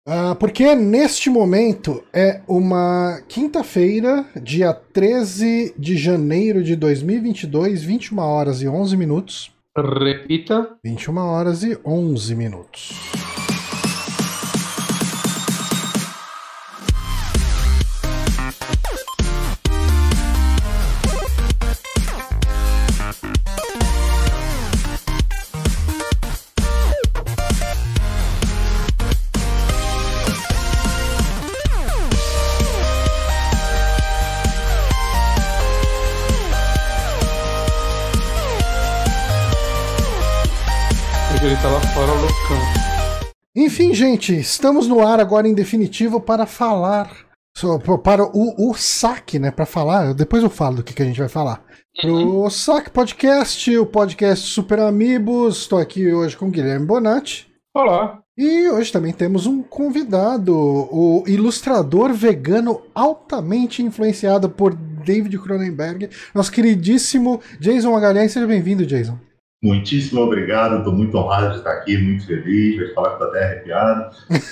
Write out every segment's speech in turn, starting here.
Porque neste momento é uma quinta-feira, dia 13 de janeiro de 2022, 21 horas e 11 minutos. Repita. 21 horas e 11 minutos. Ele tá lá fora, loucão. Enfim, gente, estamos no ar agora em definitivo para falar para o SAC, né? Para falar, depois eu falo do que a gente vai falar. Pro SAC Podcast, o podcast Super Amigos. Estou aqui hoje com o Guilherme Bonatti. Olá. E hoje também temos um convidado, o ilustrador vegano altamente influenciado por David Cronenberg, nosso queridíssimo Jason Magalhães. Seja bem-vindo, Jason. Muitíssimo obrigado, estou muito honrado de estar aqui, muito feliz, vai falar que estou até arrepiado.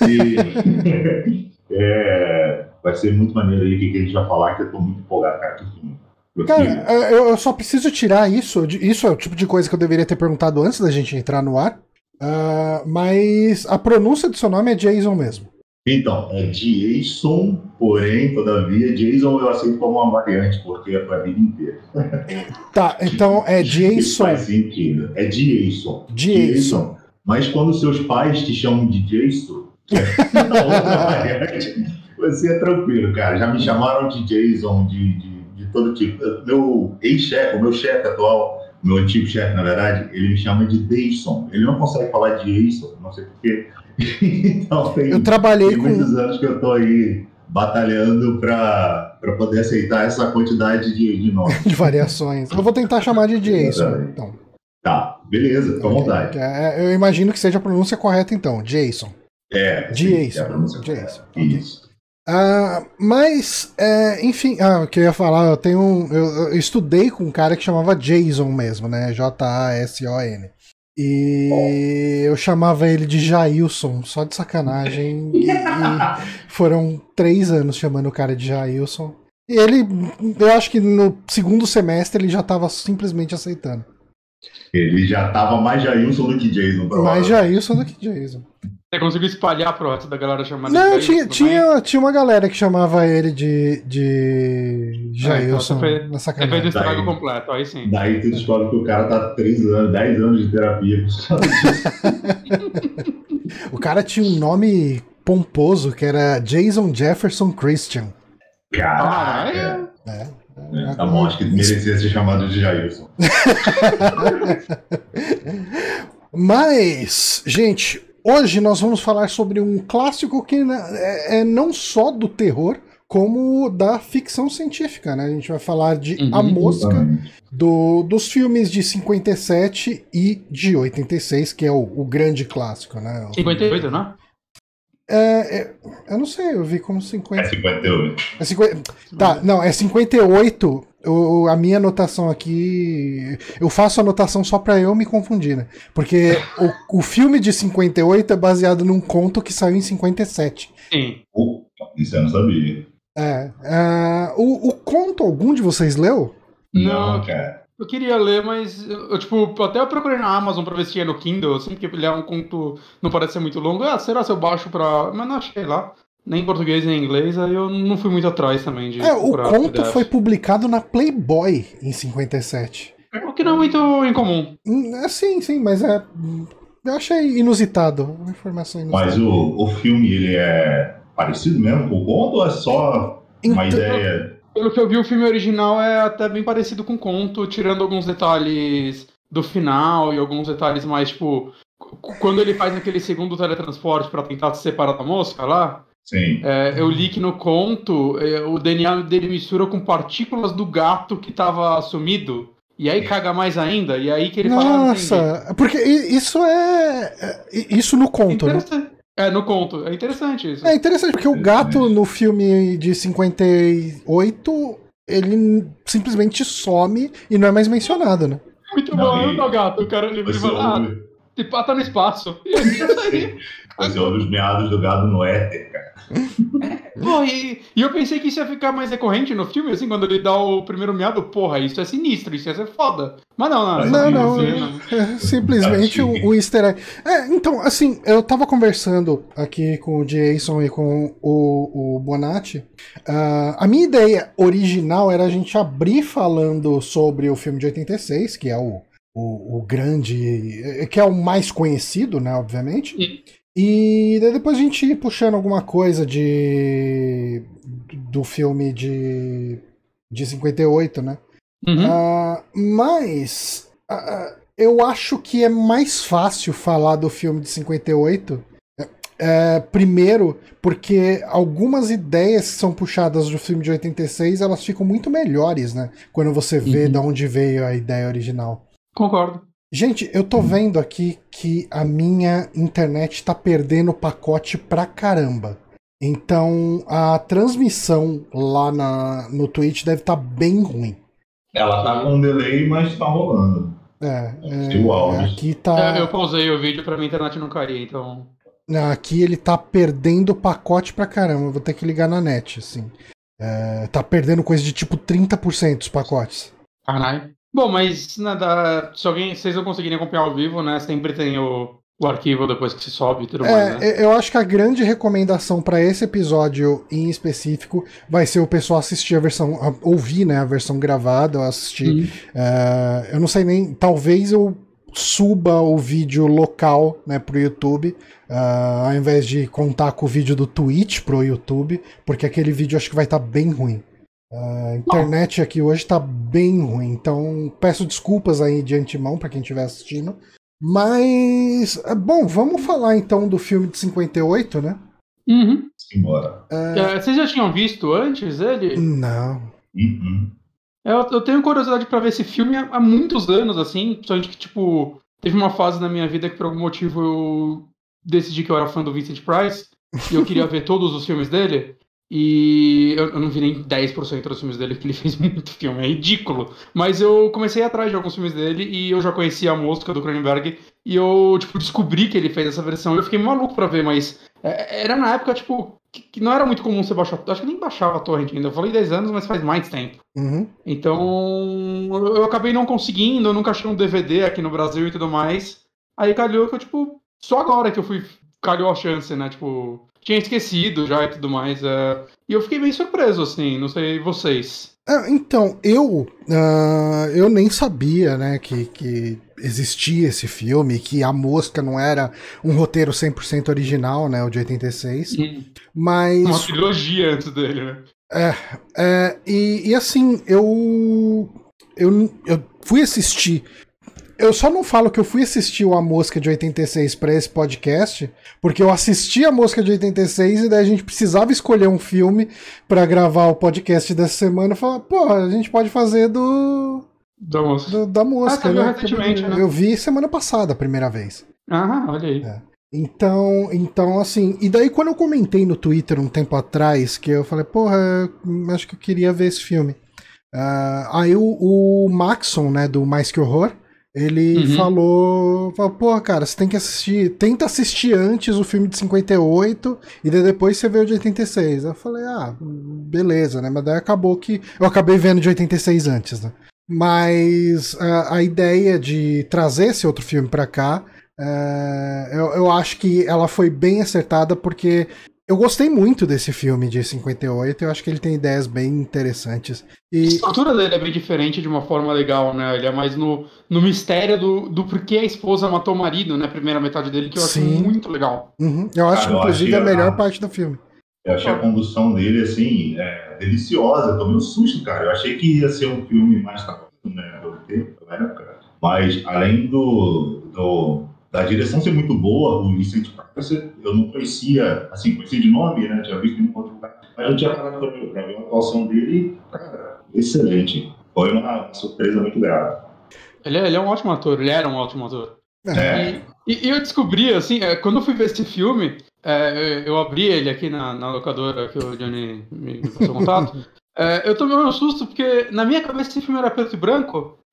E vai ser muito maneiro aí o que a gente vai falar, que eu estou muito empolgado, cara. Cara, eu só preciso tirar isso. Isso é o tipo de coisa que eu deveria ter perguntado antes da gente entrar no ar. Mas a pronúncia do seu nome é Jason mesmo. Então, é Jason, porém, todavia, Jason eu aceito como uma variante, porque é para a vida inteira. Tá, então é Jason. Faz sentido. É Jason. Jason. Mas quando seus pais te chamam de Jason, que é outra variante, você é tranquilo, cara. Já me chamaram de Jason, de todo tipo. Meu ex-chefe, o meu chefe atual, meu antigo chefe, na verdade, ele me chama de Dayson. Ele não consegue falar de Jason, não sei porquê. Então, eu trabalhei com muitos anos que eu tô aí batalhando para poder aceitar essa quantidade de nomes. De variações. Eu vou tentar chamar de Jason, então. Tá, beleza, fica à vontade. Eu imagino que seja a pronúncia correta, então. Jason. Jason. É a pronúncia Jason. Isso. Mas, enfim, o que eu ia falar, eu estudei com um cara que chamava Jason mesmo, né? Jason. E eu chamava ele de Jailson, só de sacanagem. E foram 3 anos chamando o cara de Jailson. E eu acho que no segundo semestre ele já tava simplesmente aceitando. Ele já tava mais Jailson do que Jason. Mais Jailson do que Jason. Você conseguiu espalhar pro resto da galera chamando ele de Jailson? Tinha uma galera que chamava ele de Jailson. Então na sacanagem. Você fez o estrago completo, aí sim. Daí tu descobre que o cara tá 3 anos, 10 anos de terapia. O cara tinha um nome pomposo que era Jason Jefferson Christian. Caraca! Tá bom, acho que merecia ser chamado de Jailson. Mas, gente, hoje nós vamos falar sobre um clássico que é não só do terror, como da ficção científica, né? A gente vai falar de A Mosca, dos filmes de 57 e de 86, que é o grande clássico, né? 58, não? Eu não sei, eu vi como 50. É 58. Tá, não, é 58. A minha anotação aqui. Eu faço anotação só pra eu me confundir, né? Porque o filme de 58 é baseado num conto que saiu em 57. Sim. Isso eu não sabia. O conto, algum de vocês leu? Não, cara. Eu queria ler, mas até eu procurei na Amazon pra ver se tinha no Kindle, assim, porque ele é um conto, não parece ser muito longo. Será se eu baixo pra... Mas não achei lá. Nem em português nem em inglês, aí eu não fui muito atrás também de... O conto foi publicado na Playboy em 57. O que não é muito incomum. Sim, mas eu achei inusitado. Uma informação inusitada. Mas o filme, ele é parecido mesmo com o conto ou é só uma ideia... Pelo que eu vi, o filme original é até bem parecido com o conto, tirando alguns detalhes do final e alguns detalhes mais, tipo... Quando ele faz aquele segundo teletransporte pra tentar se separar da mosca lá... Sim. Eu li que no conto, o DNA dele mistura com partículas do gato que tava sumido. E aí caga mais ainda, e aí que ele fala... Nossa, porque isso isso no conto, né? No conto. É interessante isso. É interessante, porque o gato no filme de 58, ele simplesmente some e não é mais mencionado, né? Muito bom, eu tô gato, o cara livre de falar. tá no espaço. E aí, Sim. Você olha os meados do gado no éter, cara. Pô, e eu pensei que isso ia ficar mais recorrente no filme, assim, quando ele dá o primeiro miado, porra, isso é sinistro, isso ia ser foda. Mas Não, é simplesmente um easter egg. Então, assim, eu tava conversando aqui com o Jason e com o Bonatti. A minha ideia original era a gente abrir falando sobre o filme de 86, que é o grande, que é o mais conhecido, né, obviamente. E daí depois a gente ir puxando alguma coisa do filme de 58, né? Mas eu acho que é mais fácil falar do filme de 58. Primeiro, porque algumas ideias que são puxadas do filme de 86, elas ficam muito melhores, né? Quando você vê de onde veio a ideia original. Concordo. Gente, eu tô vendo aqui que a minha internet tá perdendo pacote pra caramba. Então a transmissão lá no Twitch deve estar bem ruim. Ela tá com um delay, mas tá rolando. Aqui tá. Eu pausei o vídeo pra minha internet não cair, então. Aqui ele tá perdendo pacote pra caramba. Vou ter que ligar na net, assim. Tá perdendo coisa de tipo 30% dos pacotes. Caralho. Bom, mas nada, se vocês não conseguirem acompanhar ao vivo, né? Sempre tem o arquivo depois que se sobe e tudo mais, né? Eu acho que a grande recomendação para esse episódio em específico vai ser o pessoal assistir ouvir, né, a versão gravada, ou assistir. Eu não sei nem, talvez eu suba o vídeo local, né, pro YouTube, ao invés de contar com o vídeo do Twitch pro YouTube, porque aquele vídeo acho que vai estar bem ruim. A internet aqui hoje tá bem ruim, então peço desculpas aí de antemão para quem estiver assistindo. Mas, bom, vamos falar então do filme de 58, né? Simbora. Vocês já tinham visto antes ele? Não. Eu tenho curiosidade pra ver esse filme há muitos anos, assim, principalmente que, tipo, teve uma fase na minha vida que por algum motivo eu decidi que eu era fã do Vincent Price e eu queria ver todos os filmes dele. E eu não vi nem 10% dos filmes dele, porque ele fez muito filme, é ridículo. Mas eu comecei atrás de alguns filmes dele e eu já conhecia A Mosca do Cronenberg e eu, tipo, descobri que ele fez essa versão e eu fiquei maluco pra ver, mas era na época, tipo, que não era muito comum você baixar, acho que nem baixava a torrent ainda, eu falei 10 anos, mas faz mais tempo. Então, eu acabei não conseguindo, eu nunca achei um DVD aqui no Brasil e tudo mais. Aí calhou que eu, tipo, só agora que calhou a chance, né, tipo... Tinha esquecido já e tudo mais. E eu fiquei bem surpreso, assim, não sei vocês. Então, eu nem sabia, né, que existia esse filme, que A Mosca não era um roteiro 100% original, né, o de 86. Mas... Uma trilogia antes dele, né? E assim, eu fui assistir... Eu só não falo que eu fui assistir o A Mosca de 86 para esse podcast, porque eu assisti A Mosca de 86 e daí a gente precisava escolher um filme para gravar o podcast dessa semana. Eu falei, pô, a gente pode fazer da Mosca. Da Mosca, né? Recentemente, né? Eu vi semana passada a primeira vez. Olha aí. Então, assim, e daí quando eu comentei no Twitter um tempo atrás, que eu falei, porra, acho que eu queria ver esse filme. Aí o Maxon, né, do Mais Que Horror, ele falou, pô, cara, você tem que tenta assistir antes o filme de 58 e daí depois você vê o de 86. Eu falei, beleza, né? Mas daí acabou que eu acabei vendo de 86 antes, né? Mas a ideia de trazer esse outro filme pra cá, eu acho que ela foi bem acertada porque eu gostei muito desse filme de 58, eu acho que ele tem ideias bem interessantes. A estrutura dele é bem diferente de uma forma legal, né? Ele é mais no mistério do porquê a esposa matou o marido, né? Primeira metade dele, que eu acho muito legal. Eu acho que, inclusive, é a melhor parte do filme. Eu achei a condução dele, assim, deliciosa. Eu tomei um susto, cara. Eu achei que ia ser um filme mais tapudo, né? Mas, além da direção ser muito boa, o Vincent Price, eu não conhecia, assim, conhecia de nome, né? Tinha visto em um outro lugar, mas eu tinha parado pra ver a atuação dele, cara, excelente. Foi uma surpresa muito grave. Ele é um ótimo ator, ele era um ótimo ator. E eu descobri, assim, quando eu fui ver esse filme, eu abri ele aqui na locadora que o Johnny me passou contato, eu tomei um susto porque na minha cabeça esse filme era preto e branco.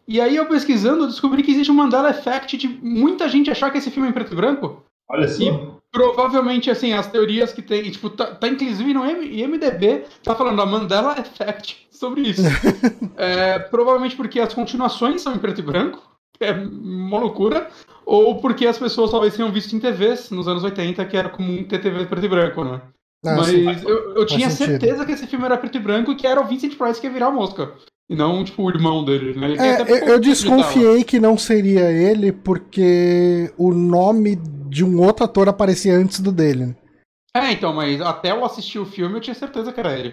E aí eu pesquisando, eu descobri que existe um Mandela Effect de muita gente achar que esse filme é em preto e branco. Olha só. E provavelmente, assim, as teorias que tem, tipo, tá inclusive no IMDb, tá falando a Mandela Effect sobre isso. Provavelmente porque as continuações são em preto e branco, que é uma loucura, ou porque as pessoas talvez tenham visto em TVs nos anos 80, que era comum ter TV preto e branco, né? Mas sim, eu tinha sentido. certeza que esse filme era preto e branco e que era o Vincent Price que ia virar a mosca. E não, tipo, o irmão dele, né? Eu desconfiei que não seria ele, porque o nome de um outro ator aparecia antes do dele. Então, mas até eu assistir o filme eu tinha certeza que era ele.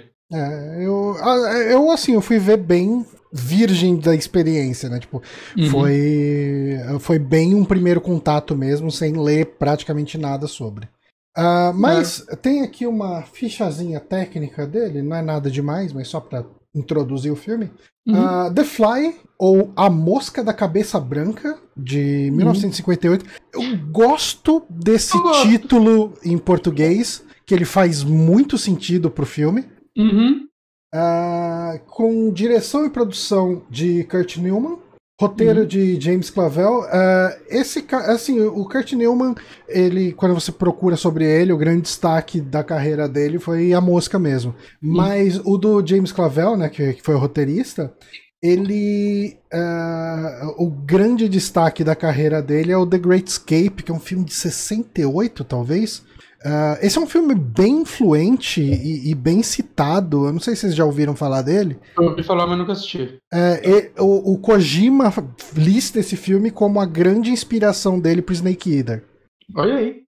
Eu fui ver bem virgem da experiência, né? Tipo, foi bem um primeiro contato mesmo, sem ler praticamente nada sobre. Mas tem aqui uma fichazinha técnica dele, não é nada demais, mas só pra introduzir o filme. The Fly, ou A Mosca da Cabeça Branca, de 1958. Eu gosto desse título em português, que ele faz muito sentido pro filme. Com direção e produção de Kurt Neumann, roteiro de James Clavell. O Kurt Neumann, ele, quando você procura sobre ele, o grande destaque da carreira dele foi A Mosca mesmo. Mas o do James Clavell, né, que foi o roteirista, ele... o grande destaque da carreira dele é o The Great Escape, que é um filme de 68, talvez. Esse é um filme bem influente e bem citado. Eu não sei se vocês já ouviram falar dele. Eu ouvi falar, mas nunca assisti. O Kojima lista esse filme como a grande inspiração dele pro Snake Eater. Olha aí.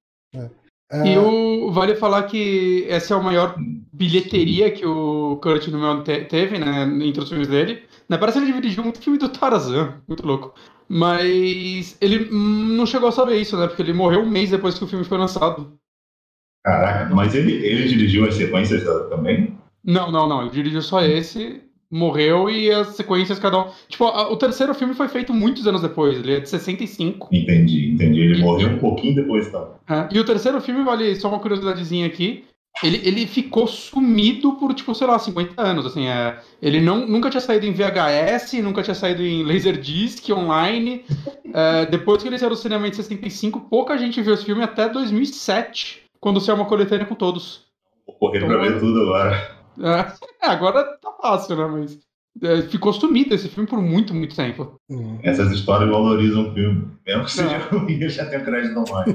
Vale falar que essa é a maior bilheteria que o Kurt Neumann teve, né, entre os filmes dele. Parece que ele dirigiu muito filme do Tarzan, muito louco. Mas ele não chegou a saber isso, né? Porque ele morreu um mês depois que o filme foi lançado. Caraca, mas ele dirigiu as sequências também? Não, ele dirigiu só esse, morreu e as sequências cada um... Tipo, o terceiro filme foi feito muitos anos depois, ele é de 65. Entendi, ele morreu um pouquinho depois, então. E o terceiro filme, vale só uma curiosidadezinha aqui, ele ficou sumido por, tipo, sei lá, 50 anos, assim, ele nunca tinha saído em VHS, nunca tinha saído em Laserdisc, online, depois que ele saiu do cinema em 65, pouca gente viu esse filme até 2007. Quando saiu uma coletânea com todos. Vou correr pra ver tudo agora. Agora tá fácil, né? Mas ficou sumido esse filme por muito, muito tempo. Essas histórias valorizam o filme. Mesmo que seja ruim, eu já tenho crédito online.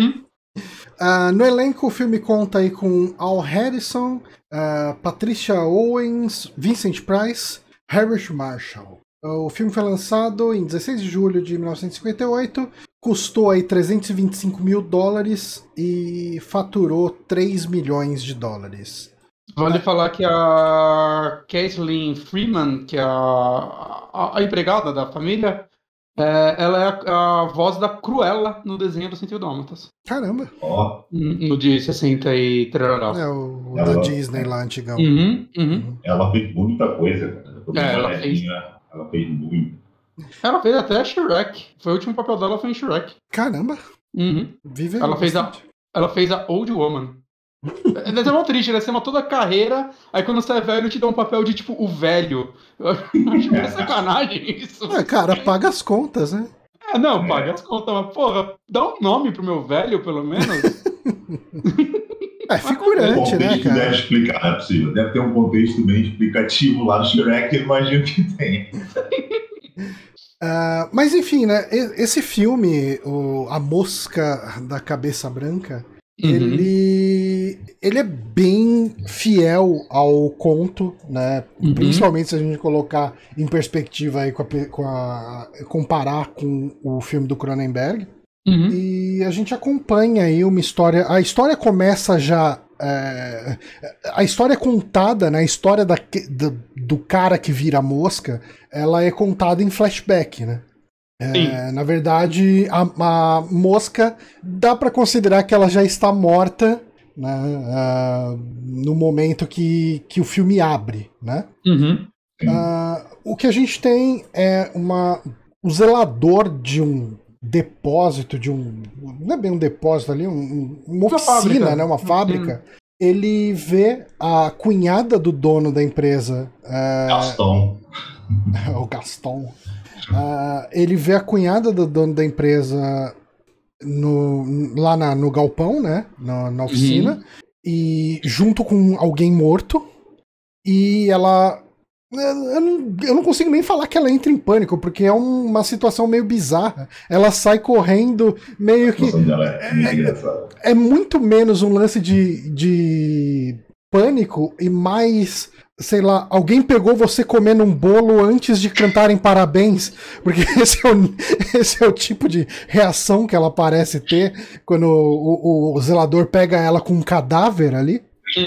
No elenco, o filme conta aí com Al Harrison, Patricia Owens, Vincent Price, Harriet Marshall. O filme foi lançado em 16 de julho de 1958, custou aí $325 mil e faturou $3 milhões. Vale falar que a Kathleen Freeman, que é a empregada da família, ela é a voz da Cruella no desenho do 101 Dálmatas. Caramba! No de 60 e trará. O da Disney lá, antigão. Ela fez muita coisa, cara. Ela fez muito. Ela fez até Shrek. Foi o último papel dela, foi em Shrek. Caramba! Vive ela fez a Old Woman. Deve ser mal triste, né? Você matou toda a carreira, aí quando você é velho, te dá um papel de, tipo, o velho. Eu acho que é sacanagem isso. Cara, paga as contas, né? Paga as contas, mas, porra, dá um nome pro meu velho, pelo menos. Figurante, né, cara? Deve explicar, não é possível. Deve ter um contexto bem explicativo lá no Shrek, eu imagino que tem. Mas enfim, né? Esse filme, A Mosca da Cabeça Branca, ele é bem fiel ao conto, né? Principalmente se a gente colocar em perspectiva aí comparar com o filme do Cronenberg. E a gente acompanha aí uma história. A história começa já. A história é contada, né? A história do cara que vira mosca, ela é contada em flashback, né? Na verdade, a mosca dá para considerar que ela já está morta, né? No momento que o filme abre, né? O que a gente tem é o zelador de um depósito, não é bem um depósito ali, uma oficina, né? Uma fábrica. Ele vê a cunhada do dono da empresa, Gaston. o Gaston. Ele vê a cunhada do dono da empresa lá no galpão, né? Na oficina. E junto com alguém morto. E ela... Eu não consigo nem falar que ela entra em pânico, porque é uma situação meio bizarra. Ela sai correndo, meio que... É muito menos um lance de pânico e mais, sei lá, alguém pegou você comendo um bolo antes de cantarem parabéns, porque esse é o tipo de reação que ela parece ter quando o zelador pega ela com um cadáver ali.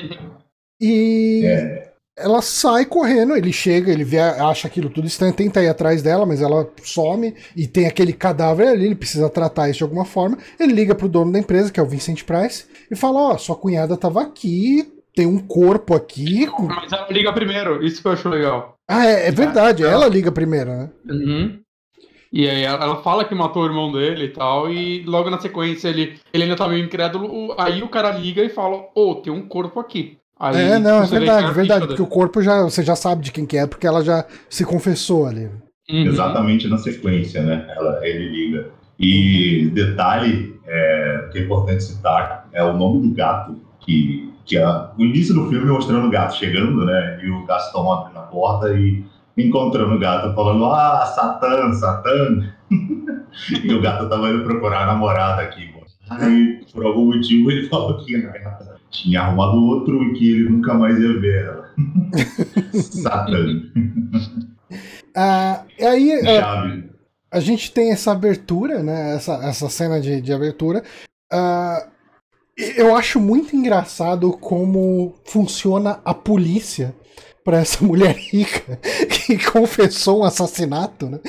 E ela sai correndo, ele chega, ele vê, acha aquilo tudo estranho, tenta ir atrás dela, mas ela some e tem aquele cadáver ali, ele precisa tratar isso de alguma forma. Ele liga pro dono da empresa, que é o Vincent Price, e fala, sua cunhada tava aqui, tem um corpo aqui. Mas ela liga primeiro, isso que eu acho legal. É verdade, ela liga primeiro, né? E aí ela fala que matou o irmão dele e tal, e logo na sequência ele ainda tá meio incrédulo, aí o cara liga e fala, tem um corpo aqui. Aí, é verdade, porque o corpo você já sabe de quem que é, porque ela já se confessou ali. Exatamente na sequência, né? Ele liga. E detalhe que é importante citar é o nome do gato, que é o início do filme mostrando o gato chegando, né? E o Gastão abrindo a porta e encontrando o gato, falando, Satã. E o gato tava indo procurar a namorada aqui, mano. Aí, por algum motivo, ele falou que a gata tinha arrumado outro e que ele nunca mais ia ver ela. Satã. Aí a gente tem essa abertura, né? Essa cena de abertura. Eu acho muito engraçado como funciona a polícia pra essa mulher rica que confessou um assassinato, né?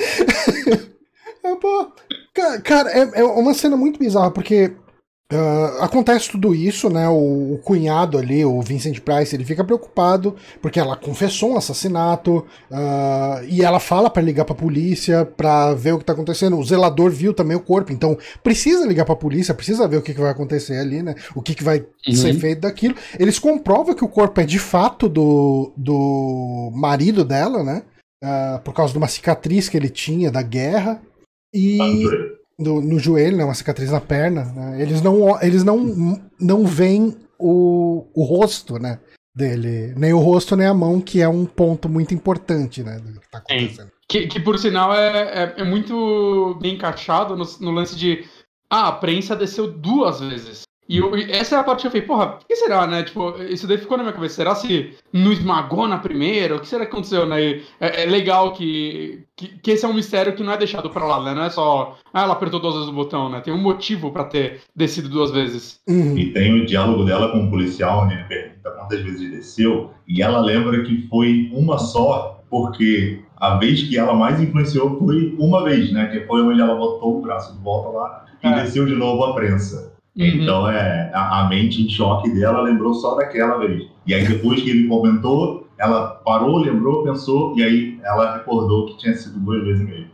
Cara, é uma cena muito bizarra, porque acontece tudo isso, né? O cunhado ali, o Vincent Price, ele fica preocupado porque ela confessou um assassinato e ela fala pra ligar pra polícia pra ver o que tá acontecendo. O zelador viu também o corpo, então precisa ligar pra polícia, precisa ver o que vai acontecer ali, né? O que vai ser feito daquilo. Eles comprovam que o corpo é de fato do marido dela, né? Por causa de uma cicatriz que ele tinha da guerra. E no joelho, né, uma cicatriz na perna, né? Eles não veem o rosto, né, dele, nem o rosto nem a mão, que é um ponto muito importante, né, do que tá acontecendo. Que por sinal é muito bem encaixado no lance de a prensa desceu 2 vezes. E essa é a parte que eu falei, porra, por que será, né? Tipo, isso daí ficou na minha cabeça. Será se não esmagou na primeira? O que será que aconteceu, né? É legal que esse é um mistério que não é deixado pra lá, né? Não é só, ela apertou 2 vezes o botão, né? Tem um motivo pra ter descido 2 vezes. E tem o diálogo dela com o policial, onde ele pergunta quantas vezes ele desceu, e ela lembra que foi uma só, porque a vez que ela mais influenciou foi uma vez, né? Que foi onde ela botou o braço de volta lá e desceu de novo a prensa. Então a mente em choque dela lembrou só daquela vez. E aí depois que ele comentou, ela parou, lembrou, pensou, e aí ela recordou que tinha sido 2 vezes mesmo.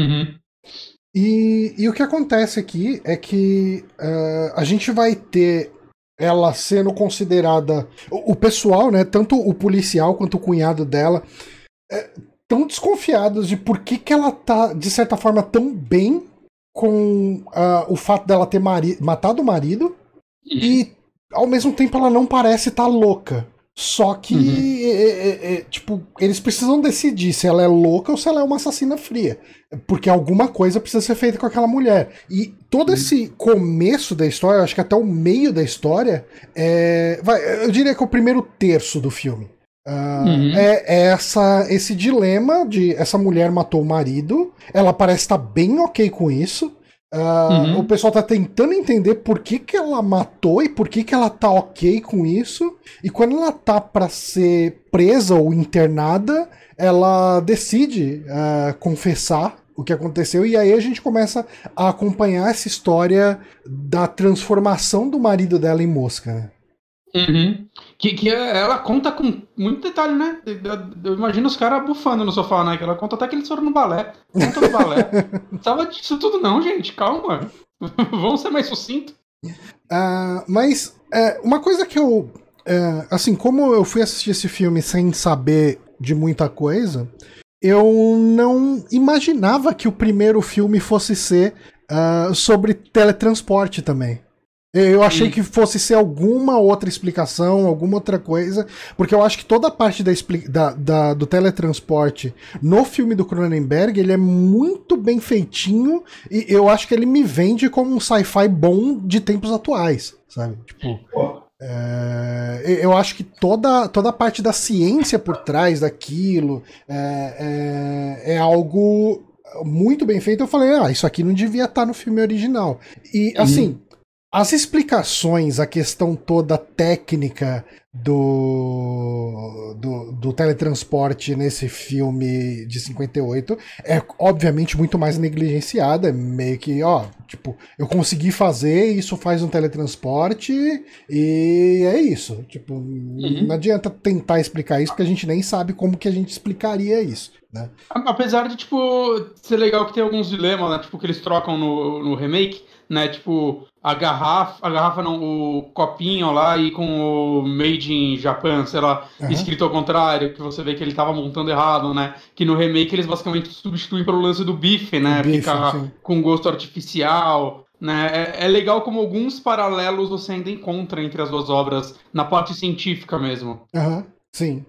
E o que acontece aqui é que a gente vai ter ela sendo considerada... O pessoal, né, tanto o policial quanto o cunhado dela, tão desconfiados de por que ela tá, de certa forma, tão bem com o fato dela ter matado o marido e, ao mesmo tempo, ela não parece estar louca. Só que, tipo, eles precisam decidir se ela é louca ou se ela é uma assassina fria. Porque alguma coisa precisa ser feita com aquela mulher. E todo esse começo da história, eu acho que até o meio da história, eu diria que é o primeiro terço do filme. É esse dilema de essa mulher matou o marido, ela parece estar bem ok com isso. O pessoal tá tentando entender por que ela matou e por que ela tá ok com isso. E quando ela tá pra ser presa ou internada, ela decide confessar o que aconteceu. E aí a gente começa a acompanhar essa história da transformação do marido dela em mosca, né? Que ela conta com muito detalhe, né? Eu imagino os caras bufando no sofá, né? Que ela conta até que eles foram no balé. Conta do balé. Não tava disso tudo não, gente. Calma. Vamos ser mais sucinto. Mas uma coisa que eu... assim, como eu fui assistir esse filme sem saber de muita coisa, eu não imaginava que o primeiro filme fosse ser sobre teletransporte também. Eu achei que fosse ser alguma outra explicação, alguma outra coisa, porque eu acho que toda a parte do teletransporte no filme do Cronenberg, ele é muito bem feitinho, e eu acho que ele me vende como um sci-fi bom de tempos atuais, sabe? Tipo, eu acho que toda a parte da ciência por trás daquilo é algo muito bem feito. Eu falei, isso aqui não devia estar no filme original. E, assim... As explicações, a questão toda técnica do teletransporte nesse filme de 58 é obviamente muito mais negligenciada, meio que, tipo, eu consegui fazer, isso faz um teletransporte e é isso. Tipo, não adianta tentar explicar isso, porque a gente nem sabe como que a gente explicaria isso, né? Apesar de, tipo, ser legal que tem alguns dilemas, né? Tipo, que eles trocam no remake, né? Tipo, a garrafa não, o copinho lá e com o Made in Japan, sei lá, escrito ao contrário, que você vê que ele tava montando errado, né? Que no remake eles basicamente substituem pelo lance do bife, né? Fica com gosto artificial, né? É legal como alguns paralelos você ainda encontra entre as duas obras, na parte científica mesmo. Sim.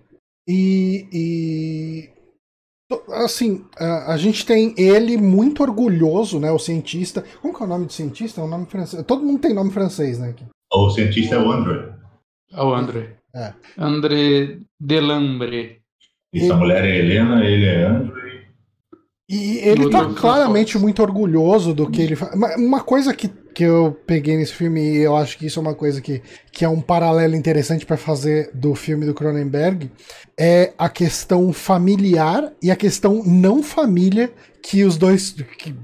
Assim, a gente tem ele muito orgulhoso, né? O cientista. Como que é o nome do cientista? É um nome francês. Todo mundo tem nome francês, né? O cientista é o André. É o André. André Delambre. E a mulher é Helena, ele é André. E ele tá claramente muito orgulhoso do que ele faz. Uma coisa que eu peguei nesse filme, e eu acho que isso é uma coisa que é um paralelo interessante para fazer do filme do Cronenberg, é a questão familiar e a questão não família que os dois...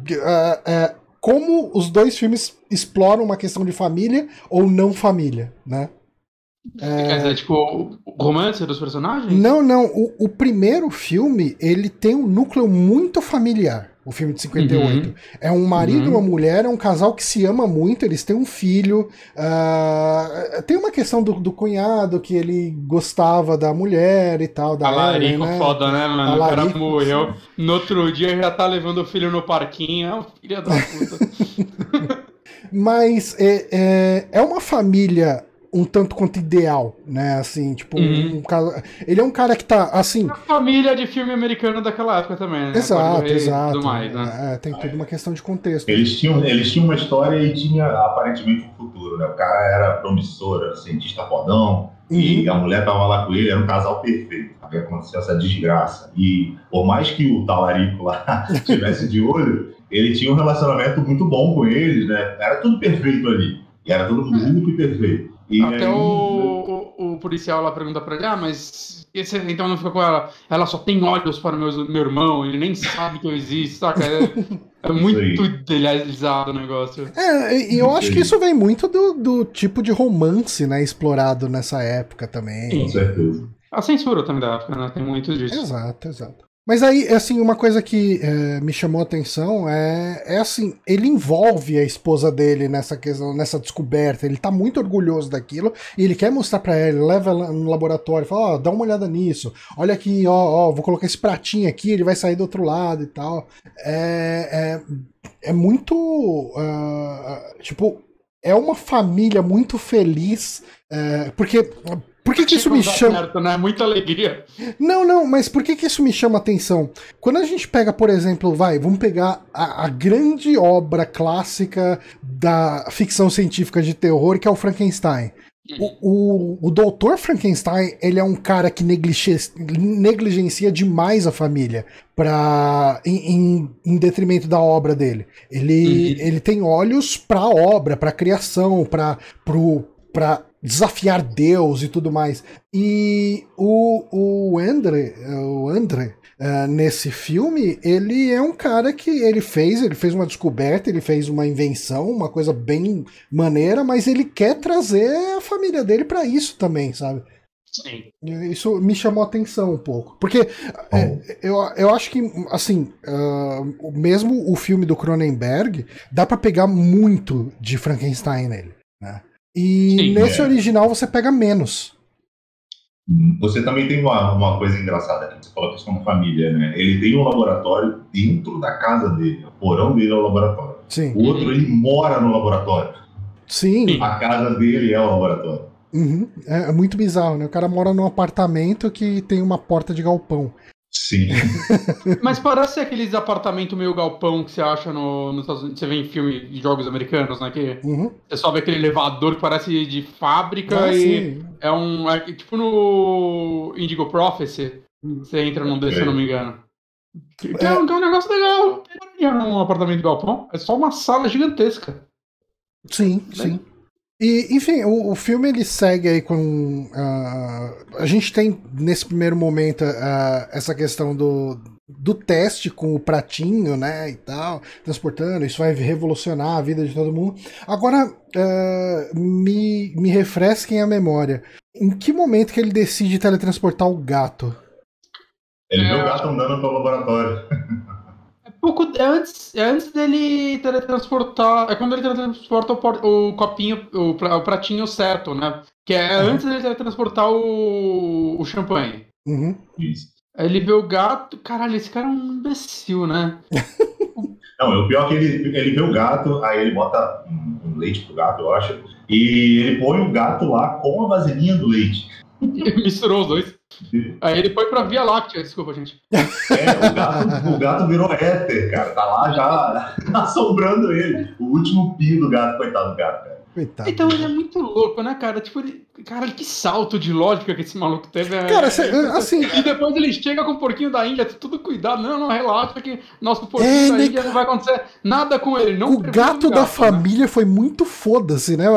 como os dois filmes exploram uma questão de família ou não família, né? Quer dizer, tipo, o romance dos personagens? Não. O primeiro filme, ele tem um núcleo muito familiar. O filme de 58. É um marido e uma mulher, é um casal que se ama muito, eles têm um filho. Tem uma questão do cunhado, que ele gostava da mulher e tal. Da Talarico, né? Foda, né, mano? Talarico, o cara morreu. No outro dia já tá levando o filho no parquinho. É um filho da puta. Mas é uma família um tanto quanto ideal, né? Assim, tipo, ele é um cara que tá, assim... A família de filme americano daquela época também, né? Exato. Tudo mais, né? Tem tudo uma questão de contexto. Eles tinham uma história e tinha aparentemente um futuro, né? O cara era promissor, era cientista fodão, e a mulher tava lá com ele, era um casal perfeito. Havia acontecido essa desgraça. E por mais que o talarico lá tivesse de olho, ele tinha um relacionamento muito bom com eles, né? Era tudo perfeito ali. E era todo mundo junto e perfeito. E até aí, o policial lá pergunta pra ele, mas esse, então não fica com ela? Ela só tem olhos para meu irmão, ele nem sabe que eu existo, saca? É muito idealizado o negócio. E eu acho que isso vem muito do tipo de romance, né, explorado nessa época também. Com certeza. A censura também da época, né? Tem muito disso. Exato. Mas aí, assim, uma coisa que me chamou a atenção é assim, ele envolve a esposa dele nessa questão, nessa descoberta, ele tá muito orgulhoso daquilo, e ele quer mostrar pra ela, leva ela no laboratório, fala, dá uma olhada nisso, olha aqui, vou colocar esse pratinho aqui, ele vai sair do outro lado e tal. É muito, tipo, é uma família muito feliz, porque... Por que isso me chama... Certo, né? Muita alegria. Não, mas por que isso me chama atenção? Quando a gente pega, por exemplo, vamos pegar a grande obra clássica da ficção científica de terror, que é o Frankenstein. O Dr. Frankenstein, ele é um cara que negligencia demais a família em detrimento da obra dele. Ele tem olhos pra obra, pra criação, pra desafiar Deus e tudo mais. E o André, nesse filme, ele é um cara que ele fez uma descoberta, ele fez uma invenção, uma coisa bem maneira, mas ele quer trazer a família dele pra isso também, sabe? Sim. Isso me chamou a atenção um pouco. Porque eu acho que, assim, mesmo o filme do Cronenberg, dá pra pegar muito de Frankenstein nele, né? E nesse original você pega menos. Você também tem uma coisa engraçada aqui, você falou a questão da família, né? Ele tem um laboratório dentro da casa dele, o porão dele é o laboratório. Sim. O outro, ele mora no laboratório. Sim. A casa dele é o laboratório. Uhum. É muito bizarro, né? O cara mora num apartamento que tem uma porta de galpão. Sim. Mas parece aqueles apartamentos meio galpão que você acha nos Estados Unidos, você vê em filme de jogos americanos, né? Que você sobe aquele elevador que parece de fábrica e sim. é tipo no Indigo Prophecy, você entra num desses, se eu não me engano. Que é um negócio legal. Um apartamento de galpão, é só uma sala gigantesca. Sim, sim. E, enfim, o filme ele segue aí com. A gente tem, nesse primeiro momento, essa questão do teste com o pratinho, né, e tal, transportando, isso vai revolucionar a vida de todo mundo. Agora, me refresquem a memória. Em que momento que ele decide teletransportar o gato? Ele vê o gato andando pelo laboratório. É antes dele teletransportar. É quando ele teletransporta o copinho, o pratinho certo, né? Que é antes dele teletransportar o champanhe. Uhum. Isso. Aí ele vê o gato. Caralho, esse cara é um imbecil, né? Não, o pior é que ele vê o gato, aí ele bota um leite pro gato, eu acho, e ele põe o gato lá com a vasilhinha do leite. Misturou os dois. Aí ele põe pra Via Láctea, desculpa, gente. O gato virou éter, cara. Tá lá já assombrando ele. O último pio do gato, coitado do gato, cara. Coitado. Então ele é muito louco, né, cara? Tipo, cara, que salto de lógica que esse maluco teve. Cara, assim. E depois ele chega com o porquinho da Índia, tudo cuidado. Não, relaxa que nosso porquinho da Índia não vai acontecer nada com ele. Não o gato da família, né? Foi muito foda-se, né?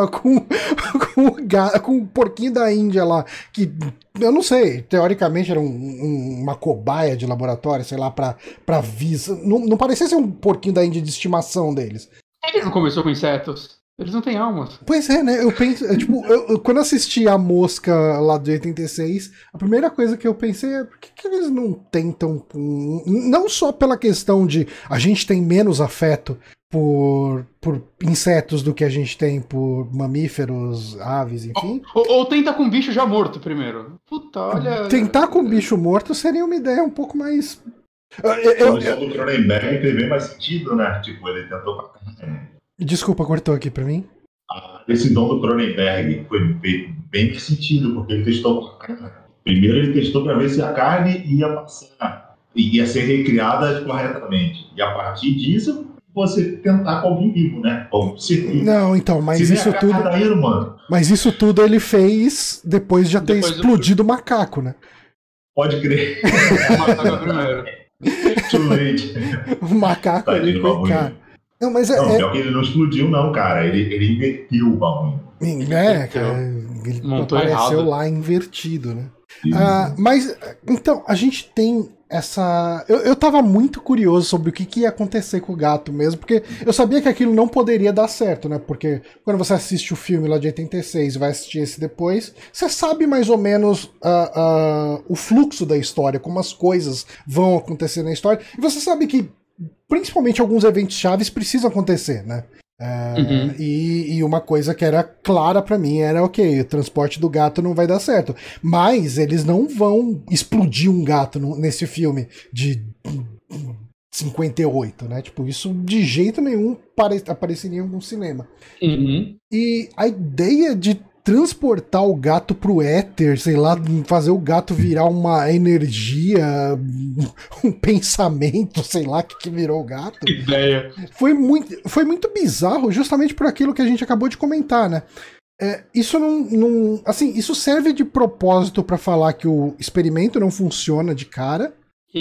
Com o porquinho da Índia lá. Que, eu não sei, teoricamente era uma cobaia de laboratório, sei lá, pra visa. Não parecia ser um porquinho da Índia de estimação deles. Ele não começou com insetos. Eles não têm almas. Pois é, né? Eu penso, quando eu assisti A Mosca lá de 86, a primeira coisa que eu pensei é por que eles não tentam. Não só pela questão de a gente tem menos afeto por insetos do que a gente tem por mamíferos, aves, enfim. Ou tenta com bicho já morto primeiro. Puta, olha. Tentar com bicho morto seria uma ideia um pouco mais. O som do Cronenberg teve bem mais sentido, né? Tipo, ele tentou. Desculpa, cortou aqui pra mim. Esse dom do Cronenberg foi bem mais sentido, porque ele testou com a carne. Primeiro ele testou para ver se a carne ia passar, ia ser recriada corretamente. E a partir disso, você tentar com alguém vivo, né? Não, então, mas isso tudo. Daí, mano. Mas isso tudo ele fez depois de já ter explodido o macaco, né? Pode crer. O macaco primeiro. Too late. O macaco ali foi cara. Não, mas pior que ele não explodiu, não, cara. Ele invertiu o bagulho. Cara. Ele montou apareceu errado. Lá invertido, né? Mas, então, a gente tem essa. Eu tava muito curioso sobre o que ia acontecer com o gato mesmo, porque eu sabia que aquilo não poderia dar certo, né? Porque quando você assiste o filme lá de 86 e vai assistir esse depois, você sabe mais ou menos o fluxo da história, como as coisas vão acontecer na história, e você sabe que principalmente alguns eventos chaves precisam acontecer, né? E uma coisa que era clara pra mim era, ok, o transporte do gato não vai dar certo. Mas eles não vão explodir um gato nesse filme de 58, né? Tipo, isso de jeito nenhum apareceria em algum cinema. E a ideia de transportar o gato pro éter, sei lá, fazer o gato virar uma energia, um pensamento, sei lá, que virou o gato. Que ideia. Foi muito bizarro, justamente por aquilo que a gente acabou de comentar, né? Isso não. Assim, isso serve de propósito para falar que o experimento não funciona de cara.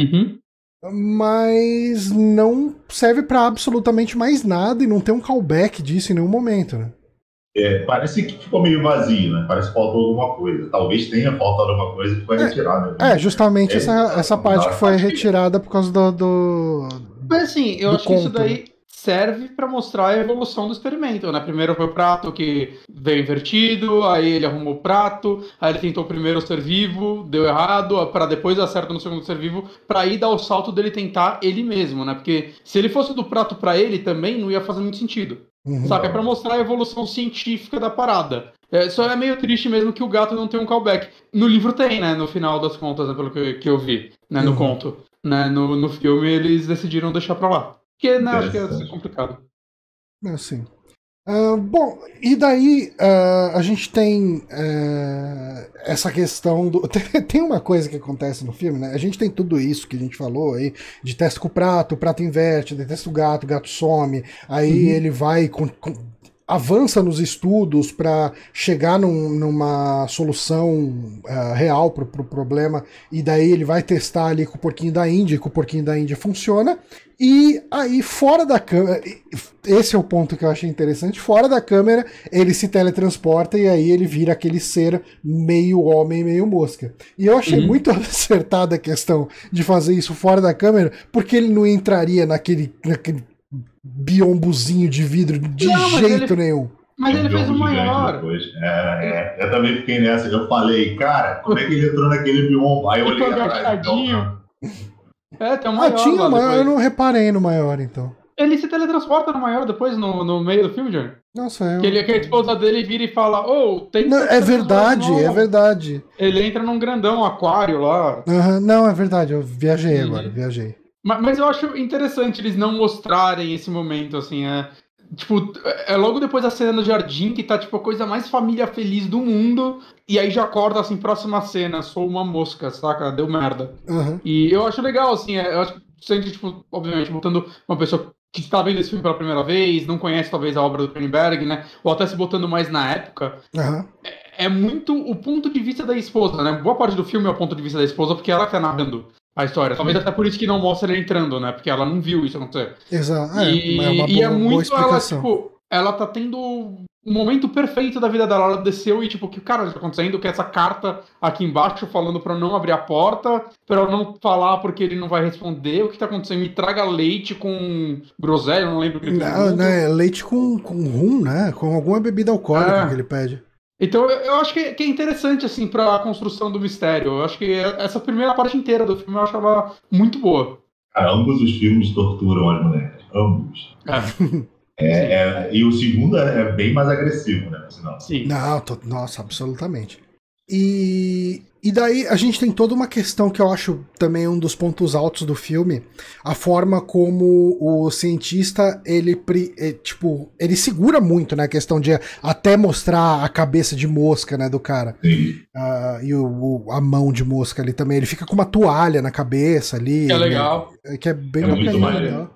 Mas não serve para absolutamente mais nada e não tem um callback disso em nenhum momento, né? Parece que ficou meio vazio, né? Parece que faltou alguma coisa. Talvez tenha faltado alguma coisa que foi retirada. Justamente essa parte que foi retirada por causa do Mas assim, eu acho conto, que isso daí serve pra mostrar a evolução do experimento, né? Primeiro foi o prato que veio invertido, aí ele arrumou o prato, aí ele tentou primeiro o ser vivo, deu errado, para depois dar certo no segundo ser vivo, pra aí dar o salto dele tentar ele mesmo, né? Porque se ele fosse do prato pra ele também não ia fazer muito sentido. Sabe? É pra mostrar a evolução científica da parada. Só é meio triste mesmo que o gato não tem um callback. No livro tem, né? No final das contas, né, pelo que eu vi, né? No conto. Né, no filme eles decidiram deixar pra lá. Porque, né, acho que ia ser complicado. Assim. Bom, e daí a gente tem essa questão do. Tem uma coisa que acontece no filme, né? A gente tem tudo isso que a gente falou aí, de testa com o prato inverte, detesta o gato some, aí ele vai. Avança nos estudos para chegar numa solução real pro problema, e daí ele vai testar ali com o porquinho da Índia, e com o porquinho da Índia funciona. E aí, fora da câmera, esse é o ponto que eu achei interessante, fora da câmera, ele se teletransporta e aí ele vira aquele ser meio homem, meio mosca. E eu achei muito acertada a questão de fazer isso fora da câmera, porque ele não entraria naquele biombozinho de vidro de jeito nenhum. Mas ele fez o maior. Eu também fiquei nessa. Eu falei, cara, como é que ele entrou naquele biombo? Aí eu olhei atrás. Tem um maior. Tinha um maior, eu não reparei no maior, então. Ele se teletransporta no maior depois, no meio do filme, Johnny. Nossa, que a esposa dele vira e fala, tem que... Não, é verdade. Ele entra num grandão aquário lá. Não, é verdade, eu viajei agora. Mas eu acho interessante eles não mostrarem esse momento, assim, tipo, logo depois da cena no jardim, que tá, tipo, a coisa mais família feliz do mundo, e aí já corta, assim, próxima cena, sou uma mosca, saca? Deu merda. E eu acho legal, assim, eu acho que sente, tipo, obviamente, botando uma pessoa que está vendo esse filme pela primeira vez, não conhece, talvez, a obra do Cronenberg, né? Ou até se botando mais na época, é muito o ponto de vista da esposa, né? Boa parte do filme é o ponto de vista da esposa, porque ela que tá narrando a história. Talvez até por isso que não mostra ele entrando, né? Porque ela não viu isso acontecer. Exato. É muito ela, tipo, ela tá tendo um momento perfeito da vida dela. Ela desceu e, tipo, o que tá acontecendo? Que essa carta aqui embaixo falando pra não abrir a porta, pra ela não falar porque ele não vai responder. O que tá acontecendo? Me traga leite com groselha, eu não lembro o que ele pede. Né, leite com rum, né? Com alguma bebida alcoólica que ele pede. Então, eu acho que é interessante, assim, pra construção do mistério. Eu acho que essa primeira parte inteira do filme eu acho ela muito boa. Cara, ambos os filmes torturam as mulheres. Ambos. E o segundo é bem mais agressivo, né? Sim. Nossa, absolutamente. E daí a gente tem toda uma questão que eu acho também um dos pontos altos do filme, a forma como o cientista, ele segura muito, né, a questão de até mostrar a cabeça de mosca, né, do cara. Sim. E a mão de mosca ali também, ele fica com uma toalha na cabeça ali. Que é legal. Que é bem muito legal.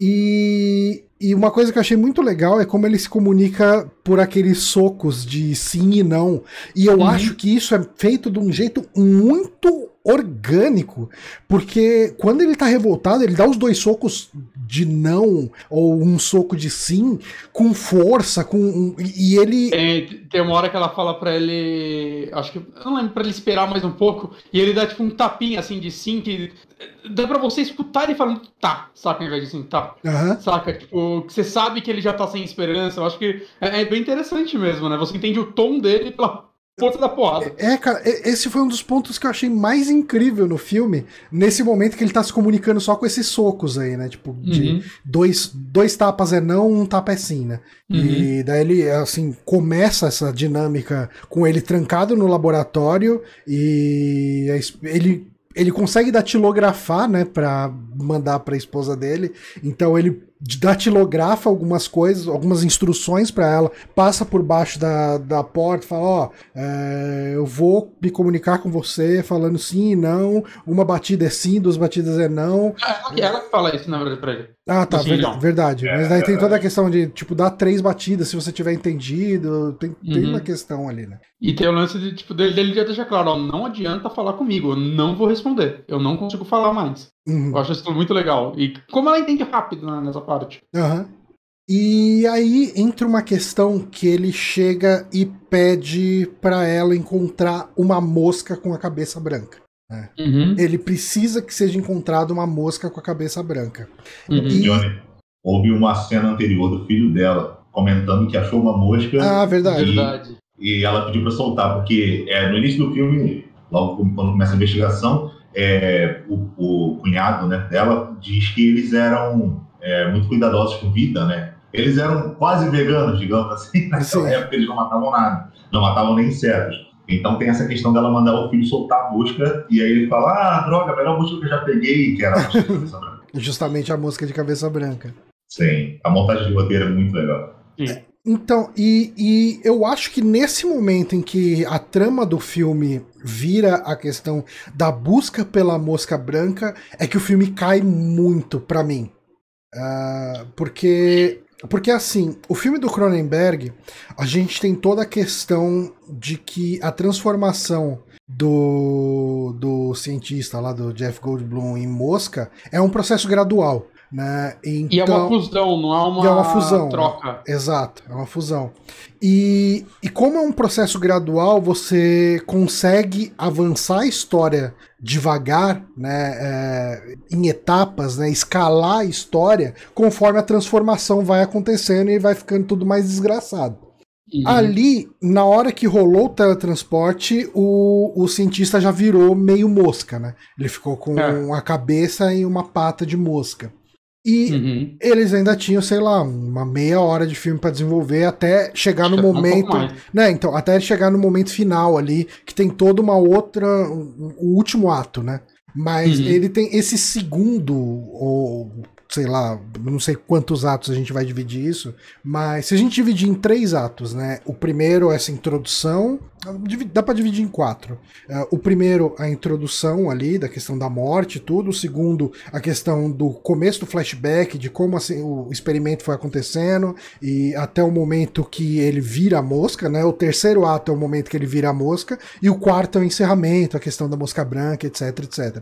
E uma coisa que eu achei muito legal é como ele se comunica por aqueles socos de sim e não. E eu acho que isso é feito de um jeito muito orgânico, porque quando ele tá revoltado, ele dá os 2 socos de não, ou um soco de sim, com força, e ele... Tem uma hora que ela fala pra ele, acho que, eu não lembro, pra ele esperar mais um pouco, e ele dá tipo um tapinha assim de sim, que dá pra você escutar ele falando tá, saca, ao invés de sim, tá, saca, tipo, que você sabe que ele já tá sem esperança. Eu acho que é bem interessante mesmo, né, você entende o tom dele pela força da porrada. Cara, esse foi um dos pontos que eu achei mais incrível no filme, nesse momento que ele tá se comunicando só com esses socos aí, né? Tipo, de dois tapas é não, um tapa é sim, né? E daí ele, assim, começa essa dinâmica com ele trancado no laboratório e ele consegue datilografar, né, pra mandar pra esposa dele, então ele datilografa algumas coisas, algumas instruções pra ela, passa por baixo da porta, fala, eu vou me comunicar com você falando sim e não, uma batida é sim, 2 batidas é não. Ela que fala isso, na verdade, pra ele. Tá, verdade. Mas daí tem toda a questão de, tipo, dar 3 batidas se você tiver entendido, tem uma questão ali, né? E tem o lance de, tipo, dele já deixar claro, não adianta falar comigo, eu não vou responder, eu não consigo falar mais. Eu acho isso muito legal. E como ela entende rápido, né, nessa parte. E aí entra uma questão que ele chega e pede pra ela encontrar uma mosca com a cabeça branca. Ele precisa que seja encontrada uma mosca com a cabeça branca. Johnny, houve uma cena anterior do filho dela comentando que achou uma mosca. Verdade. E ela pediu pra soltar, porque no início do filme, logo quando começa a investigação, o cunhado, né, dela diz que eles eram muito cuidadosos com vida, né? Eles eram quase veganos, digamos assim. Naquela época eles não matavam nada. Não matavam nem insetos. Então tem essa questão dela mandar o filho soltar a mosca. E aí ele fala, droga, a melhor mosca que eu já peguei, que era a mosca de cabeça branca. Justamente a mosca de cabeça branca. Sim, a montagem de roteiro é muito legal. Então, e eu acho que nesse momento em que a trama do filme vira a questão da busca pela mosca branca, é que o filme cai muito pra mim. Porque assim, o filme do Cronenberg, a gente tem toda a questão de que a transformação do cientista lá, do Jeff Goldblum, em mosca, é um processo gradual. Né? Então, e é uma fusão, não é uma fusão, troca. Exato, é uma fusão. E como é um processo gradual, você consegue avançar a história devagar, né, em etapas, né, escalar a história conforme a transformação vai acontecendo e vai ficando tudo mais desgraçado. Ali, na hora que rolou o teletransporte, o cientista já virou meio mosca, né? Ele ficou com a cabeça e uma pata de mosca. E eles ainda tinham, sei lá, uma meia hora de filme pra desenvolver até chegar no momento, né? Então, até chegar no momento final ali, que tem toda uma outra, o último ato, né? Mas ele tem esse segundo, ou sei lá, não sei quantos atos a gente vai dividir isso, mas se a gente dividir em 3 atos, né? O primeiro, essa introdução, dá pra dividir em 4. O primeiro, a introdução ali, da questão da morte e tudo. O segundo, a questão do começo do flashback, de como assim, o experimento foi acontecendo, e até o momento que ele vira a mosca, né? O terceiro ato é o momento que ele vira a mosca, e o quarto é o encerramento, a questão da mosca branca, etc, etc.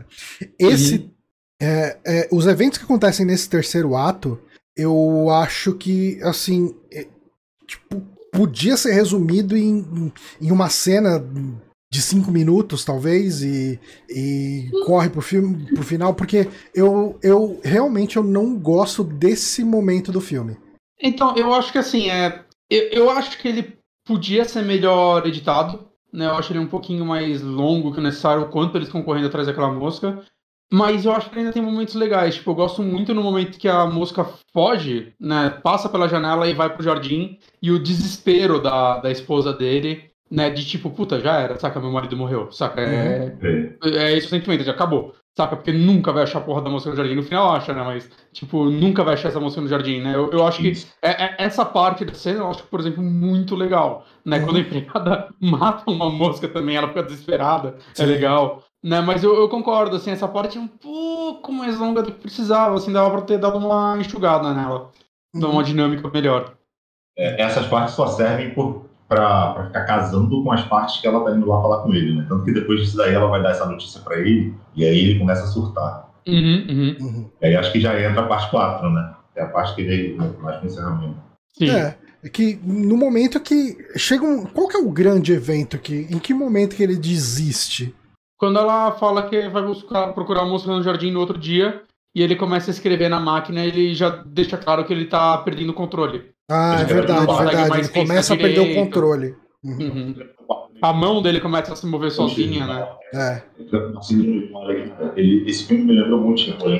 Os eventos que acontecem nesse terceiro ato, eu acho que, assim, tipo, podia ser resumido em uma cena de 5 minutos, talvez, e corre pro final, porque eu realmente não gosto desse momento do filme. Então, eu acho que assim, eu acho que ele podia ser melhor editado, né? Eu acho ele um pouquinho mais longo que o necessário, o quanto eles estão correndo atrás daquela mosca. Mas eu acho que ainda tem momentos legais. Tipo, eu gosto muito no momento que a mosca foge, né? Passa pela janela e vai pro jardim. E o desespero da esposa dele, né? De tipo, puta, já era, saca? Meu marido morreu, saca? É esse o sentimento, já acabou. Saca? Porque nunca vai achar a porra da mosca no jardim. No final acha, né? Mas, tipo, nunca vai achar essa mosca no jardim, né? Eu acho que essa parte da cena, eu acho, por exemplo, muito legal. Né? Quando a empregada mata uma mosca também, ela fica desesperada. Sim. É legal. Né, mas eu concordo, assim, essa parte é um pouco mais longa do que precisava, assim, dava pra ter dado uma enxugada nela, dar uma dinâmica melhor. Essas partes só servem pra ficar casando com as partes que ela tá indo lá falar com ele, né? Tanto que depois disso daí ela vai dar essa notícia pra ele, e aí ele começa a surtar. E aí acho que já entra a parte 4, né? É a parte que veio mais pro encerramento. Sim. É que no momento que chega qual que é o grande evento em que momento que ele desiste? Quando ela fala que vai procurar a mosca no jardim no outro dia, e ele começa a escrever na máquina, ele já deixa claro que ele tá perdendo o controle. É verdade. Ele começa a perder o controle. A mão dele começa a se mover sozinha, né? Esse filme me lembrou muito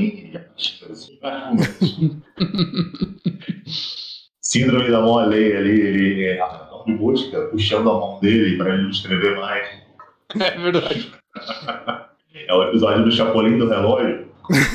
Síndrome da mão alheia ali, ele de busca, puxando a mão dele pra ele não escrever mais. É verdade. É o episódio do Chapolin do relógio.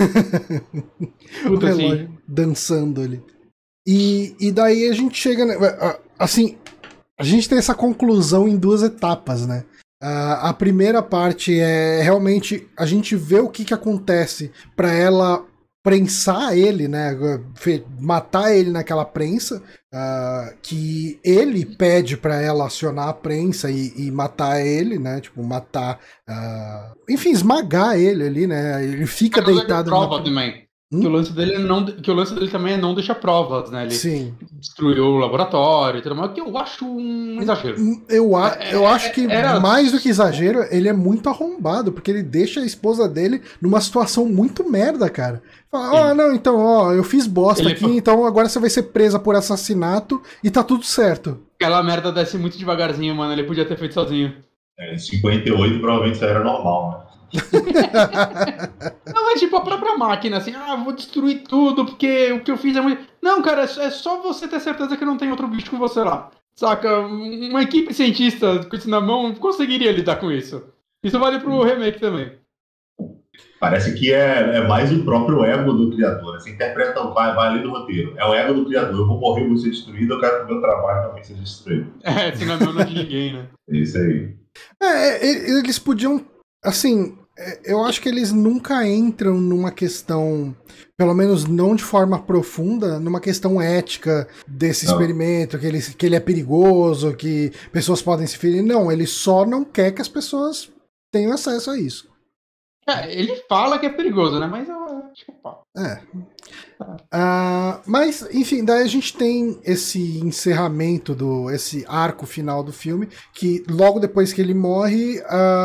O relógio dançando ali. E daí a gente chega, né, assim, a gente tem essa conclusão em 2 etapas, né? A primeira parte é realmente a gente vê o que acontece pra ela prensar ele, né? Matar ele naquela prensa, que ele pede pra ela acionar a prensa e matar ele, né? Tipo, matar, enfim, esmagar ele ali, né? Ele fica deitado. Prova também. Que o lance dele também é não deixar provas, né? Ele destruiu o laboratório e tudo mais, que eu acho um exagero. Eu acho que mais do que exagero, ele é muito arrombado, porque ele deixa a esposa dele numa situação muito merda, cara. Fala, não, então, eu fiz bosta aqui, então agora você vai ser presa por assassinato e tá tudo certo. Aquela merda desce muito devagarzinho, mano, ele podia ter feito sozinho. Em 58 provavelmente isso era normal, né? Não, mas tipo, a própria máquina, assim, vou destruir tudo, porque o que eu fiz é muito... Não, cara, é só você ter certeza que não tem outro bicho com você lá. Saca? Uma equipe cientista com isso na mão conseguiria lidar com isso. Isso vale pro remake também. Parece que é mais o próprio ego do criador. Você interpreta, vai ali no roteiro. É o ego do criador. Eu vou morrer, vou ser destruído, eu quero que o meu trabalho também seja destruído. Se não é meu, não é de ninguém, né? É isso aí. Eles podiam. Assim, eu acho que eles nunca entram numa questão, pelo menos não de forma profunda, numa questão ética desse experimento, que ele é perigoso, que pessoas podem se ferir. Não, ele só não quer que as pessoas tenham acesso a isso. Ele fala que é perigoso, né? Mas eu acho que mas, enfim, daí a gente tem esse encerramento, esse arco final do filme, que logo depois que ele morre,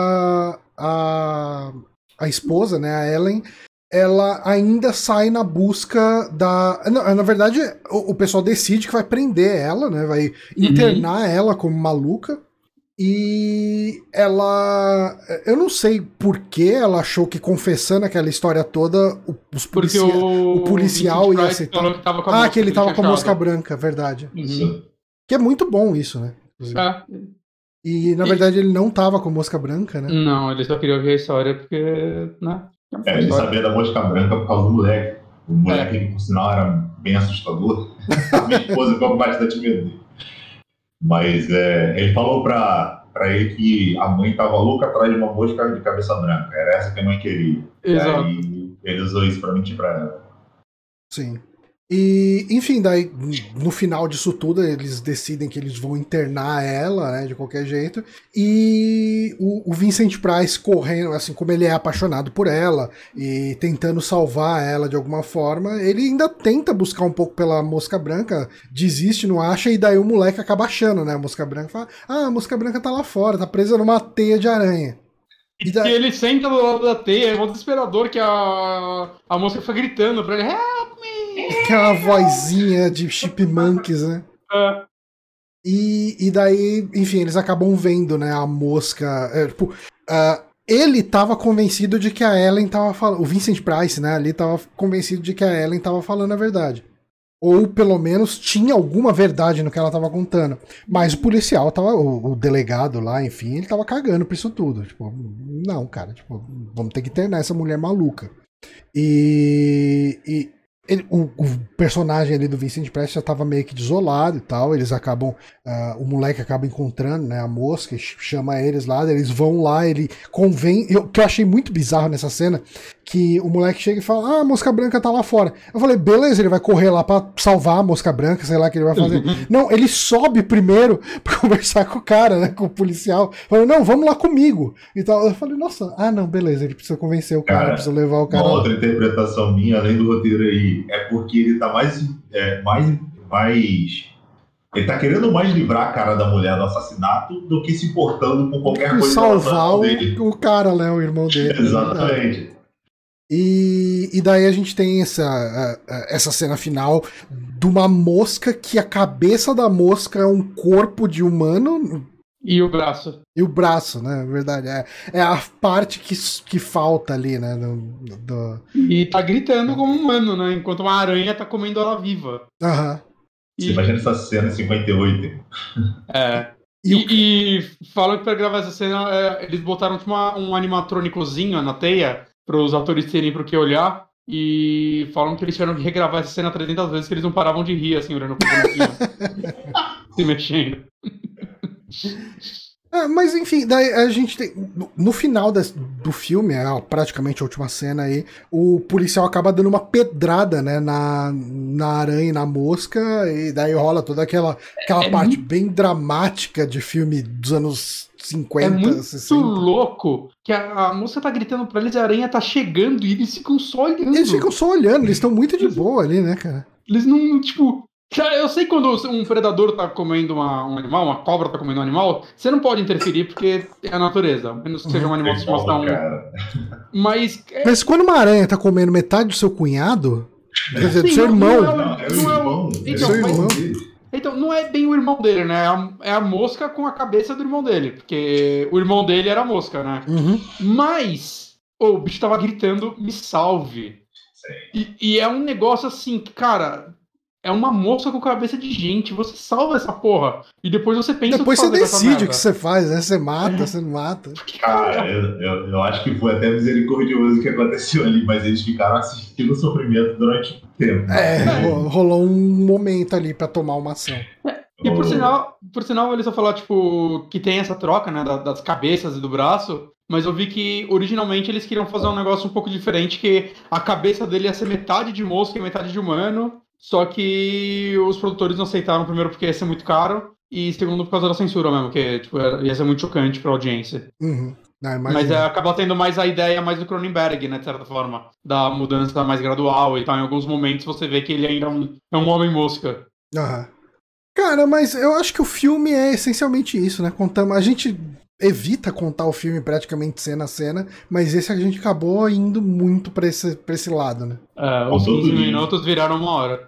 a esposa, né, a Ellen, ela ainda sai na busca da... Não, na verdade, o pessoal decide que vai prender ela, né, vai internar ela como maluca. E ela... Eu não sei por que ela achou que confessando aquela história toda o policial ia aceitar. Que ele tava com a mosca branca, verdade. Que é muito bom isso, né? E na verdade ele não tava com a mosca branca, né? Não, ele só queria ouvir a história porque... né? Ele sabia da mosca branca por causa do moleque. O moleque, que por sinal era bem assustador. A minha esposa ficou bastante medo dele. Mas ele falou pra ele que a mãe tava louca atrás de uma mosca de cabeça branca. Era essa que a mãe queria. Exato. E aí ele usou isso pra mentir pra ela. Sim. E, enfim, daí no final disso tudo eles decidem que eles vão internar ela, né, de qualquer jeito, e o Vincent Price correndo, assim, como ele é apaixonado por ela e tentando salvar ela de alguma forma, ele ainda tenta buscar um pouco pela mosca branca, desiste, não acha, e daí o moleque acaba achando, né, a mosca branca, fala, a mosca branca tá lá fora, tá presa numa teia de aranha. E daí... ele senta do lado da teia, é um desesperador que a mosca foi gritando pra ele, help me! Aquela vozinha de Chipmunks, né? E daí, enfim, eles acabam vendo, né, a mosca. Ele tava convencido de que a Ellen tava falando. O Vincent Price, né, ali tava convencido de que a Ellen tava falando a verdade. Ou pelo menos tinha alguma verdade no que ela tava contando. Mas o policial tava. O delegado lá, enfim, ele tava cagando pra isso tudo. Tipo, não, cara, tipo, vamos ter que internar essa mulher maluca. O personagem ali do Vincent Price já tava meio que desolado e tal, eles acabam, o moleque acaba encontrando, né, a mosca, chama eles lá, eles vão lá, ele convém, o que eu achei muito bizarro nessa cena, que o moleque chega e fala, a mosca branca tá lá fora. Eu falei, beleza, ele vai correr lá pra salvar a mosca branca, sei lá o que ele vai fazer. Não, ele sobe primeiro pra conversar com o cara, né, com o policial, falou, não, vamos lá comigo e tal. Eu falei, nossa, não, beleza, ele precisa convencer o cara, precisa levar o cara uma lá. Outra interpretação minha, além do roteiro aí, é porque ele tá mais ele tá querendo mais livrar a cara da mulher do assassinato do que se importando com qualquer coisa. Salvar o cara, né, o irmão dele. Exatamente. E daí a gente tem essa cena final de uma mosca que a cabeça da mosca é um corpo de humano. E o braço. E o braço, né? Na verdade. É a parte que falta ali, né? E tá gritando como um humano, né? Enquanto uma aranha tá comendo ela viva. Você imagina essa cena em 58. E falam que pra gravar essa cena, eles botaram tipo um animatrônicozinho na teia para os atores terem pro que olhar. E falam que eles tiveram que regravar essa cena 300 vezes, que eles não paravam de rir, assim, olhando pro bonequinho. Se mexendo. Mas enfim, daí a gente tem. No final do filme, praticamente a última cena aí, o policial acaba dando uma pedrada, né, na aranha e na mosca, e daí rola toda aquela parte bem dramática de filme dos anos 50, é muito 60. Louco que a mosca tá gritando pra eles, a aranha tá chegando e eles ficam só olhando. Eles ficam só olhando, eles estão muito de boa ali, né, cara? Eles não, tipo... Eu sei quando um predador tá comendo um animal, uma cobra tá comendo um animal, você não pode interferir porque é a natureza, a menos que seja um animal de estimação. Mas quando uma aranha tá comendo metade do seu cunhado, quer dizer, do seu irmão. É o irmão dele. Então, não é bem o irmão dele, né? É a mosca com a cabeça do irmão dele, porque o irmão dele era a mosca, né? Mas o bicho tava gritando, me salve. E é um negócio assim, cara... é uma mosca com cabeça de gente, você salva essa porra. E depois você pensa Depois o que você fazer com essa decide o merda. que você faz, né? Você mata, você não mata. Cara, eu acho que foi até misericordioso o que aconteceu ali, mas eles ficaram assistindo o sofrimento durante um tempo. Rolou um momento ali pra tomar uma ação. E por sinal, ele só falou, tipo, que tem essa troca, né, das cabeças e do braço, mas eu vi que originalmente eles queriam fazer um negócio um pouco diferente, que a cabeça dele ia ser metade de mosca e metade de humano, só que os produtores não aceitaram, primeiro porque ia ser muito caro, e segundo por causa da censura mesmo, que tipo, ia ser muito chocante pra audiência. Uhum. Não, Mas acaba tendo mais a ideia mais do Cronenberg, né, de certa forma, da mudança mais gradual e tal. Em alguns momentos você vê que ele ainda é um homem mosca. Aham. Cara, mas eu acho que o filme é essencialmente isso, né? A gente evita contar o filme praticamente cena a cena, mas esse a gente acabou indo muito pra esse lado, né? Os 15 minutos viraram 1 hora.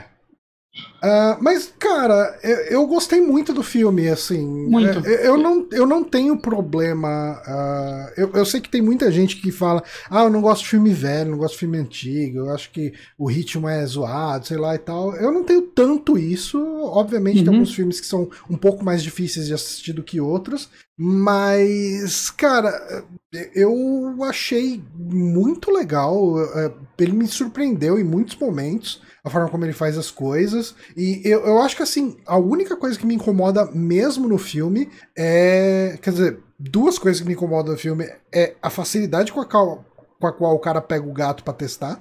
Mas, cara, eu gostei muito do filme, assim. Muito. Eu não tenho problema. Eu sei que tem muita gente que fala: eu não gosto de filme velho, não gosto de filme antigo, eu acho que o ritmo é zoado, sei lá e tal. Eu não tenho tanto isso. Obviamente, tem alguns filmes que são um pouco mais difíceis de assistir do que outros. Mas, cara, eu achei muito legal. Ele me surpreendeu em muitos momentos, a forma como ele faz as coisas. E eu acho que, assim, a única coisa que me incomoda mesmo no filme é... Quer dizer, duas coisas que me incomodam no filme é a facilidade com a qual o cara pega o gato pra testar,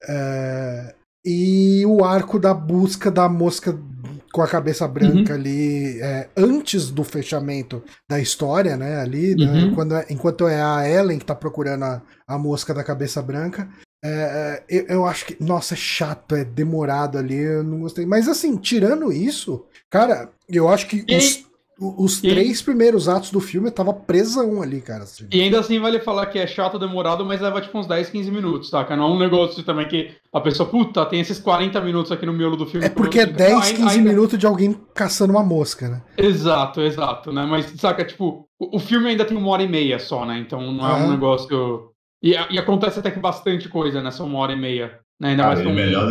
e o arco da busca da mosca com a cabeça branca ali, antes do fechamento da história, né, ali, né, enquanto é a Ellen que tá procurando a mosca da cabeça branca. Eu acho que, nossa, é chato, é demorado ali, eu não gostei. Mas assim, tirando isso, cara, eu acho que os 3 primeiros atos do filme eu tava presão ali, cara. Assim. E ainda assim vale falar que é chato, demorado, mas leva tipo uns 10, 15 minutos, saca? Não é um negócio também que a pessoa, puta, tem esses 40 minutos aqui no miolo do filme. É porque é 10, 15 minutos de alguém caçando uma mosca, né? Exato, né? Mas, saca, tipo, o filme ainda tem 1h30 só, né? Então não é um negócio... E acontece até que bastante coisa nessa 1h30. Né? Ainda mais ele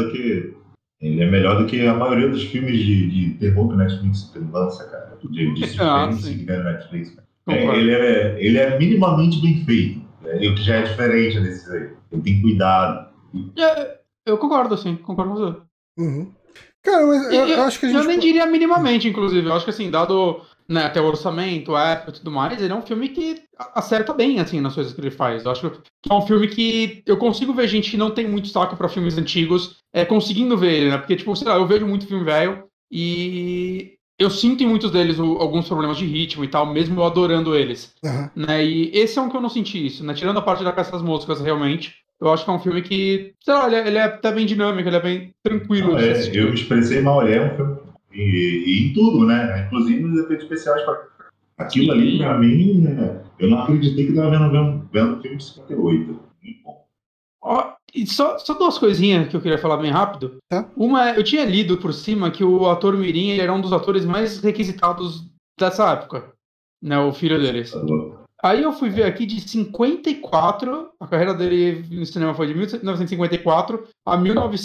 é melhor do que a maioria dos filmes de terror que o Netflix lança, cara. De suspense que tem no Netflix. Ele é minimamente bem feito. O que já é diferente desses aí. Ele tem cuidado. Eu concordo, sim. Concordo com você. Uhum. Cara, mas eu acho que a gente... Eu nem diria minimamente, inclusive. Eu acho que, assim, dado... Né, até o orçamento, a época e tudo mais, ele é um filme que acerta bem, assim, nas coisas que ele faz. Eu acho que é um filme que eu consigo ver gente que não tem muito saco pra filmes antigos conseguindo ver ele, né? Porque, tipo, sei lá, eu vejo muito filme velho e eu sinto em muitos deles alguns problemas de ritmo e tal, mesmo eu adorando eles. Né? E esse é um que eu não senti isso, né? Tirando a parte da Caça das Moscas, realmente, eu acho que é um filme que, sei lá, ele é até bem dinâmico, ele é bem tranquilo. Eu me expressei mal, é um filme... E em tudo, né? Inclusive nos efeitos especiais. Aquilo ali, pra mim, né? Eu não acreditei que eu estava vendo um filme de 58. Muito bom. E só 2 coisinhas que eu queria falar bem rápido. Uma, eu tinha lido por cima que o ator Mirim ele era um dos atores mais requisitados dessa época. Né, o filho deles. Aí eu fui ver aqui de 54, a carreira dele no cinema foi de 1954 a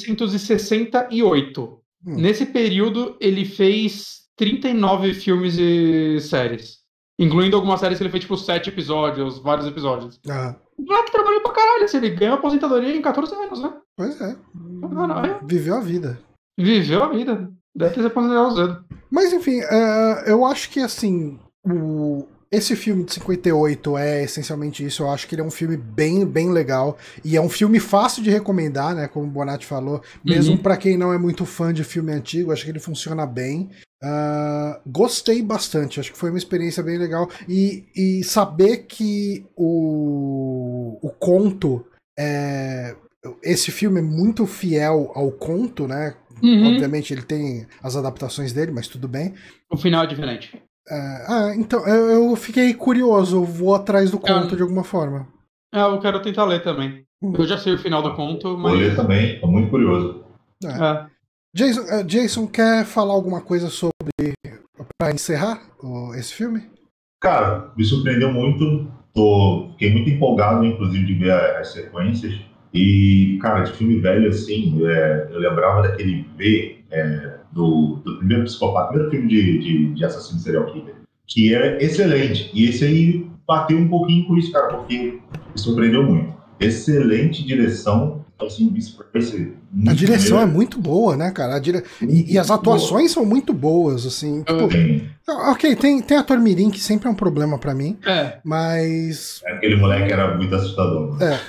1968. Nesse período, ele fez 39 filmes e séries. Incluindo algumas séries que ele fez, tipo, 7 episódios, vários episódios. Que trabalhou pra caralho, assim, ele ganhou aposentadoria em 14 anos, né? Pois é. Viveu a vida. Viveu a vida. Deve ter se aposentado cedo. Mas, enfim, eu acho que, assim, esse filme de 58 é essencialmente isso. Eu acho que ele é um filme bem, bem legal. E é um filme fácil de recomendar, né? Como o Bonatti falou. Mesmo pra quem não é muito fã de filme antigo, acho que ele funciona bem. Gostei bastante. Acho que foi uma experiência bem legal. E saber que o conto... esse filme é muito fiel ao conto, né? Obviamente ele tem as adaptações dele, mas tudo bem. O final é diferente. Então, eu fiquei curioso, eu vou atrás do conto de alguma forma. Eu quero tentar ler também. Eu já sei o final do conto, mas... Vou ler também, tô muito curioso. Jason, quer falar alguma coisa sobre... pra encerrar esse filme? Cara, me surpreendeu muito, fiquei muito empolgado, inclusive, de ver as sequências. E, cara, de filme velho, assim, eu lembrava daquele B, do primeiro Psicopata, primeiro filme de assassino serial killer, que é excelente. E esse aí bateu um pouquinho com isso, cara, porque me surpreendeu muito. Excelente direção, então, assim, o Vince Price, A direção é maneiro. muito boa, né, cara? E as atuações são muito boas, assim. Tipo, Tem ok, tem ator mirim, que sempre é um problema pra mim, É. mas... aquele moleque era muito assustador. Né?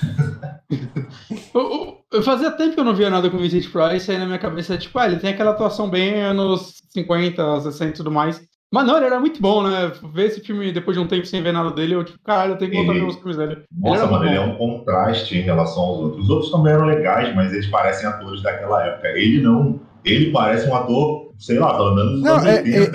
Eu fazia tempo que eu não via nada com o Vincent Price, aí na minha cabeça é tipo, ele tem aquela atuação bem anos 50, 60 e tudo mais. Mas não, ele era muito bom, né? Ver esse filme depois de um tempo sem ver nada dele, eu tipo, caralho, eu tenho que voltar a ver os filmes dele. Ele Nossa, era muito mano, ele é bom. um contraste em relação aos outros. Os outros também eram legais, mas eles parecem atores daquela época. Ele não. Ele parece um ator, sei lá, pelo menos dos Não, anos 80.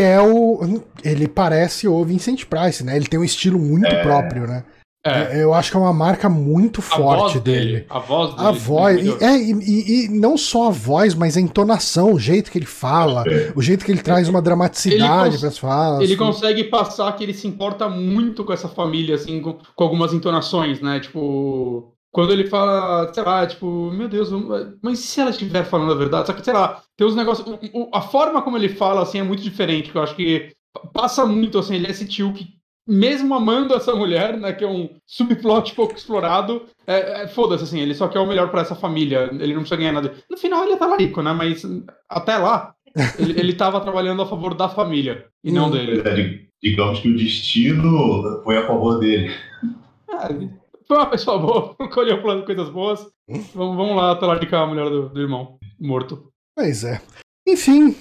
ele parece o Vincent Price, né? Ele tem um estilo muito próprio, né? É. Eu acho que é uma marca muito forte dele. A voz dele. A voz, e não só a voz, mas a entonação, o jeito que ele fala, o jeito que ele traz uma dramaticidade para as falas. Ele consegue passar que ele se importa muito com essa família, assim, com algumas entonações, né? Tipo, quando ele fala, sei lá, tipo, meu Deus, mas e se ela estiver falando a verdade? Só que, sei lá, tem uns negócios. A forma como ele fala, assim, é muito diferente, que eu acho que passa muito, assim, ele é esse tio que, mesmo amando essa mulher, né, que é um subplot pouco explorado, foda-se, assim, ele só quer o melhor pra essa família, ele não precisa ganhar nada. No final ele é talarico, né, mas até lá, ele tava trabalhando a favor da família, e não dele. Digamos que o destino foi a favor dele. Foi uma pessoa boa, colheu plano coisas boas, vamos lá talaricar a mulher do irmão morto. Pois é. Enfim,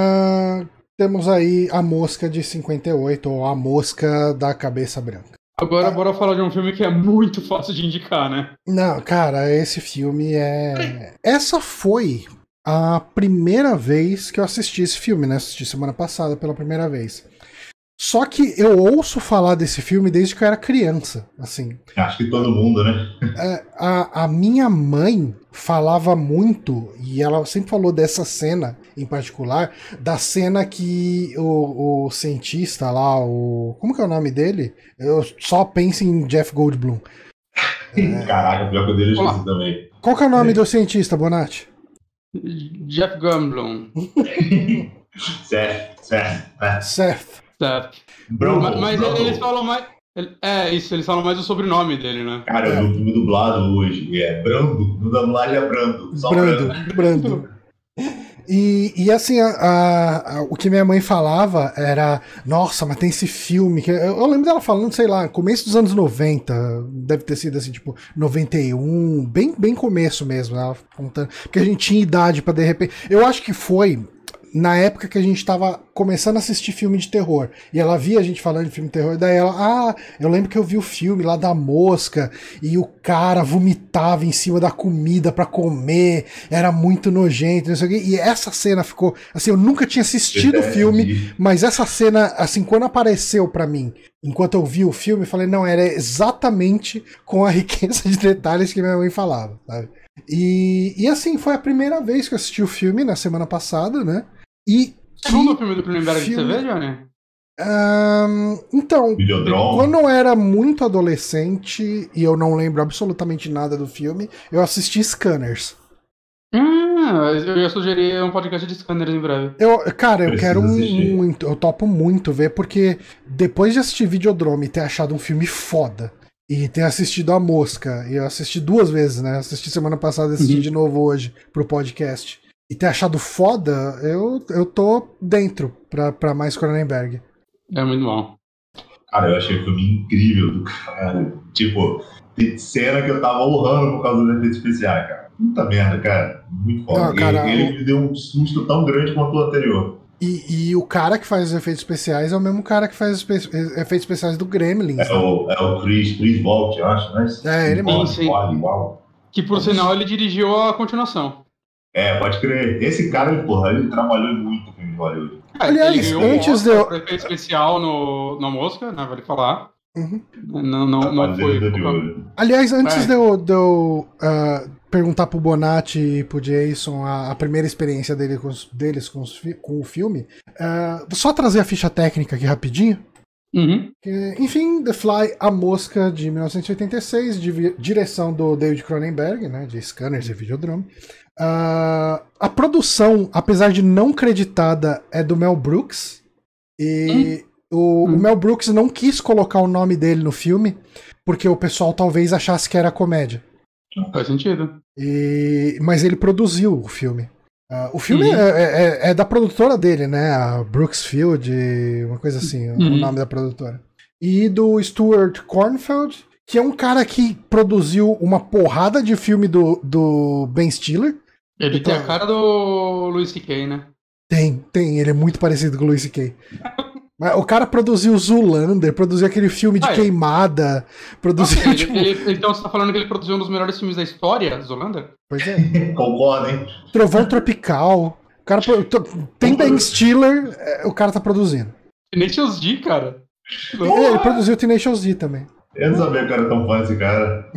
temos aí A Mosca de 58, ou A Mosca da Cabeça Branca. Agora, bora falar de um filme que é muito fácil de indicar, né? Não, cara, esse filme é... Essa foi a primeira vez que eu assisti esse filme, né? Assisti semana passada pela primeira vez. Só que eu ouço falar desse filme desde que eu era criança, assim. Acho que todo mundo, né? A minha mãe falava muito, e ela sempre falou dessa cena em particular, da cena que o cientista lá, como que é o nome dele? Eu só penso em Jeff Goldblum. Caraca, pior que eu dele eu esqueci também. Qual que é o nome do cientista, Bonatti? Jeff Goldblum. Seth. Mas eles falam mais. Eles falam mais o sobrenome dele, né? Cara, eu vi um filme dublado hoje. É Brando. No dublagem é Brando. Só Brando. E assim, o que minha mãe falava era: nossa, mas tem esse filme. Eu lembro dela falando, sei lá, começo dos anos 90. Deve ter sido assim, tipo, 91. Bem começo mesmo. Ela contando. Porque a gente tinha idade pra de repente. Eu acho que foi na época que a gente tava começando a assistir filme de terror. E ela via a gente falando de filme de terror, daí ela, eu lembro que eu vi o filme lá da mosca, e o cara vomitava em cima da comida pra comer, era muito nojento, não sei o quê. E essa cena ficou, assim, eu nunca tinha assistido o filme, mas essa cena, assim, quando apareceu pra mim, enquanto eu vi o filme, eu falei, não, era exatamente com a riqueza de detalhes que minha mãe falava, sabe? E assim, foi a primeira vez que eu assisti o filme na semana passada, né? Segundo filme do Cronenberg que você vê, Johnny? Então, Videodrome. Quando eu era muito adolescente e eu não lembro absolutamente nada do filme, eu assisti Scanners. Eu ia sugerir um podcast de Scanners em breve. Cara, eu quero muito, eu topo muito ver, porque depois de assistir Videodrome e ter achado um filme foda, e ter assistido A Mosca, e eu assisti 2 vezes, né? Assisti semana passada e assisti de novo hoje pro podcast. E ter achado foda, eu tô dentro pra mais Cronenberg. É muito bom. Cara, eu achei o filme incrível do cara. Tipo, tem cena que eu tava honrando por causa dos efeitos especiais, cara. Puta merda, cara. Muito foda. Não, cara, ele me deu um susto tão grande quanto o anterior. E o cara que faz os efeitos especiais é o mesmo cara que faz os efeitos especiais do Gremlins. É o Chris Volt, eu acho, né? Ele mesmo. Igual. Que por sinal ele dirigiu a continuação. Pode crer. Esse cara, ele trabalhou muito no filme de Hollywood. Aliás, antes de eu... efeito especial na Mosca, né? Vale falar. Uhum. Não foi. Aliás, antes de eu perguntar pro Bonatti e pro Jason a primeira experiência deles com o filme, só trazer a ficha técnica aqui rapidinho. Uhum. Enfim, The Fly, A Mosca, de 1986, direção do David Cronenberg, né, de Scanners e Videodrome. A produção, apesar de não creditada, é do Mel Brooks. E o Mel Brooks não quis colocar o nome dele no filme, porque o pessoal talvez achasse que era comédia. Faz sentido. Mas ele produziu o filme. O filme é da produtora dele, né? A Brooksfield, uma coisa assim, o nome da produtora. E do Stuart Cornfeld, que é um cara que produziu uma porrada de filme do Ben Stiller. Ele tem a cara do Louis C.K., né? Tem, ele é muito parecido com o Louis C.K. O cara produziu Zoolander, produziu aquele filme de queimada, produziu... Então você tá falando que ele produziu um dos melhores filmes da história, Zoolander? Pois é. Concordo, hein? Trovão Tropical. O cara tem Ben Stiller, o cara tá produzindo. Tenacious D, cara. Ele produziu Tenacious D também. Eu não sabia que era tão fã esse cara.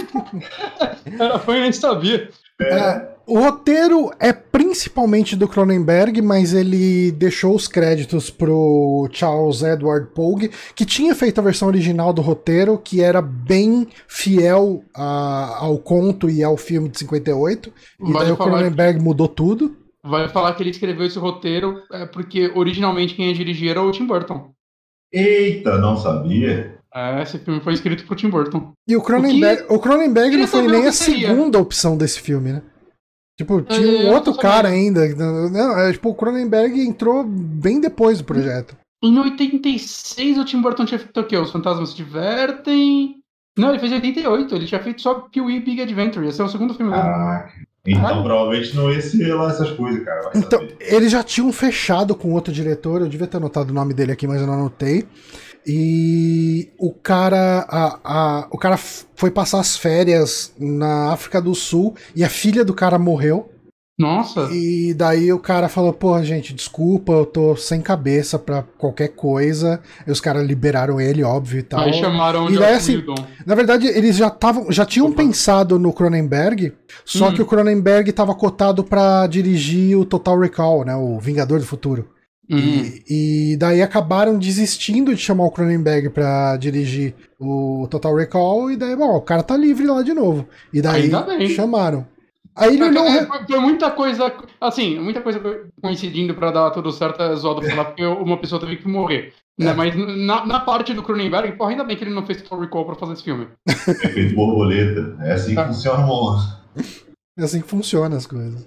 Era fã e nem sabia. O roteiro é principalmente do Cronenberg, mas ele deixou os créditos pro Charles Edward Pogue, que tinha feito a versão original do roteiro, que era bem fiel ao conto e ao filme de 58. E daí o Cronenberg mudou tudo. Vai falar que ele escreveu esse roteiro porque originalmente quem ia dirigir era o Tim Burton. Eita, não sabia. Esse filme foi escrito pro Tim Burton. E o Cronenberg não foi nem a segunda opção desse filme, né? Tipo, tinha um outro cara ainda. Não, tipo, o Cronenberg entrou bem depois do projeto. Em 86 o Tim Burton tinha feito o quê? Os Fantasmas se Divertem... Não, ele fez em 88. Ele tinha feito só Pee-wee Big Adventure. Esse é o segundo filme dele. Então provavelmente não ia ser lá essas coisas, cara. Então, eles já tinham fechado com outro diretor. Eu devia ter anotado o nome dele aqui, mas eu não anotei. E o cara foi passar as férias na África do Sul e a filha do cara morreu. Nossa! E daí o cara falou, pô, gente, desculpa, eu tô sem cabeça pra qualquer coisa. E os caras liberaram ele, óbvio, e tal. Aí chamaram o Joss Whedon. Na verdade, eles já tinham pensado no Cronenberg, só que o Cronenberg tava cotado pra dirigir o Total Recall, né, o Vingador do Futuro. E daí acabaram desistindo de chamar o Cronenberg pra dirigir o Total Recall, e daí, bom, o cara tá livre lá de novo. E daí chamaram. Aí ele Foi muita coisa, assim, muita coisa coincidindo pra dar tudo certo, é zoado falar, porque uma pessoa teve que morrer. Né? Mas na parte do Cronenberg, pô, ainda bem que ele não fez Total Recall pra fazer esse filme. Efeito borboleta. É assim que funciona o mundo. É assim que funcionam as coisas.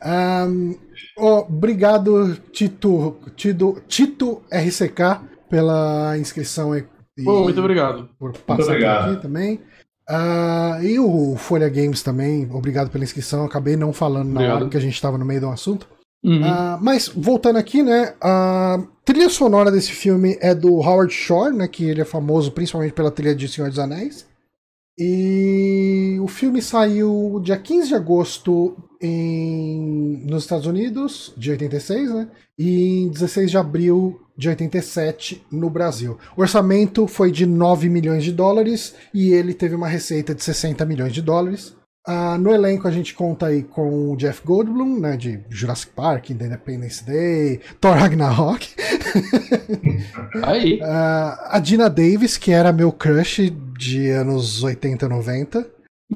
Obrigado, Tito RCK, pela inscrição. Muito obrigado. Por passar por aqui também. E o Folha Games também, obrigado pela inscrição. Acabei não falando na hora que a gente estava no meio do assunto. Mas voltando aqui, né? A trilha sonora desse filme é do Howard Shore, né? Que ele é famoso principalmente pela trilha de Senhor dos Anéis. E o filme saiu dia 15 de agosto nos Estados Unidos, de 86, né? E em 16 de abril de 87 no Brasil. O orçamento foi de 9 milhões de dólares e ele teve uma receita de 60 milhões de dólares. No elenco a gente conta aí com o Jeff Goldblum, né, de Jurassic Park, The Independence Day, Thor Ragnarok. Aí. A Dina Davis, que era meu crush de anos 80 e 90.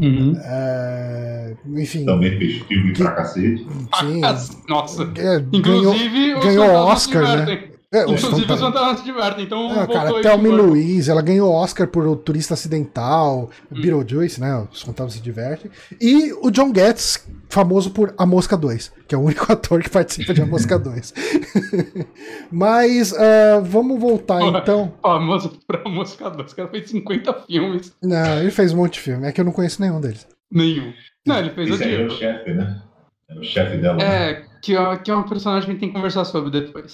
Enfim. Também fez filme pra cacete. Sim. Nossa. Inclusive ganhou Oscar, né? Inclusive os fantasmas se divertem, então cara, Thelma Louise, ela ganhou Oscar por O Turista Acidental, Beetlejuice, né, os fantasmas se divertem, e o John Getz, famoso por A Mosca 2, que é o único ator que participa de A Mosca 2. Mas, vamos voltar então. Famoso por A Mosca 2, o cara fez 50 filmes. Não, ele fez um monte de filme, é que eu não conheço nenhum deles. Nenhum. Não, ele fez Esse aí é o chefe, né? É o chefe dela. Que é um personagem que a gente tem que conversar sobre depois.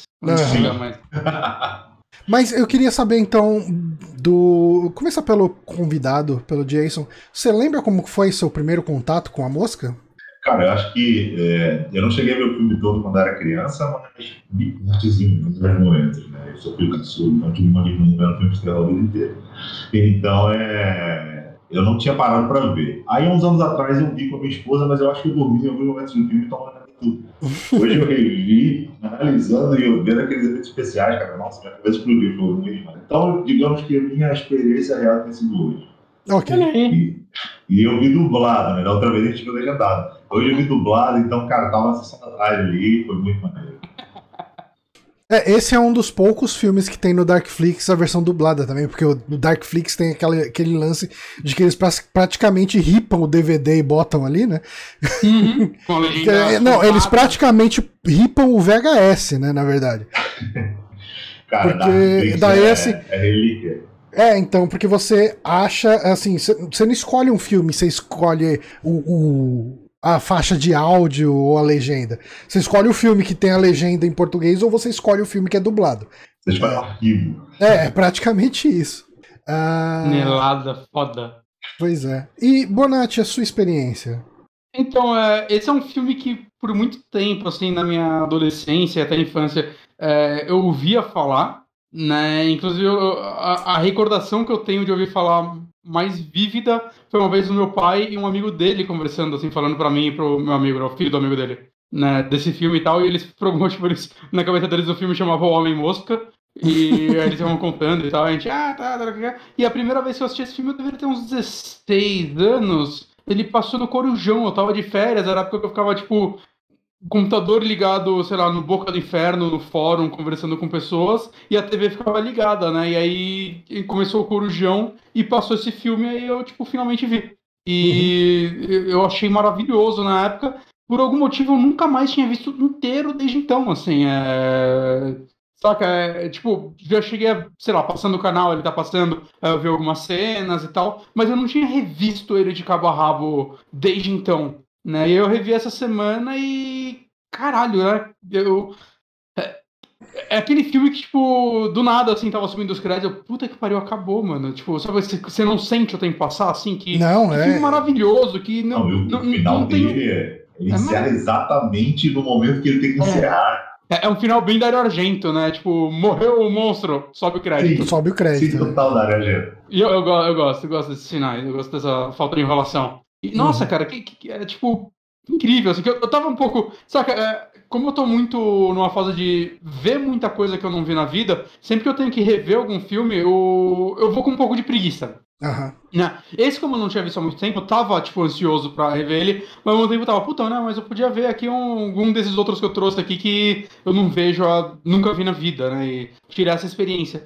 Mas eu queria saber então começar pelo convidado, pelo Jason. Você lembra como foi seu primeiro contato com a mosca? Cara, eu acho que eu não cheguei a ver o filme todo quando era criança, mas vi partezinho nos meus momentos, né? Eu sou filho caçula, então tive uma de não vendo filme de estrela a vida inteira. Então eu não tinha parado pra ver. Aí uns anos atrás eu vi com a minha esposa, mas eu acho que eu dormi em alguns momentos do filme, então tudo. Hoje eu revi, analisando e eu vendo aqueles efeitos especiais, cara. Nossa, minha cabeça explodiu, foi muito demais. Então, digamos que a minha experiência real tem sido hoje. Ok. E eu vi dublado, né? Da outra vez a gente viu legendado. Hoje eu vi dublado, então, cara, tava uma sessão da tarde ali, foi muito maneiro. Esse é um dos poucos filmes que tem no Darkflix a versão dublada também, porque no Darkflix tem aquele lance de que eles praticamente ripam o DVD e botam ali, né? Não, eles praticamente ripam o VHS, né, na verdade. Cara, porque daí assim. É relíquia. Então, porque você acha, assim, você não escolhe um filme, você escolhe a faixa de áudio ou a legenda. Você escolhe o filme que tem a legenda em português ou você escolhe o filme que é dublado. Você escolhe o arquivo. É praticamente isso. Nelada foda. Pois é. E, Bonatti, a sua experiência? Então, esse é um filme que, por muito tempo, assim, na minha adolescência e até infância, eu ouvia falar, né? Inclusive, a recordação que eu tenho de ouvir falar mais vívida foi uma vez o meu pai e um amigo dele conversando, assim, falando pra mim e pro meu amigo, o filho do amigo dele, né, desse filme e tal, e eles, por algum motivo, na cabeça deles o filme chamava O Homem-Mosca, e eles estavam contando e tal, a gente, tá. E a primeira vez que eu assisti esse filme eu deveria ter uns 16 anos, ele passou no Corujão, eu tava de férias, era a época que eu ficava, tipo, computador ligado, sei lá, no Boca do Inferno, no fórum, conversando com pessoas, e a TV ficava ligada, né? E aí começou o Corujão e passou esse filme, aí eu, tipo, finalmente vi. E eu achei maravilhoso na época. Por algum motivo, eu nunca mais tinha visto inteiro desde então, assim, Saca? Tipo, já cheguei a, sei lá, passando o canal, ele tá passando, eu vi algumas cenas e tal, mas eu não tinha revisto ele de cabo a rabo desde então, né? E eu revi essa semana e... Caralho, né? É aquele filme que, tipo, do nada, assim, tava subindo os créditos, puta que pariu, acabou, mano. Tipo, sabe, você não sente o tempo passar, assim, que filme maravilhoso, que não, o final dele, ele encerra exatamente no momento que ele tem que encerrar. É um final bem Dario Argento, né? Tipo, morreu o monstro, sobe o crédito. Sim, sobe o crédito. Sim, total Dario Argento. E eu gosto desses finais, eu gosto dessa falta de enrolação. E, nossa, cara, que é, tipo, incrível, assim, que eu tava um pouco... Saca, como eu tô muito numa fase de ver muita coisa que eu não vi na vida, sempre que eu tenho que rever algum filme, eu vou com um pouco de preguiça. Né? Esse, como eu não tinha visto há muito tempo, eu tava, tipo, ansioso pra rever ele, mas ao mesmo tempo eu tava, puta, né, mas eu podia ver aqui algum desses outros que eu trouxe aqui que eu não vejo, nunca vi na vida, né, e tirar essa experiência.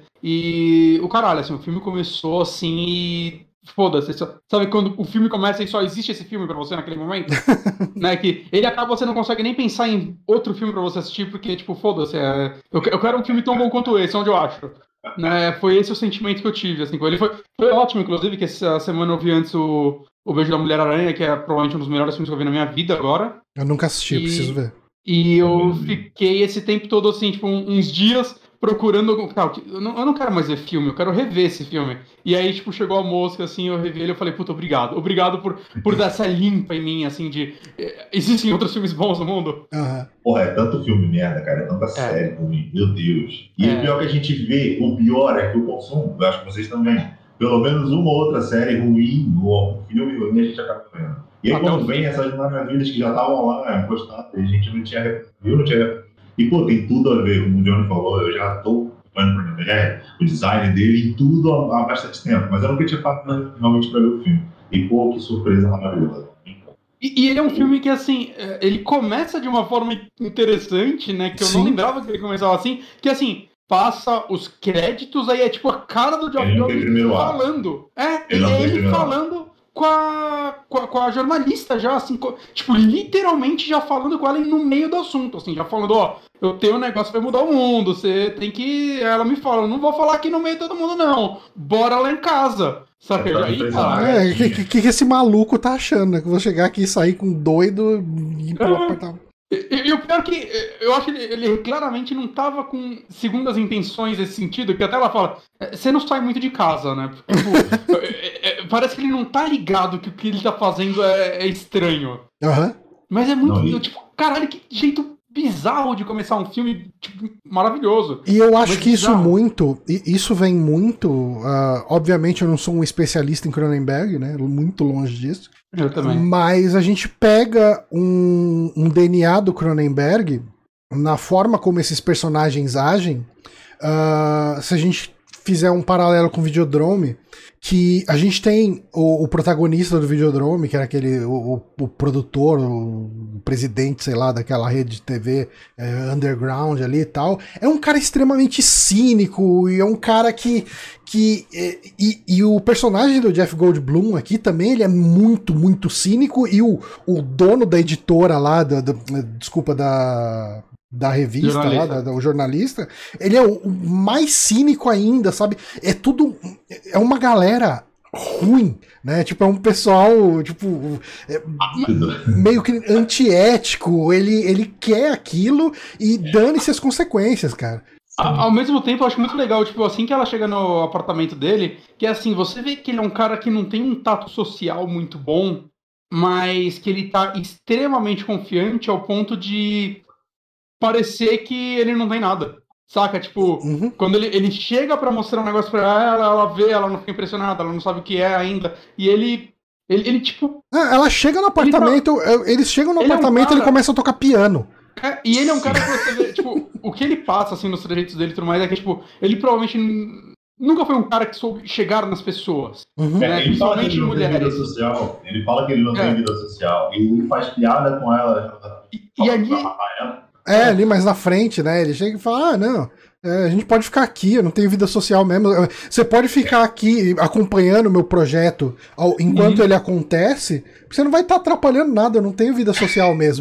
E o caralho, assim, o filme começou assim e... Foda-se, sabe quando o filme começa e só existe esse filme pra você naquele momento? Né, que ele acaba, você não consegue nem pensar em outro filme pra você assistir, porque, tipo, foda-se, eu quero um filme tão bom quanto esse, onde eu acho. Né, foi esse o sentimento que eu tive, assim, com ele. Foi ótimo, inclusive, que essa semana eu vi antes o Beijo da Mulher-Aranha, que é provavelmente um dos melhores filmes que eu vi na minha vida agora. Eu nunca assisti, preciso ver. E eu fiquei esse tempo todo, assim, tipo, uns dias procurando algum... eu não quero mais ver filme, eu quero rever esse filme. E aí, tipo, chegou a mosca, assim, eu revi ele, eu falei, puta, obrigado. Obrigado por dar essa limpa em mim, assim, de... Existem outros filmes bons no mundo? Porra, é tanto filme merda, cara, é tanta série ruim, meu Deus. E o pior que a gente vê, o pior é que eu consumo, eu acho que vocês também, pelo menos uma ou outra série ruim, ou um filme ruim, a gente acaba vendo. E aí, quando vem essas maravilhas que já estavam lá, postadas, a gente não tinha... Eu não tinha... E, pô, tem tudo a ver, como o Johnny falou, eu já tô acompanhando o design dele e tudo há bastante tempo, mas eu nunca tinha parado realmente pra ver o filme. E, pô, que surpresa maravilhosa. E ele é um filme que, assim, ele começa de uma forma interessante, né, que eu não lembrava que ele começava assim, que, assim, passa os créditos, aí é tipo a cara do Geoff Johns falando. Ele falando com a jornalista já, assim, tipo, literalmente já falando com ela no meio do assunto, assim, já falando, ó, eu tenho um negócio que vai mudar o mundo, você tem que... Ela me fala, eu não vou falar aqui no meio de todo mundo, não, bora lá em casa, sabe? Que esse maluco tá achando, né, que eu vou chegar aqui e sair com doido e ir pro apartamento. E o pior que eu acho que ele claramente não tava com segundas intenções nesse sentido, que até ela fala, você não sai muito de casa, né? Tipo, parece que ele não tá ligado que o que ele tá fazendo é estranho. Uhum. Mas é muito, tipo, caralho, que jeito bizarro de começar um filme tipo, maravilhoso. E eu acho que bizarro. isso vem muito. Obviamente, eu não sou um especialista em Cronenberg, né? Muito longe disso. Eu também. Mas a gente pega um DNA do Cronenberg na forma como esses personagens agem. Se a gente fizer um paralelo com o Videodrome, que a gente tem o protagonista do Videodrome, que era aquele o produtor, o presidente, sei lá, daquela rede de TV underground ali e tal, é um cara extremamente cínico e é um cara que o personagem do Jeff Goldblum aqui também, ele é muito, muito cínico, e o dono da editora lá, desculpa, da revista Jornalista. lá, o jornalista, ele é o mais cínico ainda, sabe? É tudo. É uma galera ruim, né? Tipo, é um pessoal, tipo, meio que antiético. Ele quer aquilo e dane-se as consequências, cara. Ao mesmo tempo, eu acho muito legal, tipo, assim que ela chega no apartamento dele, que é assim, você vê que ele é um cara que não tem um tato social muito bom, mas que ele tá extremamente confiante ao ponto de parecer que ele não tem nada. Saca? Tipo, quando ele chega pra mostrar um negócio pra ela vê, ela não fica impressionada, ela não sabe o que é ainda. E ele tipo. Ela chega no apartamento, eles chegam no apartamento e ele começa a tocar piano. E ele é um cara que você vê, tipo, o que ele passa, assim, nos trejeitos dele e tudo mais, é que, tipo, ele provavelmente nunca foi um cara que soube chegar nas pessoas. Né? Ele fala que ele não mulheres. tem vida social. Ele fala que ele não tem vida social. E ele faz piada com ela. E ali. Ali mais na frente, né? Ele chega e fala: não, a gente pode ficar aqui, eu não tenho vida social mesmo. Você pode ficar aqui acompanhando o meu projeto enquanto ele acontece, porque você não vai estar atrapalhando nada, eu não tenho vida social mesmo.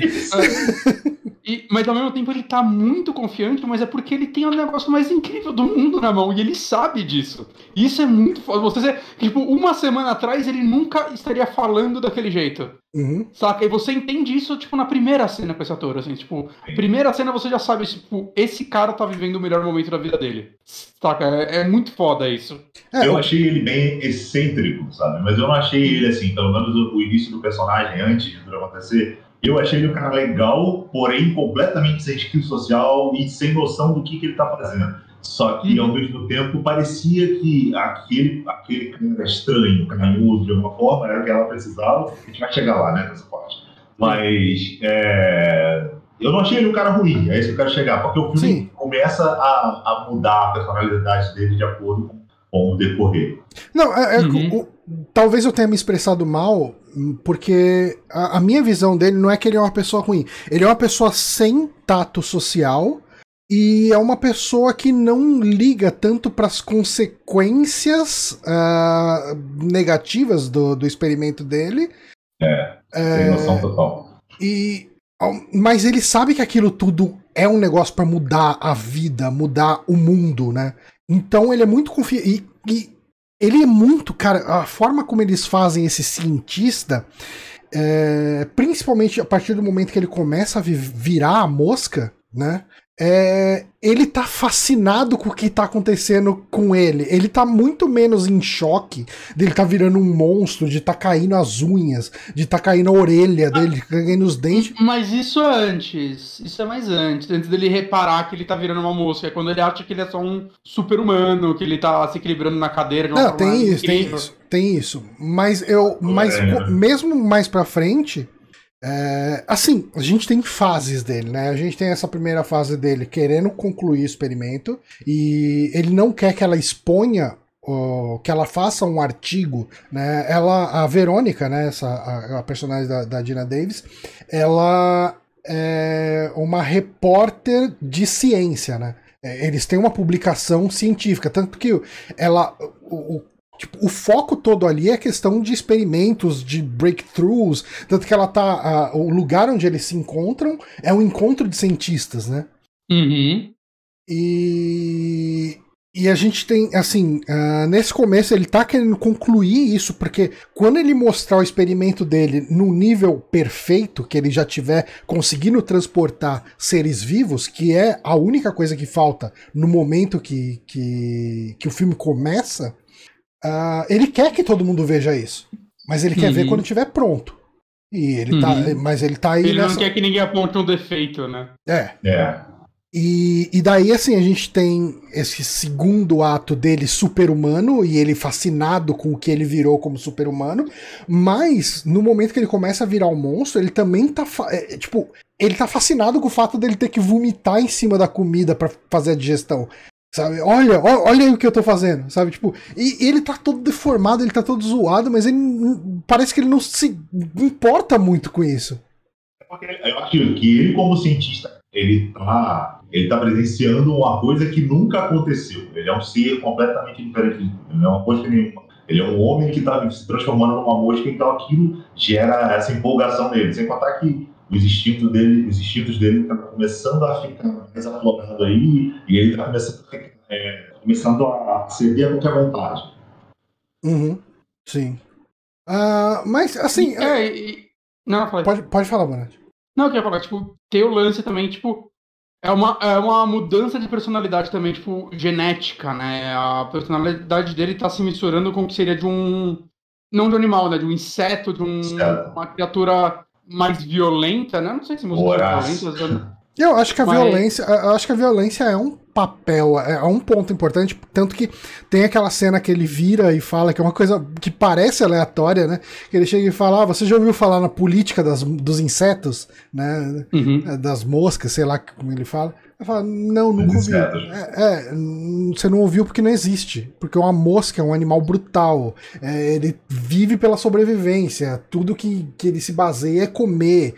Mas ao mesmo tempo ele tá muito confiante, mas é porque ele tem o negócio mais incrível do mundo na mão, e ele sabe disso. Isso é muito foda. Você, tipo, uma semana atrás ele nunca estaria falando daquele jeito. Saca? E você entende isso, tipo, na primeira cena com esse ator, assim, tipo, primeira cena você já sabe, tipo, esse cara tá vivendo o melhor momento da vida dele. Saca? É muito foda isso. Eu achei ele bem excêntrico, sabe? Mas eu não achei ele assim, pelo menos o início do personagem, antes de tudo acontecer. Eu achei ele um cara legal, porém completamente sem skill social e sem noção do que ele tá fazendo. Só que, ao mesmo tempo, parecia que aquele cara estranho, carinhoso de alguma forma, era o que ela precisava. A gente vai chegar lá, né, nessa parte. Mas eu não achei ele um cara ruim, é isso que eu quero chegar. Porque o filme começa a mudar a personalidade dele de acordo com o decorrer. Não, talvez eu tenha me expressado mal, porque a minha visão dele não é que ele é uma pessoa ruim. Ele é uma pessoa sem tato social e é uma pessoa que não liga tanto para as consequências negativas do experimento dele. Sem noção total. Mas ele sabe que aquilo tudo é um negócio para mudar a vida, mudar o mundo, né? Então ele é muito confiante. E ele é muito, cara, a forma como eles fazem esse cientista, principalmente a partir do momento que ele começa a virar a mosca, né? Ele tá fascinado com o que tá acontecendo com ele. Ele tá muito menos em choque dele tá virando um monstro, de tá caindo as unhas, de tá caindo a orelha dele, caindo os dentes. Mas isso é antes. Isso é mais antes dele reparar que ele tá virando uma mosca. É quando ele acha que ele é só um super-humano, que ele tá se equilibrando na cadeira. Não, tem isso. Mas mesmo mais pra frente. Assim, a gente tem fases dele, né? A gente tem essa primeira fase dele querendo concluir o experimento e ele não quer que ela exponha, que ela faça um artigo, né? A Verônica, né? A personagem da Geena Davis, ela é uma repórter de ciência, né? Eles têm uma publicação científica, tanto que o foco todo ali é a questão de experimentos, de breakthroughs, tanto que ela tá. O lugar onde eles se encontram é um encontro de cientistas, né? E a gente tem, assim, nesse começo ele tá querendo concluir isso, porque quando ele mostrar o experimento dele no nível perfeito, que ele já tiver conseguindo transportar seres vivos, que é a única coisa que falta no momento que o filme começa. Ele quer que todo mundo veja isso, mas ele quer ver quando estiver pronto. E ele tá. Mas ele tá aí. Ele não quer que ninguém aponte um defeito, né? E daí, assim, a gente tem esse segundo ato dele super-humano e ele fascinado com o que ele virou como super-humano, mas no momento que ele começa a virar um monstro, ele também tá, ele tá fascinado com o fato dele ter que vomitar em cima da comida pra fazer a digestão, sabe? Olha aí o que eu tô fazendo, sabe? Tipo, e ele tá todo deformado, ele tá todo zoado, mas ele parece que ele não se importa muito com isso. Eu acho que ele, como cientista, ele tá presenciando uma coisa que nunca aconteceu. Ele é um ser completamente diferente. Ele não é uma mosca nenhuma. Ele é um homem que está se transformando numa mosca, então aquilo gera essa empolgação nele. Sem contar que os instintos dele estão começando a ficar mais aflorados aí, e ele está começando a ceder a qualquer vontade. Sim. Mas, assim... Não, pode falar, Bonatti. Não, eu queria falar, tipo, ter o lance também, tipo, é uma mudança de personalidade também, tipo, genética, né? A personalidade dele tá se misturando com o que seria de um... Não de um animal, né? De um inseto, de uma criatura mais violenta, né? Não sei se músicas violentas... Eu acho que a violência é um papel, é um ponto importante, tanto que tem aquela cena que ele vira e fala, que é uma coisa que parece aleatória, né? Que ele chega e fala, você já ouviu falar na política dos insetos, né? Das moscas, sei lá como ele fala. Eu falo, não, nunca ouvi. Você não ouviu porque não existe. Porque uma mosca é um animal brutal. Ele vive pela sobrevivência. Tudo que ele se baseia é comer,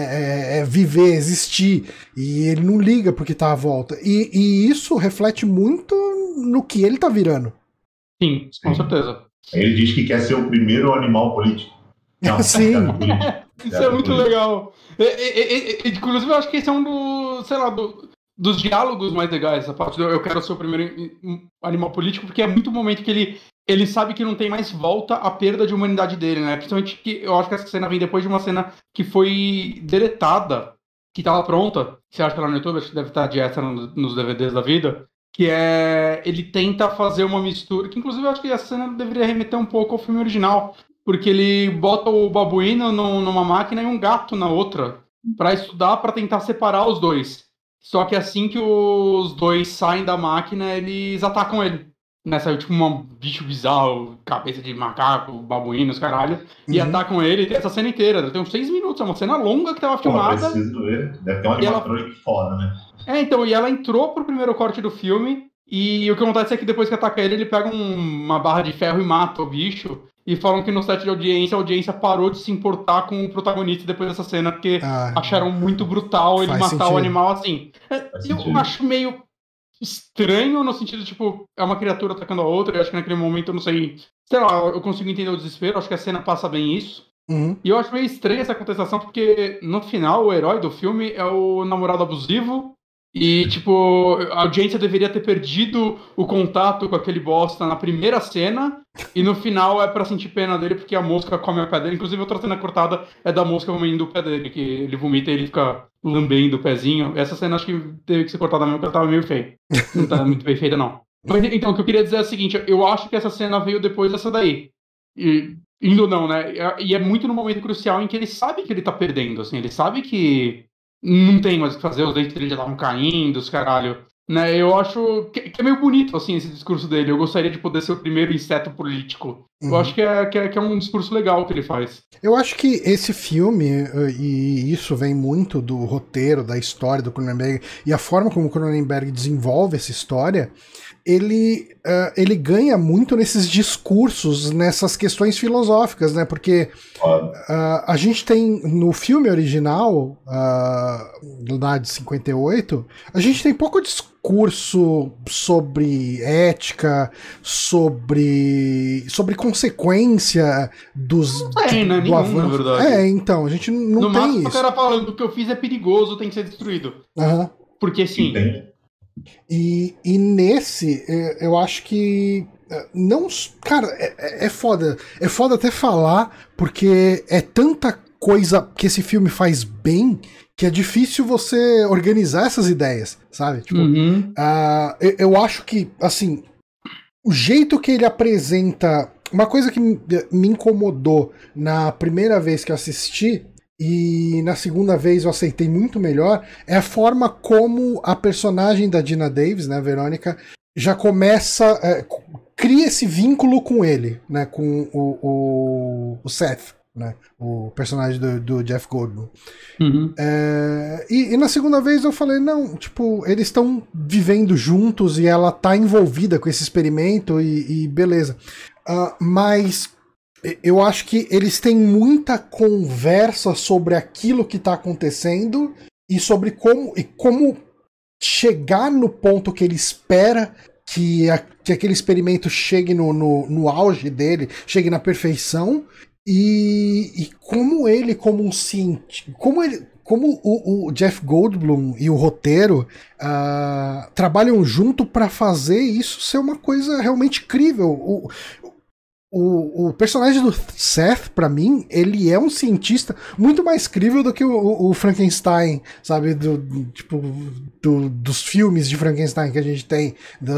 é viver, existir. E ele não liga porque tá à volta. E isso reflete muito no que ele tá virando. Sim, com certeza. Ele diz que quer ser o primeiro animal político. Não, sim. Isso é muito legal. Inclusive, eu acho que esse é um dos, sei lá, dos diálogos mais legais, essa parte do eu quero ser o primeiro animal político, porque é muito o momento que ele sabe que não tem mais volta à perda de humanidade dele, né? Principalmente que eu acho que essa cena vem depois de uma cena que foi deletada, que tava pronta, você acha que lá no YouTube, acho que deve estar de extra nos DVDs da vida, que é... ele tenta fazer uma mistura, que inclusive eu acho que essa cena deveria remeter um pouco ao filme original, porque ele bota o babuíno numa máquina e um gato na outra, pra estudar, pra tentar separar os dois. Só que assim que os dois saem da máquina, eles atacam ele. Né? Saiu tipo um bicho bizarro, cabeça de macaco, babuínos, caralho. E atacam ele, e tem essa cena inteira. Tem uns 6 minutos, é uma cena longa que tava filmada. Preciso ver. Deve ter uma animatrônica foda, né? Então, e ela entrou pro primeiro corte do filme. E o que acontece é que depois que ataca ele pega uma barra de ferro e mata o bicho. E falam que no set de audiência, a audiência parou de se importar com o protagonista depois dessa cena, porque acharam muito brutal ele matar o animal assim. Eu acho meio estranho no sentido, tipo, é uma criatura atacando a outra, eu acho que naquele momento, eu não sei lá, eu consigo entender o desespero, acho que a cena passa bem isso. E eu acho meio estranha essa contestação, porque no final, o herói do filme é o namorado abusivo, e, tipo, a audiência deveria ter perdido o contato com aquele bosta na primeira cena, e no final é pra sentir pena dele porque a mosca come o pé dele. Inclusive, outra cena cortada é da mosca comendo o pé dele, que ele vomita e ele fica lambendo o pezinho. Essa cena acho que teve que ser cortada mesmo, porque ela tava meio feia. Não tá muito bem feita, não. Mas, então, o que eu queria dizer é o seguinte, eu acho que essa cena veio depois dessa daí. Indo não, né? E é muito no momento crucial em que ele sabe que ele tá perdendo, assim, ele sabe que não tem mais o que fazer, os dentes dele já estavam caindo, os caralho. Né? Eu acho que é meio bonito, assim, esse discurso dele. Eu gostaria de poder ser o primeiro inseto político. Eu acho que é um discurso legal que ele faz. Eu acho que esse filme, e isso vem muito do roteiro, da história do Cronenberg, e a forma como o Cronenberg desenvolve essa história, ele ganha muito nesses discursos, nessas questões filosóficas, né? Porque a gente tem, no filme original, lá de 58, a gente tem pouco discurso sobre ética, sobre consequência do avanço. Na verdade. Então, a gente não no tem máximo, isso. O cara falando que o que eu fiz é perigoso, tem que ser destruído. Porque sim. E nesse, eu acho que não, cara, é foda. É foda até falar, porque é tanta coisa que esse filme faz bem que é difícil você organizar essas ideias, sabe? Tipo, eu acho que, assim, o jeito que ele apresenta uma coisa que me incomodou na primeira vez que eu assisti, e na segunda vez eu aceitei muito melhor, é a forma como a personagem da Geena Davis, né, a Verônica, já começa, cria esse vínculo com ele, né, com o Seth, né, o personagem do Jeff Goldblum. Uhum. E na segunda vez eu falei, não, tipo, eles estão vivendo juntos e ela tá envolvida com esse experimento e beleza. Mas eu acho que eles têm muita conversa sobre aquilo que tá acontecendo e sobre como chegar no ponto que ele espera que aquele experimento chegue no auge dele, chegue na perfeição, e como ele, como um cientista, como o Jeff Goldblum e o roteiro trabalham junto para fazer isso ser uma coisa realmente incrível. O personagem do Seth, pra mim, ele é um cientista muito mais crível do que o Frankenstein, sabe? Dos filmes de Frankenstein que a gente tem,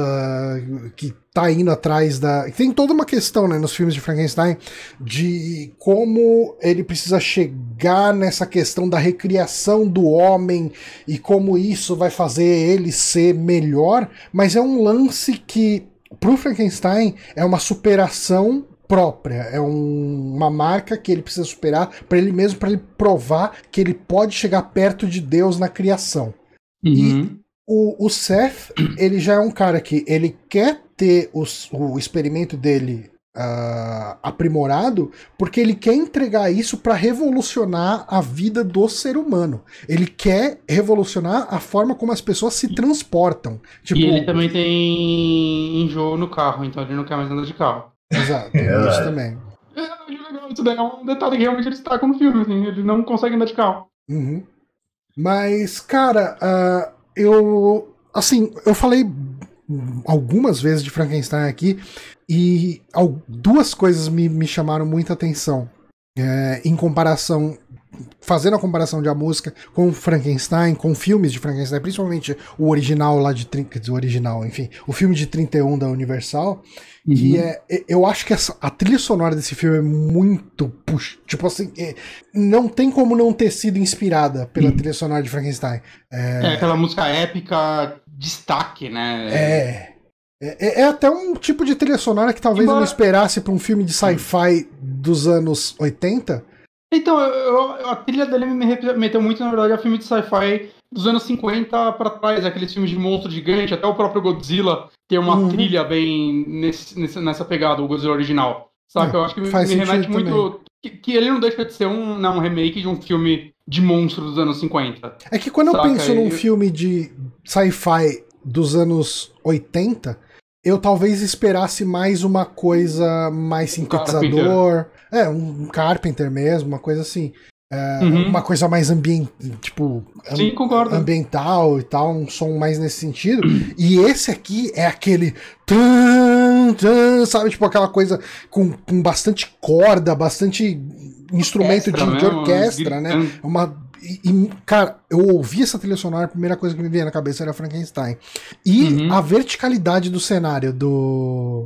que tá indo atrás da... Tem toda uma questão, né, nos filmes de Frankenstein de como ele precisa chegar nessa questão da recriação do homem e como isso vai fazer ele ser melhor, mas é um lance que pro Frankenstein é uma superação própria, é uma marca que ele precisa superar para ele mesmo, para ele provar que ele pode chegar perto de Deus na criação. Uhum. E o Seth, ele já é um cara que ele quer ter o experimento dele aprimorado, porque ele quer entregar isso para revolucionar a vida do ser humano. Ele quer revolucionar a forma como as pessoas se transportam. Tipo, e ele também tem enjoo no carro, então ele não quer mais andar de carro. Exato, isso também. Isso daí é um detalhe que realmente ele destaca no filme, assim, ele não consegue andar de carro. Uhum. Mas, cara, eu falei algumas vezes de Frankenstein aqui, e duas coisas me chamaram muita atenção. Em comparação, fazendo a comparação da música com Frankenstein, com filmes de Frankenstein, principalmente o original lá o filme de 31 da Universal, que eu acho que a trilha sonora desse filme é muito, tipo assim, não tem como não ter sido inspirada pela trilha sonora de Frankenstein. É aquela música épica, destaque, né? É até um tipo de trilha sonora que talvez eu não esperasse pra um filme de sci-fi dos anos 80. Então, a trilha dele me remeteu muito, na verdade, a filme de sci-fi dos anos 50 pra trás, aqueles filmes de monstro gigante, até o próprio Godzilla tem uma trilha bem nessa pegada, o Godzilla original. Sabe? Eu acho que me remete muito... Que ele não deixa de ser um remake de um filme de monstro dos anos 50. É que quando eu penso num filme de sci-fi dos anos 80, eu talvez esperasse mais uma coisa mais sintetizador. Um Carpenter mesmo, uma coisa assim. Uma coisa mais Sim, concordo. Ambiental e tal, um som mais nesse sentido. E esse aqui é aquele sabe, tipo aquela coisa com bastante corda, bastante instrumento de orquestra, né? Cara, eu ouvi essa trilha sonora, a primeira coisa que me veio na cabeça era Frankenstein. E a verticalidade do cenário do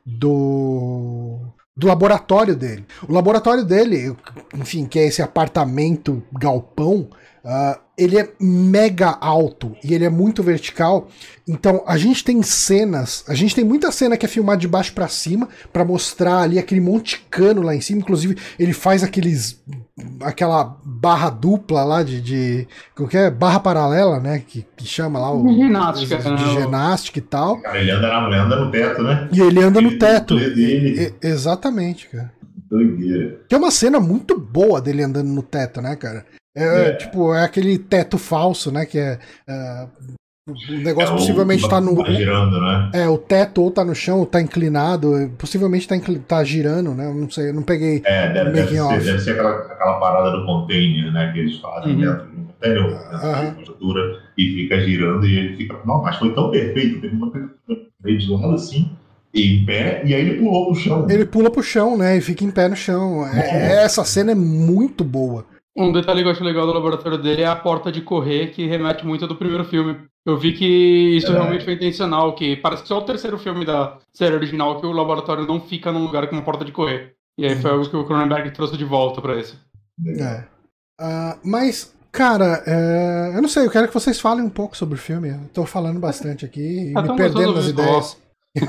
laboratório dele. O laboratório dele, enfim, que é esse apartamento galpão, ele é mega alto e ele é muito vertical. Então a gente tem muita cena que é filmada de baixo pra cima pra mostrar ali aquele monte de cano lá em cima. Inclusive ele faz aquela barra dupla lá de qualquer barra paralela, né, que chama lá de ginástica, de ginástica e tal. Cara, ele anda no teto, né? E ele anda no teto. Exatamente, cara. Doideira. Que é uma cena muito boa dele andando no teto, né, cara? Tipo, é aquele teto falso, né? Que o negócio possivelmente tá no. Tá girando, né? O teto ou tá no chão ou tá inclinado. Possivelmente tá girando, né? Eu não sei, eu não peguei. Deve ser aquela parada do container, né? Que eles fazem dentro de um container, de estrutura, e fica girando e ele fica. Não, mas foi tão perfeito, teve uma coisa meio de lado assim. Em pé, e aí ele pulou pro chão. Ele pula pro chão, né? E fica em pé no chão. Essa cena é muito boa. Um detalhe que eu acho legal do laboratório dele é a porta de correr, que remete muito do primeiro filme. Eu vi que isso realmente foi intencional, que parece que só o terceiro filme da série original que o laboratório não fica num lugar com uma porta de correr. E aí foi algo que o Cronenberg trouxe de volta pra esse. É. Mas, cara, eu não sei, eu quero que vocês falem um pouco sobre o filme. Eu tô falando bastante aqui e me perdendo nas ideias.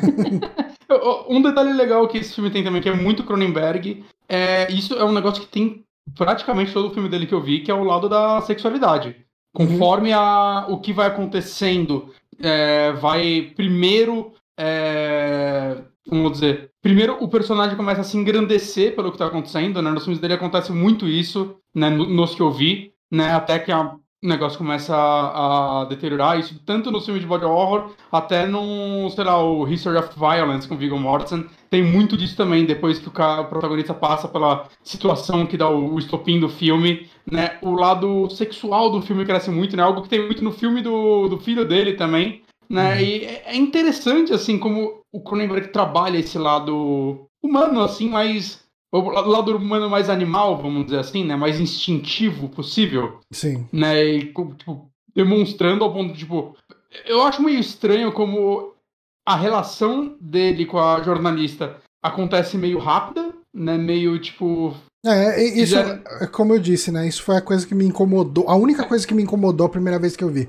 Um detalhe legal que esse filme tem também, que é muito Cronenberg, isso é um negócio que tem praticamente todo o filme dele que eu vi, que é o lado da sexualidade. Conforme o que vai acontecendo, vai primeiro, vamos dizer, primeiro o personagem começa a se engrandecer pelo que está acontecendo, né? Nos filmes dele acontece muito isso, né? Nos que eu vi, né? Até que o negócio começa a deteriorar, isso tanto no filme de body horror, até no, sei lá, o History of Violence com Viggo Mortensen, tem muito disso também, depois que o protagonista passa pela situação que dá o estopim do filme, né? O lado sexual do filme cresce muito, né? Algo que tem muito no filme do filho dele também, né? E é interessante, assim, como o Cronenberg trabalha esse lado humano, assim, mais... O lado humano mais animal, vamos dizer assim, né? Mais instintivo possível. Sim. Né? E, tipo, demonstrando ao ponto de, tipo... Eu acho meio estranho como a relação dele com a jornalista acontece meio rápida, né? Meio, tipo... Isso, como eu disse, né? Isso foi a coisa que me incomodou. A única coisa que me incomodou a primeira vez que eu vi.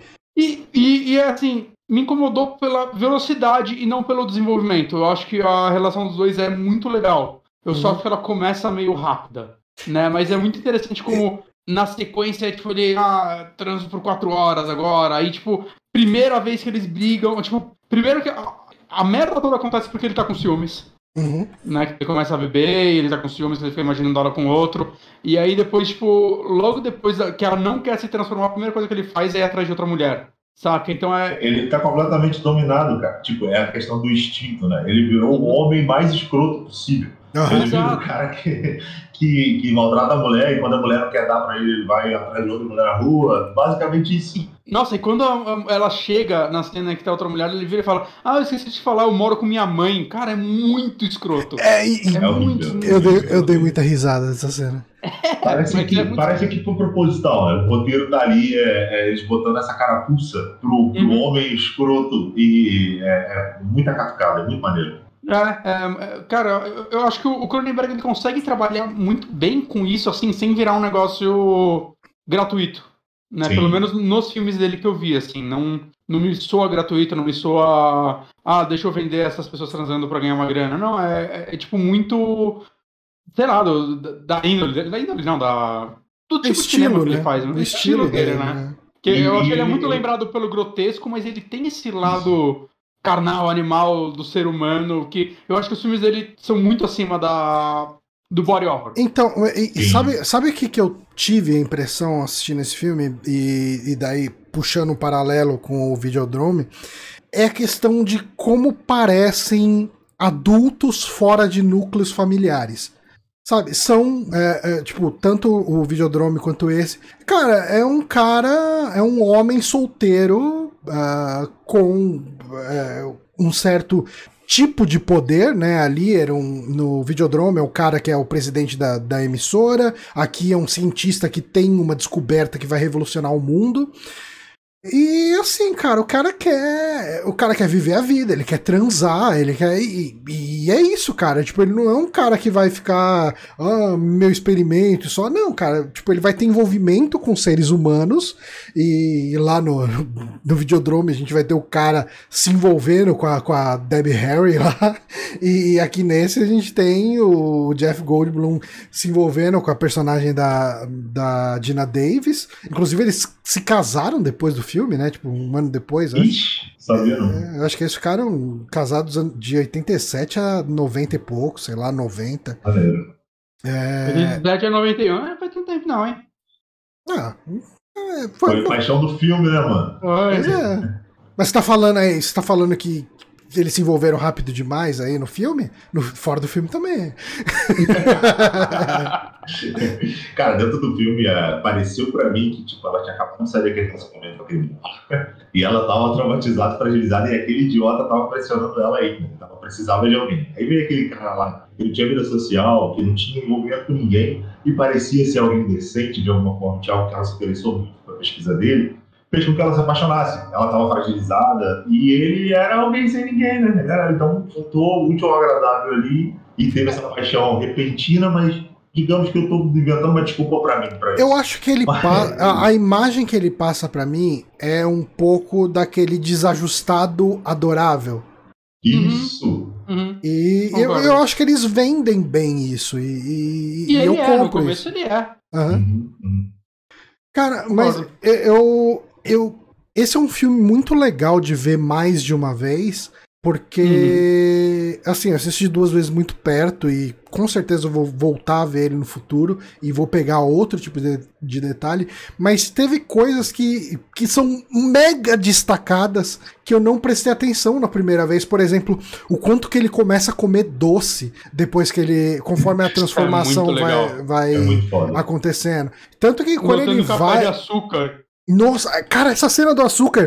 E assim, me incomodou pela velocidade e não pelo desenvolvimento. Eu acho que a relação dos dois é muito legal. Eu só acho que ela começa meio rápida, né? Mas é muito interessante como na sequência, tipo, ele transo por 4 horas agora. Aí, tipo, primeira vez que eles brigam, tipo, primeiro que a merda toda acontece porque ele tá com ciúmes. Né? Que ele começa a beber, ele tá com ciúmes, ele fica imaginando ela com outro. E aí depois, tipo, logo depois que ela não quer se transformar, a primeira coisa que ele faz é ir atrás de outra mulher. Saca? Então Ele tá completamente dominado, cara. Tipo, é a questão do instinto, né? Ele virou o homem mais escroto possível. Ele vira o cara que maltrata a mulher, e quando a mulher não quer dar pra ele vai atrás de outra mulher na rua. Basicamente isso. Nossa, e quando ela chega na cena que tá outra mulher, ele vira e fala: eu esqueci de falar, eu moro com minha mãe. Cara, é muito escroto. Muito. Eu dei muita risada nessa cena. Parece que foi proposital, né? O roteiro tá ali, eles botando essa carapuça pro homem escroto. E é muita catucada, é muito maneiro. Cara, eu acho que o Cronenberg ele consegue trabalhar muito bem com isso, assim, sem virar um negócio gratuito, né? Pelo menos nos filmes dele que eu vi, assim, não me soa gratuito, não me soa, deixa eu vender essas pessoas transando pra ganhar uma grana. Não, é tipo muito, sei lá, da índole não, do tipo de cinema que ele faz, o estilo dele, né? Que eu acho que ele é muito lembrado pelo grotesco, mas ele tem esse lado carnal, animal do ser humano, que eu acho que os filmes dele são muito acima do body horror. Então, sabe o que eu tive a impressão assistindo esse filme, e daí puxando um paralelo com o Videodrome, é a questão de como parecem adultos fora de núcleos familiares. Sabe, são, tipo, tanto o Videodrome quanto esse. Cara, é um homem solteiro com um certo tipo de poder, né? Ali no Videodrome é o cara que é o presidente da emissora, aqui é um cientista que tem uma descoberta que vai revolucionar o mundo. E assim, cara, o cara quer viver a vida, ele quer transar, ele quer. E é isso, cara. Tipo, ele não é um cara que vai ficar. Meu experimento só. Não, cara. Tipo, ele vai ter envolvimento com seres humanos. E lá no Videodrome a gente vai ter o cara se envolvendo com a Debbie Harry lá. E aqui nesse a gente tem o Jeff Goldblum se envolvendo com a personagem da Geena Davis. Inclusive, eles se casaram depois do filme, né? Tipo, um ano depois. Ixi, sabia não. Eu acho que eles ficaram casados de 87 a 90 e pouco, sei lá, 90. Maneiro. 87 a 91, faz um tempo não, hein? Foi paixão do filme, né, mano? Mas você tá falando que eles se envolveram rápido demais aí no filme? Fora do filme também. Cara, dentro do filme, pareceu pra mim que tipo, ela tinha acabado de sair daquele relacionamento com aquele e ela tava traumatizada, fragilizada, e aquele idiota tava pressionando ela aí, né? Ela precisava de alguém. Aí veio aquele cara lá, que não tinha vida social, que não tinha envolvimento com ninguém, e parecia ser alguém decente de alguma forma, tinha algo que ela se interessou muito pra pesquisa dele. fez com que ela se apaixonasse. Ela estava fragilizada e ele era alguém sem ninguém, né? Então, juntou muito ao agradável ali e teve essa paixão repentina, mas digamos que eu estou inventando uma desculpa para mim. Eu acho que ele a imagem que ele passa para mim é um pouco daquele desajustado adorável. Isso. E eu acho que eles vendem bem isso. E eu compro no começo isso. Ele é. Cara, mas esse é um filme muito legal de ver mais de uma vez, porque, assim, eu assisti 2 vezes muito perto e com certeza eu vou voltar a ver ele no futuro e vou pegar outro tipo de detalhe, mas teve coisas que são mega destacadas que eu não prestei atenção na primeira vez. Por exemplo, o quanto que ele começa a comer doce depois que ele, conforme a transformação vai acontecendo. Tanto que quando ele vai... de açúcar. Nossa, cara, essa cena do açúcar,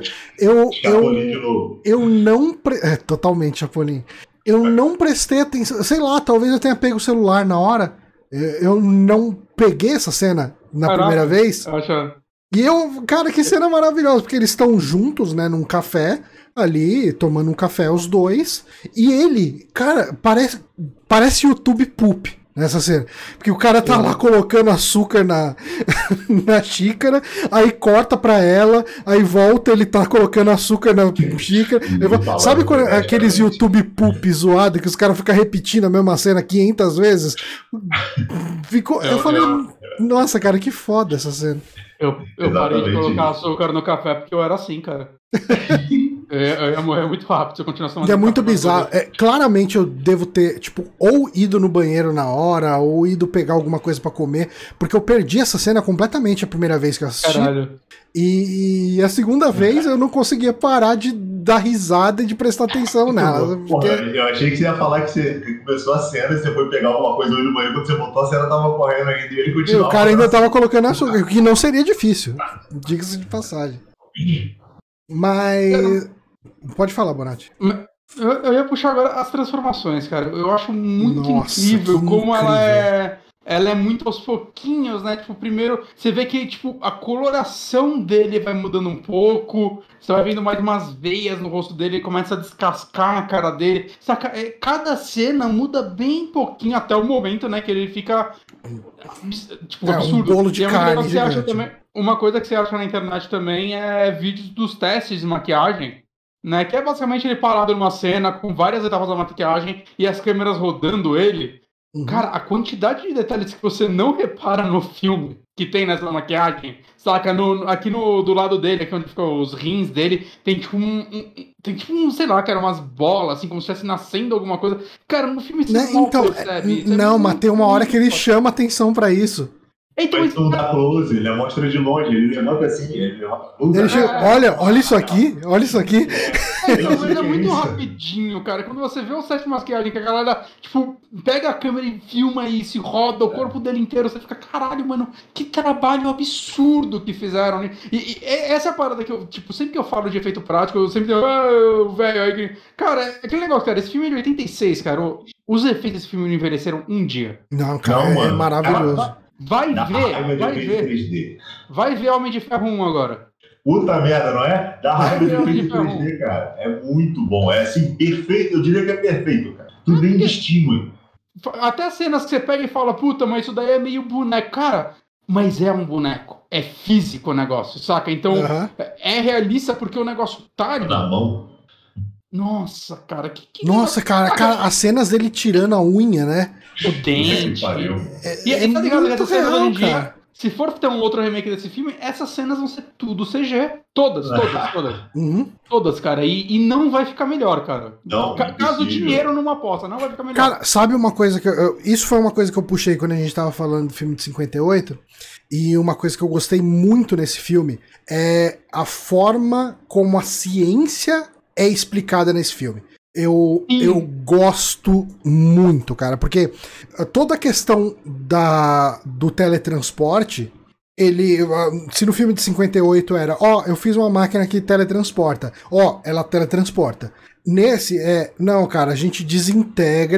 eu não... totalmente Chapolin. Eu não prestei atenção, sei lá, talvez eu tenha pego o celular na hora, eu não peguei essa cena na primeira vez. E cara, que cena maravilhosa, porque eles estão juntos, né, num café, ali, tomando um café os dois, e ele, cara, parece YouTube Poop nessa cena, porque o cara tá lá colocando açúcar na xícara, aí corta pra ela, aí volta, ele tá colocando açúcar na xícara. Sabe quando aqueles YouTube poop zoado que os caras ficam repetindo a mesma cena 500 vezes? Eu falei, nossa, cara, que foda essa cena. Eu parei de colocar açúcar no café porque eu era assim, cara. Eu ia morrer muito rápido se eu continuasse tomando. É muito bizarro. Claramente eu devo ter, tipo, ou ido no banheiro na hora, ou ido pegar alguma coisa pra comer, porque eu perdi essa cena completamente a primeira vez que eu assisti. Caralho. E a segunda vez eu não conseguia parar de dar risada e de prestar atenção nela. Porra, eu achei que você ia falar que você começou a cena e você foi pegar alguma coisa no banheiro, quando você voltou a cena tava correndo ainda e ele continuava. O cara ainda tava colocando açúcar, o que não seria difícil. Diga-se de passagem. Mas... Pode falar, Bonatti. Eu ia puxar agora as transformações, cara. Eu acho muito incrível como ela é muito aos pouquinhos, né? Tipo, primeiro você vê que tipo, a coloração dele vai mudando um pouco, você vai vendo mais umas veias no rosto dele, ele começa a descascar a cara dele. Saca? Cada cena muda bem pouquinho até o momento, né? Que ele fica tipo, absurdo. Um bolo de carne você acha também, uma coisa que você acha na internet também é vídeos dos testes de maquiagem, né? Que é basicamente ele parado numa cena com várias etapas da maquiagem e as câmeras rodando ele. Cara, a quantidade de detalhes que você não repara no filme que tem nessa maquiagem, saca? Aqui do lado dele, aqui onde ficam os rins dele, tem tipo sei lá, cara, umas bolas, assim, como se estivesse nascendo alguma coisa. Cara, no filme você não percebe. Não, mas tem uma hora que ele chama atenção pra isso. Então, mas não dá close, ele mostra de longe, ele levanta assim, olha isso aqui, olha isso aqui. É muito rapidinho, cara. Quando você vê o set de maquiagem, que a galera, tipo, pega a câmera e filma isso, roda o corpo dele inteiro, você fica, caralho, mano, que trabalho absurdo que fizeram, né? E essa é a parada que eu, tipo, sempre que eu falo de efeito prático, eu sempre digo, velho, aí, cara, é aquele negócio, cara, esse filme é de 86, cara, os efeitos desse filme não envelheceram um dia. Não, cara, é maravilhoso. Vai ver Homem de Ferro 1 agora. Puta merda, não é? Dá raiva de efeito 3D, cara. É muito bom. É assim, perfeito. Eu diria que é perfeito, cara. Tudo bem distingue. Até as cenas que você pega e fala, puta, mas isso daí é meio boneco. Cara, mas é um boneco. É físico o negócio, saca? Então, é realista porque o negócio tá ali. Na mão. Nossa, cara. Nossa, cara, as cenas dele tirando a unha, né? O dente. É tá ligado? Essa cena hoje em dia, se for ter um outro remake desse filme, essas cenas vão ser tudo CG. Todas. Todas, cara. E não vai ficar melhor, cara. Não, caso o dinheiro numa aposta, não vai ficar melhor. Cara, sabe uma coisa que isso foi uma coisa que eu puxei quando a gente tava falando do filme de 58, e uma coisa que eu gostei muito nesse filme é a forma como a ciência é explicada nesse filme. Eu gosto muito, cara, porque toda a questão do teletransporte, se no filme de 58 era, eu fiz uma máquina que teletransporta, ela teletransporta. Nesse não, cara, a gente desintegra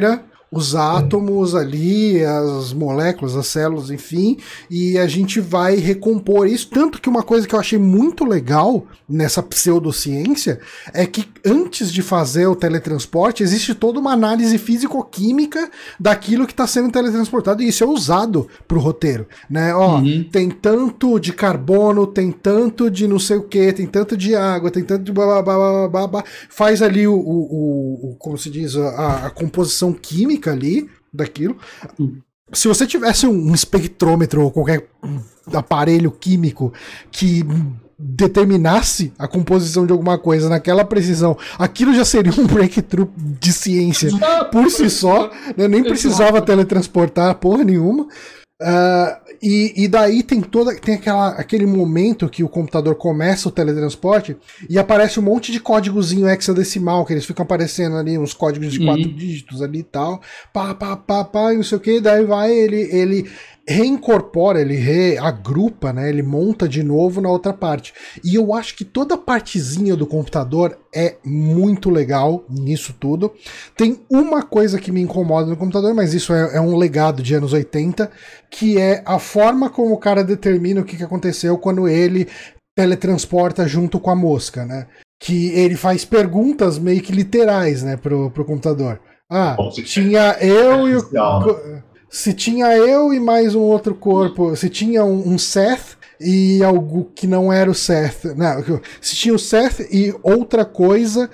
os átomos ali, as moléculas, as células, enfim, e a gente vai recompor isso. Tanto que uma coisa que eu achei muito legal nessa pseudociência é que antes de fazer o teletransporte, existe toda uma análise físico-química daquilo que está sendo teletransportado, e isso é usado pro roteiro, né? Ó, tem tanto de carbono, tem tanto de não sei o que, tem tanto de água, tem tanto de blá, blá, blá, blá, blá. Faz ali como se diz, a composição química ali daquilo. Se você tivesse um espectrômetro ou qualquer aparelho químico que determinasse a composição de alguma coisa naquela precisão, aquilo já seria um breakthrough de ciência por si só, né? Nem precisava teletransportar porra nenhuma. E daí tem aquele momento que o computador começa o teletransporte e aparece um monte de códigozinho hexadecimal, que eles ficam aparecendo ali, uns códigos de 4 dígitos ali e tal, pá, e não sei o que, daí vai, ele reincorpora, ele reagrupa, né? Ele monta de novo na outra parte. E eu acho que toda a partezinha do computador é muito legal nisso tudo. Tem uma coisa que me incomoda no computador, mas isso é um legado de anos 80, que é a forma como o cara determina o que aconteceu quando ele teletransporta junto com a mosca, né? Que ele faz perguntas meio que literais, né, pro computador. Tinha eu e o... Se tinha eu e mais um outro corpo, se tinha um Seth e algo que não era o Seth, não, se tinha o Seth e outra coisa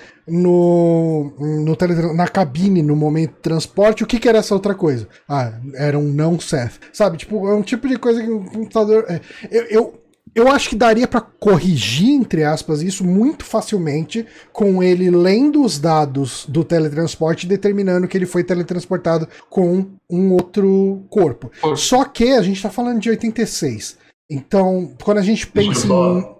na cabine no momento do transporte, o que era essa outra coisa? Era um não Seth, sabe? Tipo, é um tipo de coisa que o computador... Eu acho que daria para corrigir, entre aspas, isso muito facilmente com ele lendo os dados do teletransporte e determinando que ele foi teletransportado com um outro corpo. Só que a gente tá falando de 86. Então, quando a gente pensa em...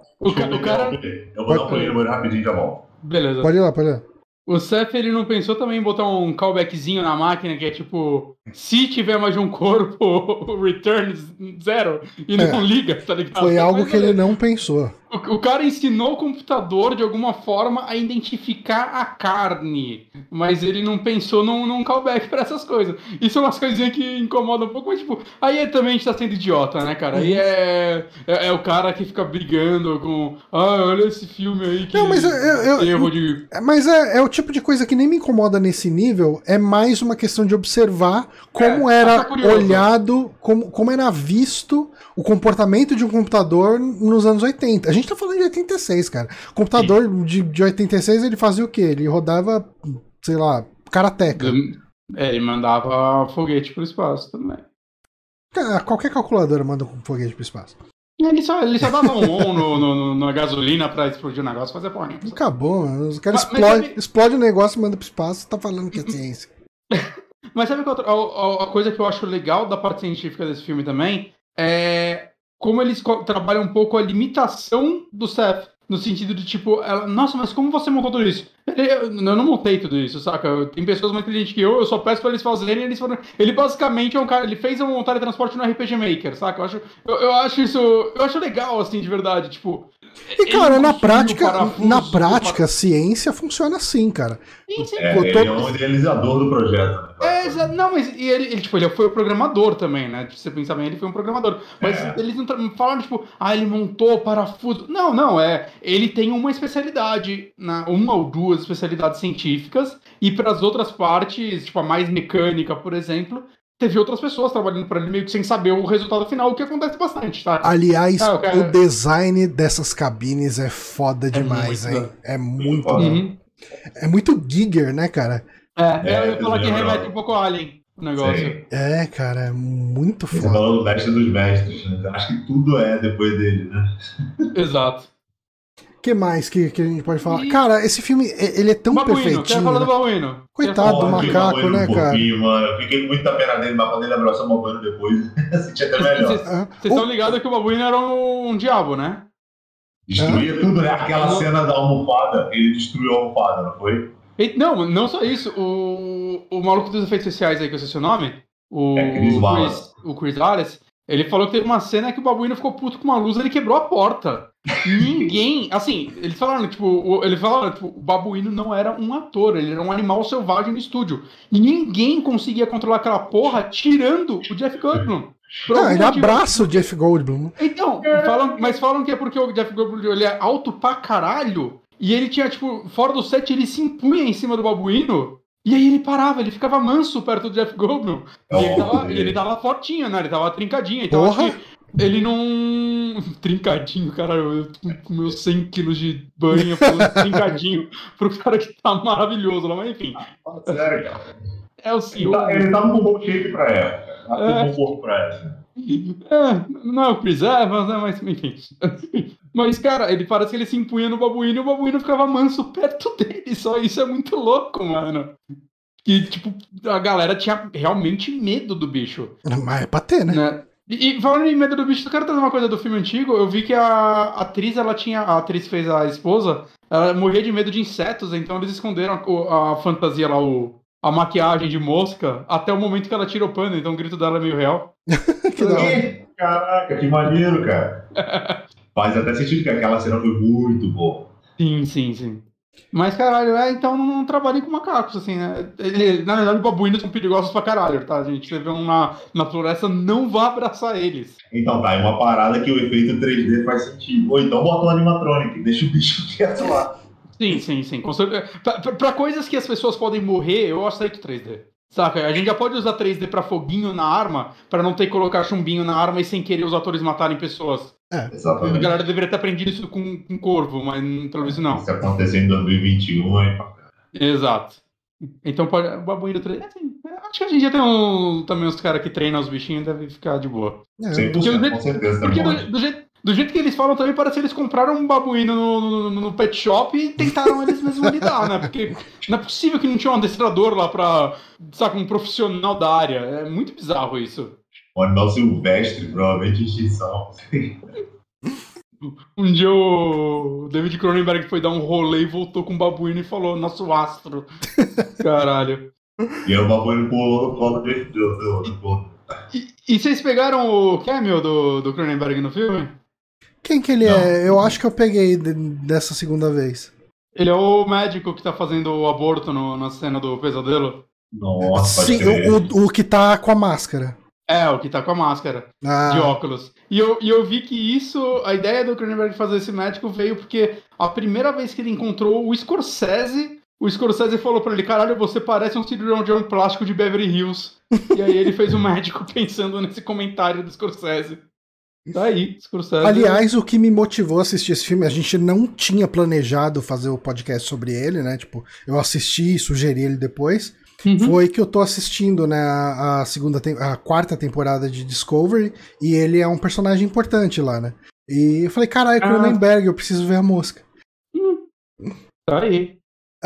Eu vou dar um pulinho rapidinho, já volto. Beleza. Pode ir lá. O Seth, ele não pensou também em botar um callbackzinho na máquina, que é tipo, se tiver mais de um corpo, return 0, e não liga, tá ligado? Foi algo que ele não pensou. O cara ensinou o computador, de alguma forma, a identificar a carne, mas ele não pensou num callback pra essas coisas. Isso é umas coisinhas que incomodam um pouco, mas tipo, aí também a gente tá sendo idiota, né, cara? Aí é o cara que fica brigando com, olha esse filme aí que... Não, mas mas é o tipo de coisa que nem me incomoda nesse nível, é mais uma questão de observar como era olhado, como era visto o comportamento de um computador nos anos 80. A gente tá falando de 86, cara. O computador de 86, ele fazia o quê? Ele rodava, sei lá, Karateka. Ele mandava foguete pro espaço também. Qualquer calculadora manda um foguete pro espaço. Ele só dava on na gasolina pra explodir o negócio e fazer porra. Acabou, os caras explodem o negócio e mandam pro espaço, tá falando que é ciência. Mas sabe qual a coisa que eu acho legal da parte científica desse filme também? É como eles trabalham um pouco a limitação do Seth. No sentido de tipo, nossa, mas como você montou tudo isso? Eu não montei tudo isso, saca? Tem pessoas mais inteligentes que eu só peço pra eles fazerem e eles foram... Ele basicamente é um cara, ele fez um teletransporte no RPG Maker, saca? Eu acho isso, eu acho legal, assim, de verdade, tipo... E, cara, na prática, a ciência funciona assim, cara. Ele é um idealizador do projeto. Né? Não, mas ele foi o programador também, né? Se você pensar bem, ele foi um programador. Mas eles não falaram, tipo, ele montou parafuso. Não, ele tem uma especialidade, uma ou duas especialidades científicas, e para as outras partes, tipo, a mais mecânica, por exemplo, teve outras pessoas trabalhando para ele meio que sem saber o resultado final, o que acontece bastante, tá? Aliás, o design dessas cabines é foda demais, hein? É muito bom. É muito Giger, né, cara? Eu ia falar que remete um pouco ao Alien, o negócio. Sim. Cara, é muito foda. Você falou do mestre dos mestres, né? Acho que tudo depois dele, né? Exato. O que mais que a gente pode falar? Cara, esse filme, ele é tão perfeitinho. Quer falar do Babuíno? Coitado do macaco, né, cara? Mano. Eu fiquei com muita pena dele, mas quando ele abraçou o Babuíno depois, senti até melhor. Vocês estão ligados que o Babuíno era um diabo, né? Destruía tudo, né? Aquela cena da almofada, ele destruiu a almofada, não foi? Não só isso. O maluco dos efeitos especiais aí, que eu sei o seu nome, Chris Wallace. O Chris Wallace, Ele falou que teve uma cena que o babuíno ficou puto com uma luz e ele quebrou a porta. Ninguém, assim, eles falaram, tipo, o babuíno não era um ator, ele era um animal selvagem no estúdio. E ninguém conseguia controlar aquela porra tirando o Jeff Goldblum. Não, ele abraça o Jeff Goldblum. Então, falam que é porque o Jeff Goldblum ele é alto pra caralho. E ele tinha, tipo, fora do set, ele se impunha em cima do babuíno. E aí ele parava, ele ficava manso perto do Jeff Goldblum. E ele tava fortinho, né? Ele tava trincadinho. Então acho que ele não... Trincadinho, caralho. Eu com meus 100 quilos de banho, falando trincadinho pro cara que tá maravilhoso lá. Mas enfim. Sério, cara. É o senhor. Ele tava com um bom shape pra época. Tava com um bom corpo pra época. Não é o Chris Evans, né? Mas enfim. Mas, cara, ele parece que ele se impunha no babuíno e o babuíno ficava manso perto dele. Só isso é muito louco, mano. Que, tipo, a galera tinha realmente medo do bicho. Mas é pra ter, né? E falando em medo do bicho, eu quero trazer uma coisa do filme antigo. Eu vi que a atriz, a atriz fez a esposa, ela morria de medo de insetos, então eles esconderam a fantasia lá, a maquiagem de mosca, até o momento que ela tira o pano, então o grito dela é meio real. Que da hora. Caraca, que maneiro, cara. Faz até sentido que aquela cena foi muito boa. Sim. Mas, caralho, então não trabalhem com macacos, assim, né? Na verdade, os babuínos são perigosos pra caralho, tá, gente? Você vê um na floresta, não vá abraçar eles. Então tá, é uma parada que o efeito 3D faz sentido. Ou então bota um animatronic, deixa o bicho quieto lá. Sim. Pra coisas que as pessoas podem morrer, eu aceito 3D. Saca? A gente já pode usar 3D pra foguinho na arma, pra não ter que colocar chumbinho na arma e sem querer os atores matarem pessoas. Exatamente. A galera deveria ter aprendido isso com Corvo, mas pelo visto não. Isso aconteceu em 2021, hein? Exato. Então pode. O babuíno 3D. Acho que a gente já tem também os caras que treinam os bichinhos, deve ficar de boa. 100%, com certeza. Porque do jeito que eles falam também, parece que eles compraram um babuíno no pet shop e tentaram eles mesmos lidar, né? Porque não é possível que não tinha um adestrador lá pra, saca, um profissional da área. É muito bizarro isso. O animal silvestre, provavelmente extinção. Um dia o David Cronenberg foi dar um rolê e voltou com o babuíno e falou, nosso astro. Caralho. E aí o babuíno pulou no colo do E vocês pegaram o cameo do Cronenberg no filme? Quem que ele é? Eu acho que eu peguei dessa segunda vez. Ele é o médico que tá fazendo o aborto na cena do pesadelo. Nossa, sim, o que tá com a máscara. É, o que tá com a máscara de óculos. E eu vi que a ideia do Cronenberg fazer esse médico veio porque a primeira vez que ele encontrou o Scorsese falou pra ele, caralho, você parece um cirurgião plástico de Beverly Hills. E aí ele fez o médico pensando nesse comentário do Scorsese. Tá aí, Scorsese. Aliás, o que me motivou a assistir esse filme, a gente não tinha planejado fazer o podcast sobre ele, né? Tipo, eu assisti e sugeri ele depois. Foi que eu tô assistindo, né, a quarta temporada de Discovery, e ele é um personagem importante lá, né? E eu falei, caralho, Cronenberg, eu preciso ver a mosca. Tá aí.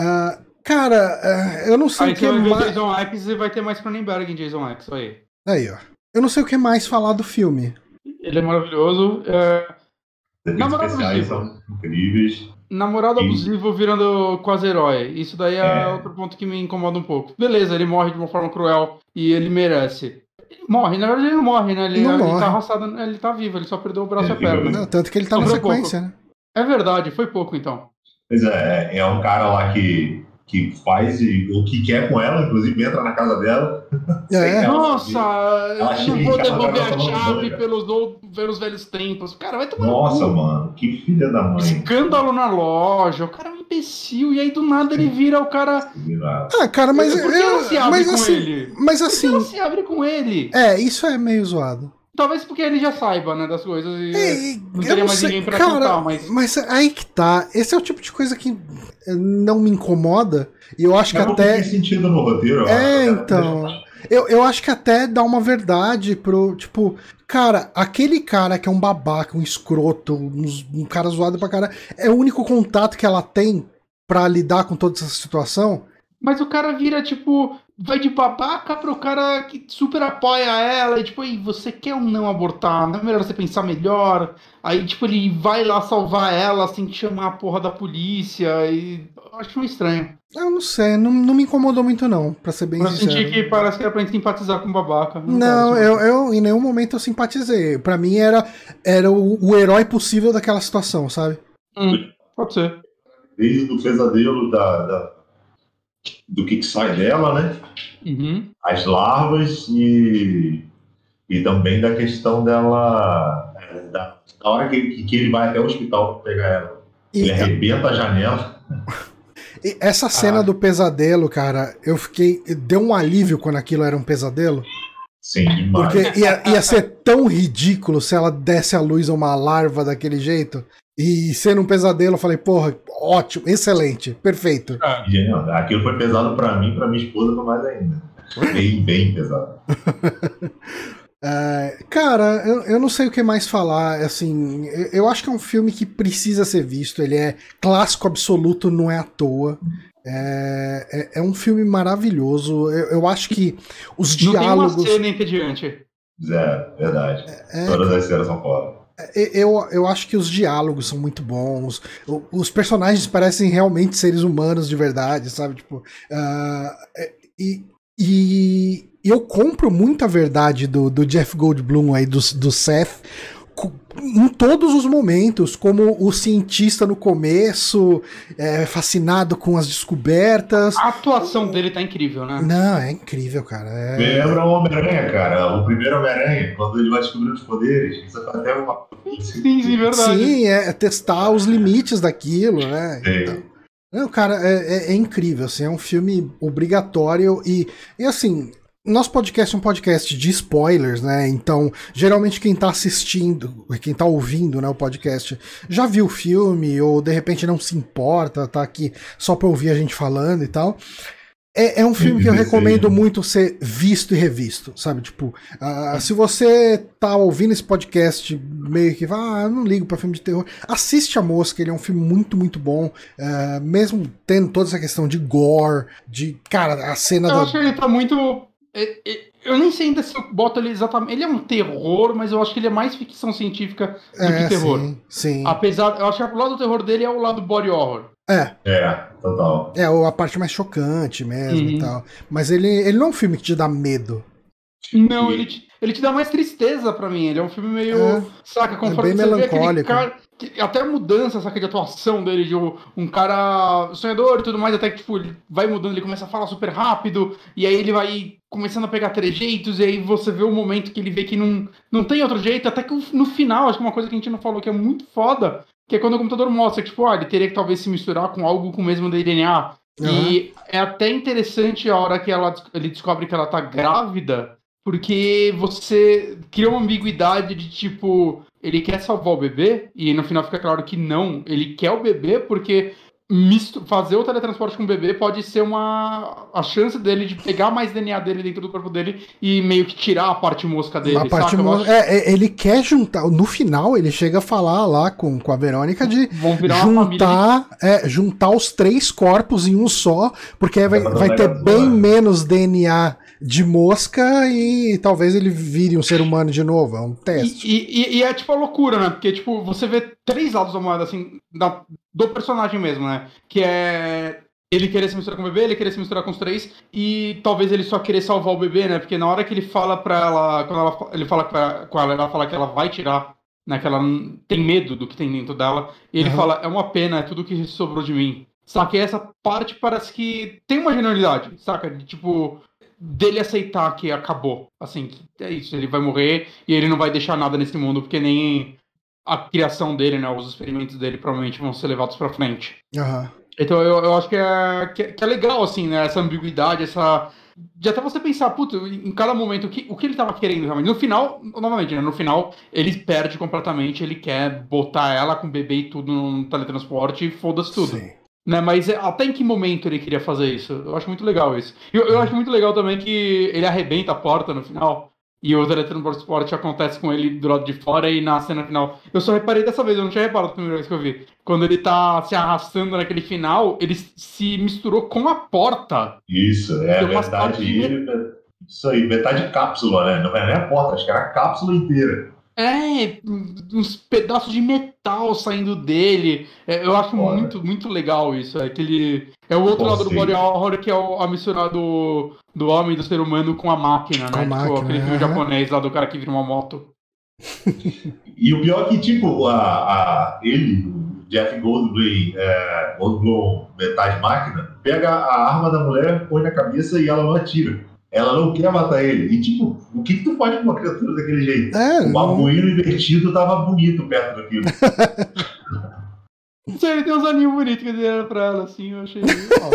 Cara, eu não sei aí o que mais... Aí Jason X e vai ter mais Cronenberg em Jason X, aí. Aí, ó. Eu não sei o que mais falar do filme. Ele é maravilhoso. Namorado especiais são incríveis. Namorado abusivo virando quase herói. Isso daí é outro ponto que me incomoda um pouco. Beleza, ele morre de uma forma cruel e ele merece. Ele morre, na verdade ele não morre, né? Ele tá arrastado, ele tá vivo, ele só perdeu o braço e a perna. Não, tanto que ele tá na sequência, né? É verdade, foi pouco então. Pois é um cara lá que faz o que quer com ela, inclusive entra na casa dela. Nossa, eu não vou devolver a chave pelos velhos tempos. Cara, vai tomar Nossa, mano, que filha da mãe. Escândalo na loja, o cara é um imbecil, e aí do nada ele vira o cara... cara, mas... Por que ela se abre com ele? Mas assim... Por que ela se abre com ele? Isso é meio zoado. Talvez porque ele já saiba, né, das coisas e não teria mais ninguém pra contar, mas aí que tá. Esse é o tipo de coisa que não me incomoda. E eu acho que até... Tem sentido no roteiro. Então... Eu acho que até dá uma verdade pro... Tipo, cara, aquele cara que é um babaca, um escroto, um cara zoado pra caralho, é o único contato que ela tem pra lidar com toda essa situação. Mas o cara vira, tipo... vai de babaca pro cara que super apoia ela, e tipo, aí, você quer ou não abortar? Não é melhor você pensar melhor? Aí, tipo, ele vai lá salvar ela sem chamar a porra da polícia, e eu acho meio estranho. Eu não sei, não me incomodou muito não, pra ser bem Eu sincero. senti que parece que era pra gente simpatizar com o babaca. Não, eu em nenhum momento eu simpatizei. Pra mim era o herói possível daquela situação, sabe? Pode ser. Desde o pesadelo do que sai dela, né? Uhum. As larvas e também da questão dela, da hora que ele vai até o hospital para pegar ela. Ele arrebenta a janela. E essa cena do pesadelo, cara, deu um alívio quando aquilo era um pesadelo. Sim, demais. Porque ia ser tão ridículo se ela desse à luz a uma larva daquele jeito. E sendo um pesadelo, eu falei, porra, ótimo, excelente, perfeito. Genial. Aquilo foi pesado pra mim, pra minha esposa, foi mais ainda. Bem pesado. Cara, eu não sei o que mais falar. Assim, eu acho que é um filme que precisa ser visto. Ele é clássico absoluto, não é à toa. É um filme maravilhoso. Eu acho que os diálogos. Não tem uma cena entediante. Verdade. Todas as cenas são foda. Eu acho que os diálogos são muito bons. Os personagens parecem realmente seres humanos de verdade, sabe? Tipo, e eu compro muito a verdade do Jeff Goldblum aí, do Seth, em todos os momentos, como o cientista no começo, fascinado com as descobertas. A atuação dele tá incrível, né? Não, é incrível, cara. Me lembra o Homem-Aranha, cara. O primeiro Homem-Aranha, quando ele vai descobrir os poderes. Isso é até uma... Sim, verdade. Sim, é testar os limites daquilo, né? Então, não, cara, é incrível, assim, é um filme obrigatório e assim, nosso podcast é um podcast de spoilers, né? Então, geralmente quem tá assistindo, quem tá ouvindo, né, o podcast, já viu o filme ou de repente não se importa, tá aqui só pra ouvir a gente falando e tal. É um filme que eu recomendo muito ser visto e revisto, sabe? Tipo, se você tá ouvindo esse podcast meio que, eu não ligo pra filme de terror, assiste A Mosca, ele é um filme muito, muito bom, mesmo tendo toda essa questão de gore, cara, a cena Eu acho que ele tá muito... Eu nem sei ainda se eu boto ele exatamente... Ele é um terror, mas eu acho que ele é mais ficção científica do que terror. Sim. Apesar... Eu acho que o lado do terror dele é o lado body horror. Total. A parte mais chocante mesmo e tal. Mas ele não é um filme que te dá medo. Não, ele te dá mais tristeza pra mim. Ele é um filme meio... Saca? Conforme bem você melancólico. vê aquele cara... Até a mudança, saca, de atuação dele, de um cara sonhador e tudo mais, até que, tipo, ele vai mudando, ele começa a falar super rápido, e aí ele vai começando a pegar trejeitos, e aí você vê o momento que ele vê que não tem outro jeito, até que no final, acho que uma coisa que a gente não falou que é muito foda, que é quando o computador mostra que, tipo, ele teria que talvez se misturar com algo com o mesmo DNA. Uhum. E é até interessante a hora que ele descobre que ela tá grávida, porque você cria uma ambiguidade de, tipo, ele quer salvar o bebê, e no final fica claro que não, ele quer o bebê porque fazer o teletransporte com o bebê pode ser a chance dele de pegar mais DNA dele dentro do corpo dele e meio que tirar a parte mosca dele, ele quer juntar, no final ele chega a falar lá com a Verônica de juntar os 3 corpos em um só, porque aí vai ter bem menos DNA de mosca e talvez ele vire um ser humano de novo, é um teste. E é tipo a loucura, né? Porque tipo, você vê 3 lados da moeda, assim, do personagem mesmo, né? Que é ele querer se misturar com o bebê, ele querer se misturar com os 3, e talvez ele só querer salvar o bebê, né? Porque na hora que ele fala pra ela, quando ele fala com ela fala que ela vai tirar, né? Que ela tem medo do que tem dentro dela, e ele fala, é uma pena, é tudo que sobrou de mim. Saca? E essa parte parece que tem uma genialidade, saca? De tipo... dele aceitar que acabou, assim, que é isso, ele vai morrer e ele não vai deixar nada nesse mundo, porque nem a criação dele, né, os experimentos dele provavelmente vão ser levados pra frente. Então eu acho que é legal, assim, né, essa ambiguidade, de até você pensar, puta, em cada momento, o que ele tava querendo realmente. No final, novamente, né, no final, ele perde completamente, ele quer botar ela com o bebê e tudo no teletransporte e foda-se tudo. Sim. Né, mas até em que momento ele queria fazer isso? Eu acho muito legal isso. Eu acho muito legal também que ele arrebenta a porta no final. e o teletransporte acontece com ele do lado de fora e na cena final. Eu só reparei dessa vez, eu não tinha reparado a primeira vez que eu vi. Quando ele tá se arrastando naquele final, ele se misturou com a porta. Isso, Deu umas metade partes de isso aí, metade cápsula, né? Não é nem a porta, acho que era a cápsula inteira. uns pedaços de metal saindo dele. Eu acho Foda. muito, muito legal isso. É o outro lado do body horror, que é a mistura do homem, do ser humano com a máquina, né? Com a máquina, aquele filme japonês lá do cara que vira uma moto. E o pior é que, tipo, ele, o Jeff Goldblum, metade máquina, pega a arma da mulher, põe na cabeça e ela não atira. Ela não quer matar ele. E, tipo, o que tu faz com uma criatura daquele jeito? O babuíno invertido tava bonito perto daquilo. Ele tem uns olhinhos bonitos que ele era pra ela, assim, eu achei legal.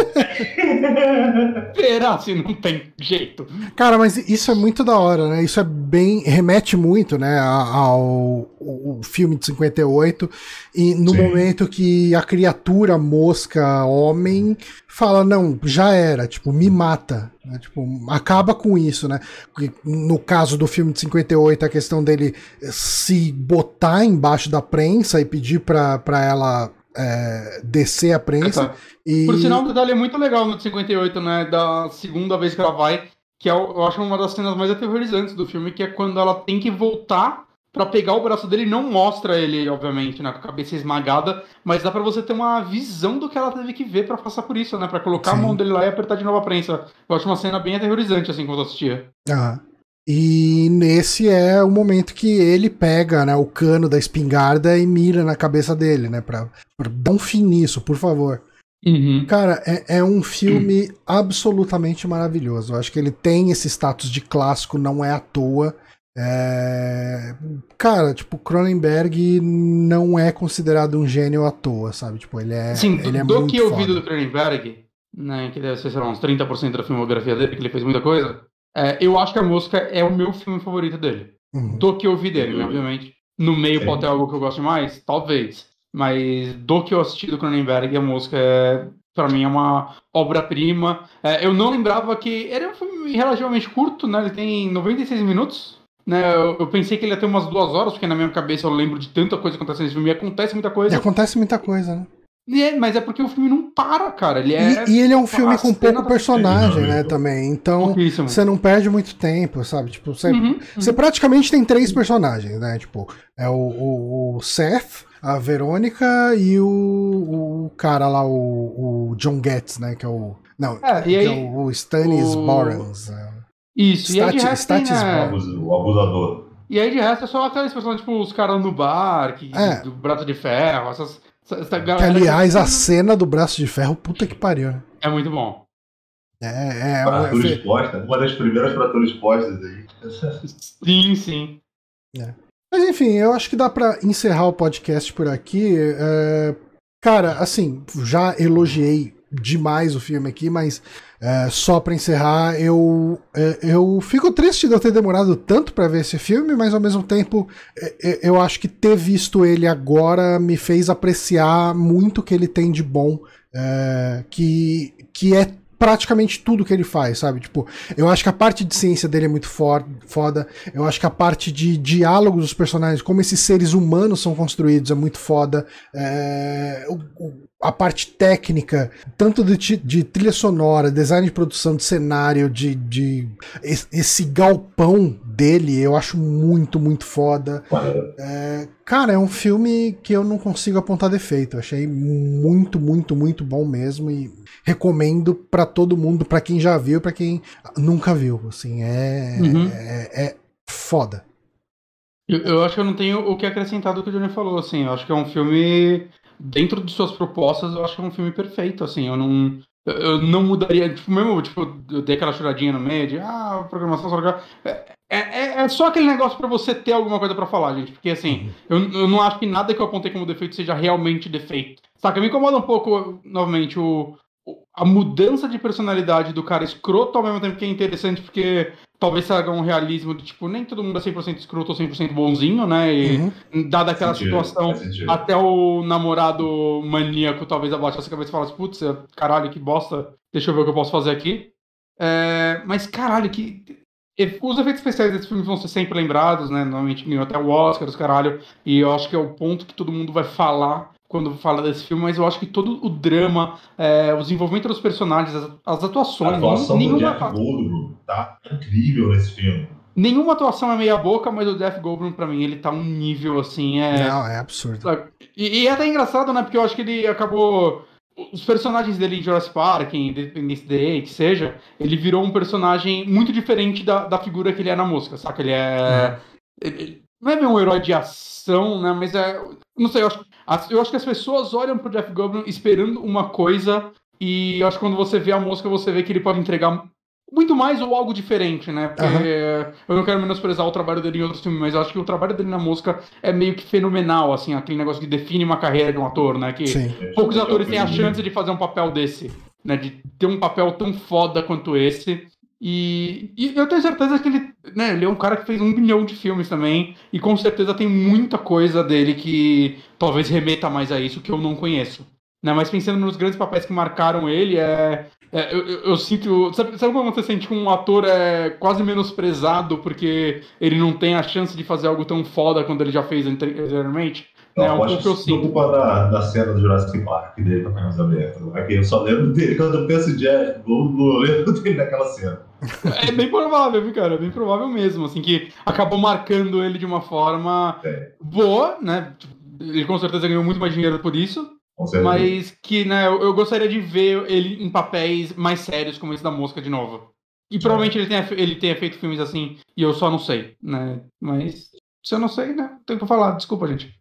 Será se não tem jeito? Cara, mas isso é muito da hora, né? Isso é bem... remete muito, né, ao filme de 58, e no momento que a criatura mosca homem fala, não, já era, tipo, me mata, né? Tipo, acaba com isso, né? No caso do filme de 58, a questão dele se botar embaixo da prensa e pedir pra ela descer a prensa. Por sinal, um detalhe muito legal no de 58, né? Da segunda vez que ela vai, que eu acho uma das cenas mais aterrorizantes do filme, que é quando ela tem que voltar pra pegar o braço dele. Não mostra ele, obviamente, né, com a cabeça esmagada, mas dá pra você ter uma visão do que ela teve que ver pra passar por isso, né? Pra colocar a mão dele lá e apertar de novo a prensa. Eu acho uma cena bem aterrorizante, assim, quando eu assistia. E nesse é o momento que ele pega, né, o cano da espingarda e mira na cabeça dele, né, pra dar um fim nisso, por favor. Cara, é um filme absolutamente maravilhoso. Eu acho que ele tem esse status de clássico, não é à toa. Cara, tipo, Cronenberg não é considerado um gênio à toa, sabe? Tipo, ele é muito que eu vi foda. do Cronenberg, né, que deve ser, sei lá, uns 30% da filmografia dele, que ele fez muita coisa, eu acho que A Mosca é o meu filme favorito dele. Do que eu vi dele, né, obviamente. No meio pode ter algo que eu goste mais? Talvez. Mas do que eu assisti do Cronenberg, A Mosca pra mim é uma obra-prima. Eu não lembrava que... Ele é um filme relativamente curto, né? Ele tem 96 minutos. Né? Eu pensei que ele ia ter umas 2 horas, porque na minha cabeça eu lembro de tanta coisa acontecendo nesse filme. E acontece muita coisa. E acontece muita coisa, né? Mas é porque o filme não para, cara. E ele é um filme com pouco personagem, né, também. Então, você não perde muito tempo, sabe? Tipo, você praticamente tem 3 personagens, né? Tipo, é o Seth, a Verônica e o cara lá, o John Getz, né? Que é o... Não, que é o Stannis Borans. Isso, Statis o abusador. E aí de resto é só aquelas pessoas, tipo, os caras no bar, do Braço de Ferro, essa galera. Que, aliás, a cena do Braço de Ferro, puta que pariu. É muito bom. Fratura exposta, uma das primeiras fraturas expostas aí. Sim. Mas enfim, eu acho que dá pra encerrar o podcast por aqui. Cara, assim, já elogiei demais o filme aqui, mas só pra encerrar, eu fico triste de eu ter demorado tanto pra ver esse filme, mas ao mesmo tempo eu acho que ter visto ele agora me fez apreciar muito o que ele tem de bom, que é praticamente tudo que ele faz, sabe? Tipo, eu acho que a parte de ciência dele é muito foda. Eu acho que a parte de diálogo dos personagens, como esses seres humanos são construídos, é muito foda. A parte técnica, tanto de trilha sonora, design de produção, de cenário, de esse galpão dele, eu acho muito, muito foda. Cara, é um filme que eu não consigo apontar defeito. Eu achei muito, muito, muito bom mesmo e recomendo pra todo mundo, pra quem já viu, pra quem nunca viu. Assim, é foda. Eu acho que eu não tenho o que acrescentar do que o Johnny falou, assim. Eu acho que é um filme, dentro de suas propostas, eu acho que é um filme perfeito, assim. Eu não mudaria, tipo, mesmo, tipo, eu dei aquela choradinha no meio de, programação só legal. É só aquele negócio pra você ter alguma coisa pra falar, gente. Porque, assim, eu não acho que nada que eu apontei como defeito seja realmente defeito. Saca? Me incomoda um pouco, novamente, a mudança de personalidade do cara escroto, ao mesmo tempo que é interessante, porque talvez traga um realismo de, tipo, nem todo mundo é 100% escroto ou 100% bonzinho, né? E dada aquela situação, até o namorado maníaco talvez abaixasse a cabeça e falasse, putz, caralho, que bosta, deixa eu ver o que eu posso fazer aqui. Mas, caralho, Os efeitos especiais desse filme vão ser sempre lembrados, né? Normalmente ganhou até o Oscar, os caralho. E eu acho que é o ponto que todo mundo vai falar quando fala desse filme, mas eu acho que todo o drama, o desenvolvimento dos personagens, as atuações... A atuação do Jeff Goldblum tá incrível nesse filme. Nenhuma atuação é meia boca, mas o Jeff Goldblum, pra mim, ele tá um nível, assim, Não, é absurdo. E é até engraçado, né? Porque eu acho que ele acabou... Os personagens dele em Jurassic Park, em Independence Day, que seja, ele virou um personagem muito diferente da figura que ele é na música, saca? Ele é... Ele não é bem um herói de ação, né? Mas não sei, eu acho que as pessoas olham pro Jeff Goldblum esperando uma coisa e eu acho que quando você vê a música, você vê que ele pode entregar muito mais ou algo diferente, né? Porque eu não quero menosprezar o trabalho dele em outros filmes, mas eu acho que o trabalho dele na música é meio que fenomenal, assim, aquele negócio que define uma carreira de um ator, né? Que poucos atores têm a chance de fazer um papel desse, né? De ter um papel tão foda quanto esse. E eu tenho certeza que ele é um cara que fez 1 bilhão de filmes também, e com certeza tem muita coisa dele que talvez remeta mais a isso, que eu não conheço. Né? Mas pensando nos grandes papéis que marcaram ele, eu sinto... Sabe quando você sente que um ator é quase menosprezado porque ele não tem a chance de fazer algo tão foda quanto ele já fez anteriormente? É um pouco que eu sinto. Da cena do Jurassic Park dele com a camisa aberta. Aqui eu só lembro dele quando eu penso em Jeff Goldblum, eu lembro dele naquela cena. É bem provável, viu, cara? É bem provável mesmo, assim, que acabou marcando ele de uma forma boa, né? Ele com certeza ganhou muito mais dinheiro por isso. Mas que, né, eu gostaria de ver ele em papéis mais sérios como esse da Mosca de novo. E provavelmente ele tenha feito filmes assim, e eu só não sei, né? Mas se eu não sei, né, tem pra falar, desculpa, gente.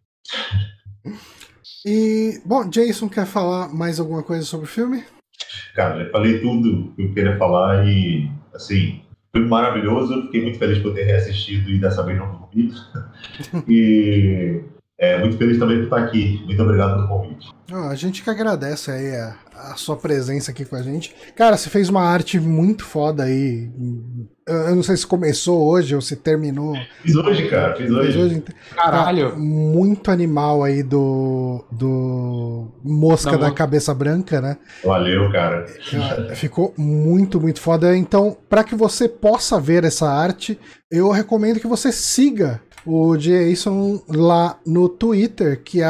E, bom, Jason, quer falar mais alguma coisa sobre o filme? Cara, eu falei tudo que eu queria falar e, assim, foi maravilhoso, fiquei muito feliz por ter reassistido e dessa vez não dormido. E... muito feliz também por estar aqui. Muito obrigado pelo convite. A gente que agradece aí a sua presença aqui com a gente. Cara, você fez uma arte muito foda aí. Eu não sei se começou hoje ou se terminou. Fiz hoje, cara. Fiz hoje. Caralho. Tá muito animal aí do Mosca da Cabeça Branca, né? Valeu, cara. Ficou muito, muito foda. Então, para que você possa ver essa arte, eu recomendo que você siga o Jason lá no Twitter, que é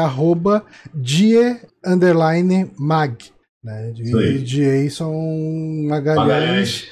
@die_mag, né? Jason Magalhães.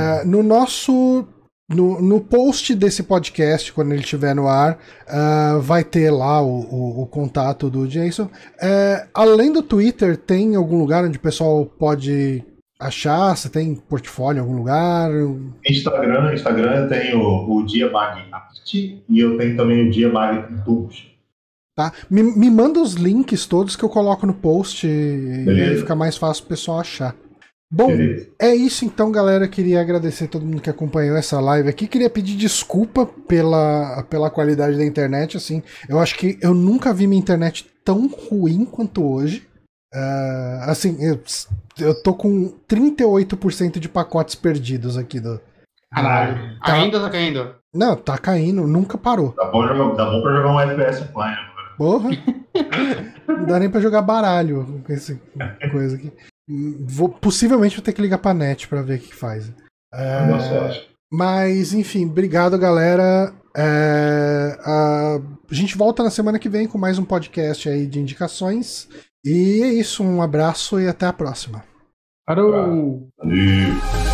No post desse podcast, quando ele estiver no ar, vai ter lá o contato do Jason. Além do Twitter, tem algum lugar onde o pessoal pode achar? Você tem portfólio em algum lugar? Instagram eu tenho o Dia Mag Art e eu tenho também o Dia Mag Tubos. Tá? Me manda os links todos que eu coloco no post e aí fica mais fácil o pessoal achar. Bom, é isso então, galera. Queria agradecer a todo mundo que acompanhou essa live aqui. Queria pedir desculpa pela qualidade da internet. Assim, eu acho que eu nunca vi minha internet tão ruim quanto hoje. Assim, eu tô com 38% de pacotes perdidos aqui do. Caralho. Ainda tá caindo? Não, tá caindo, nunca parou. Tá bom pra jogar um FPS offline agora. Porra! Não dá nem pra jogar baralho com essa coisa aqui. Possivelmente vou ter que ligar pra net pra ver o que faz. Mas, enfim, obrigado, galera. A gente volta na semana que vem com mais um podcast aí de indicações. E é isso, um abraço e até a próxima. Parou! Valeu!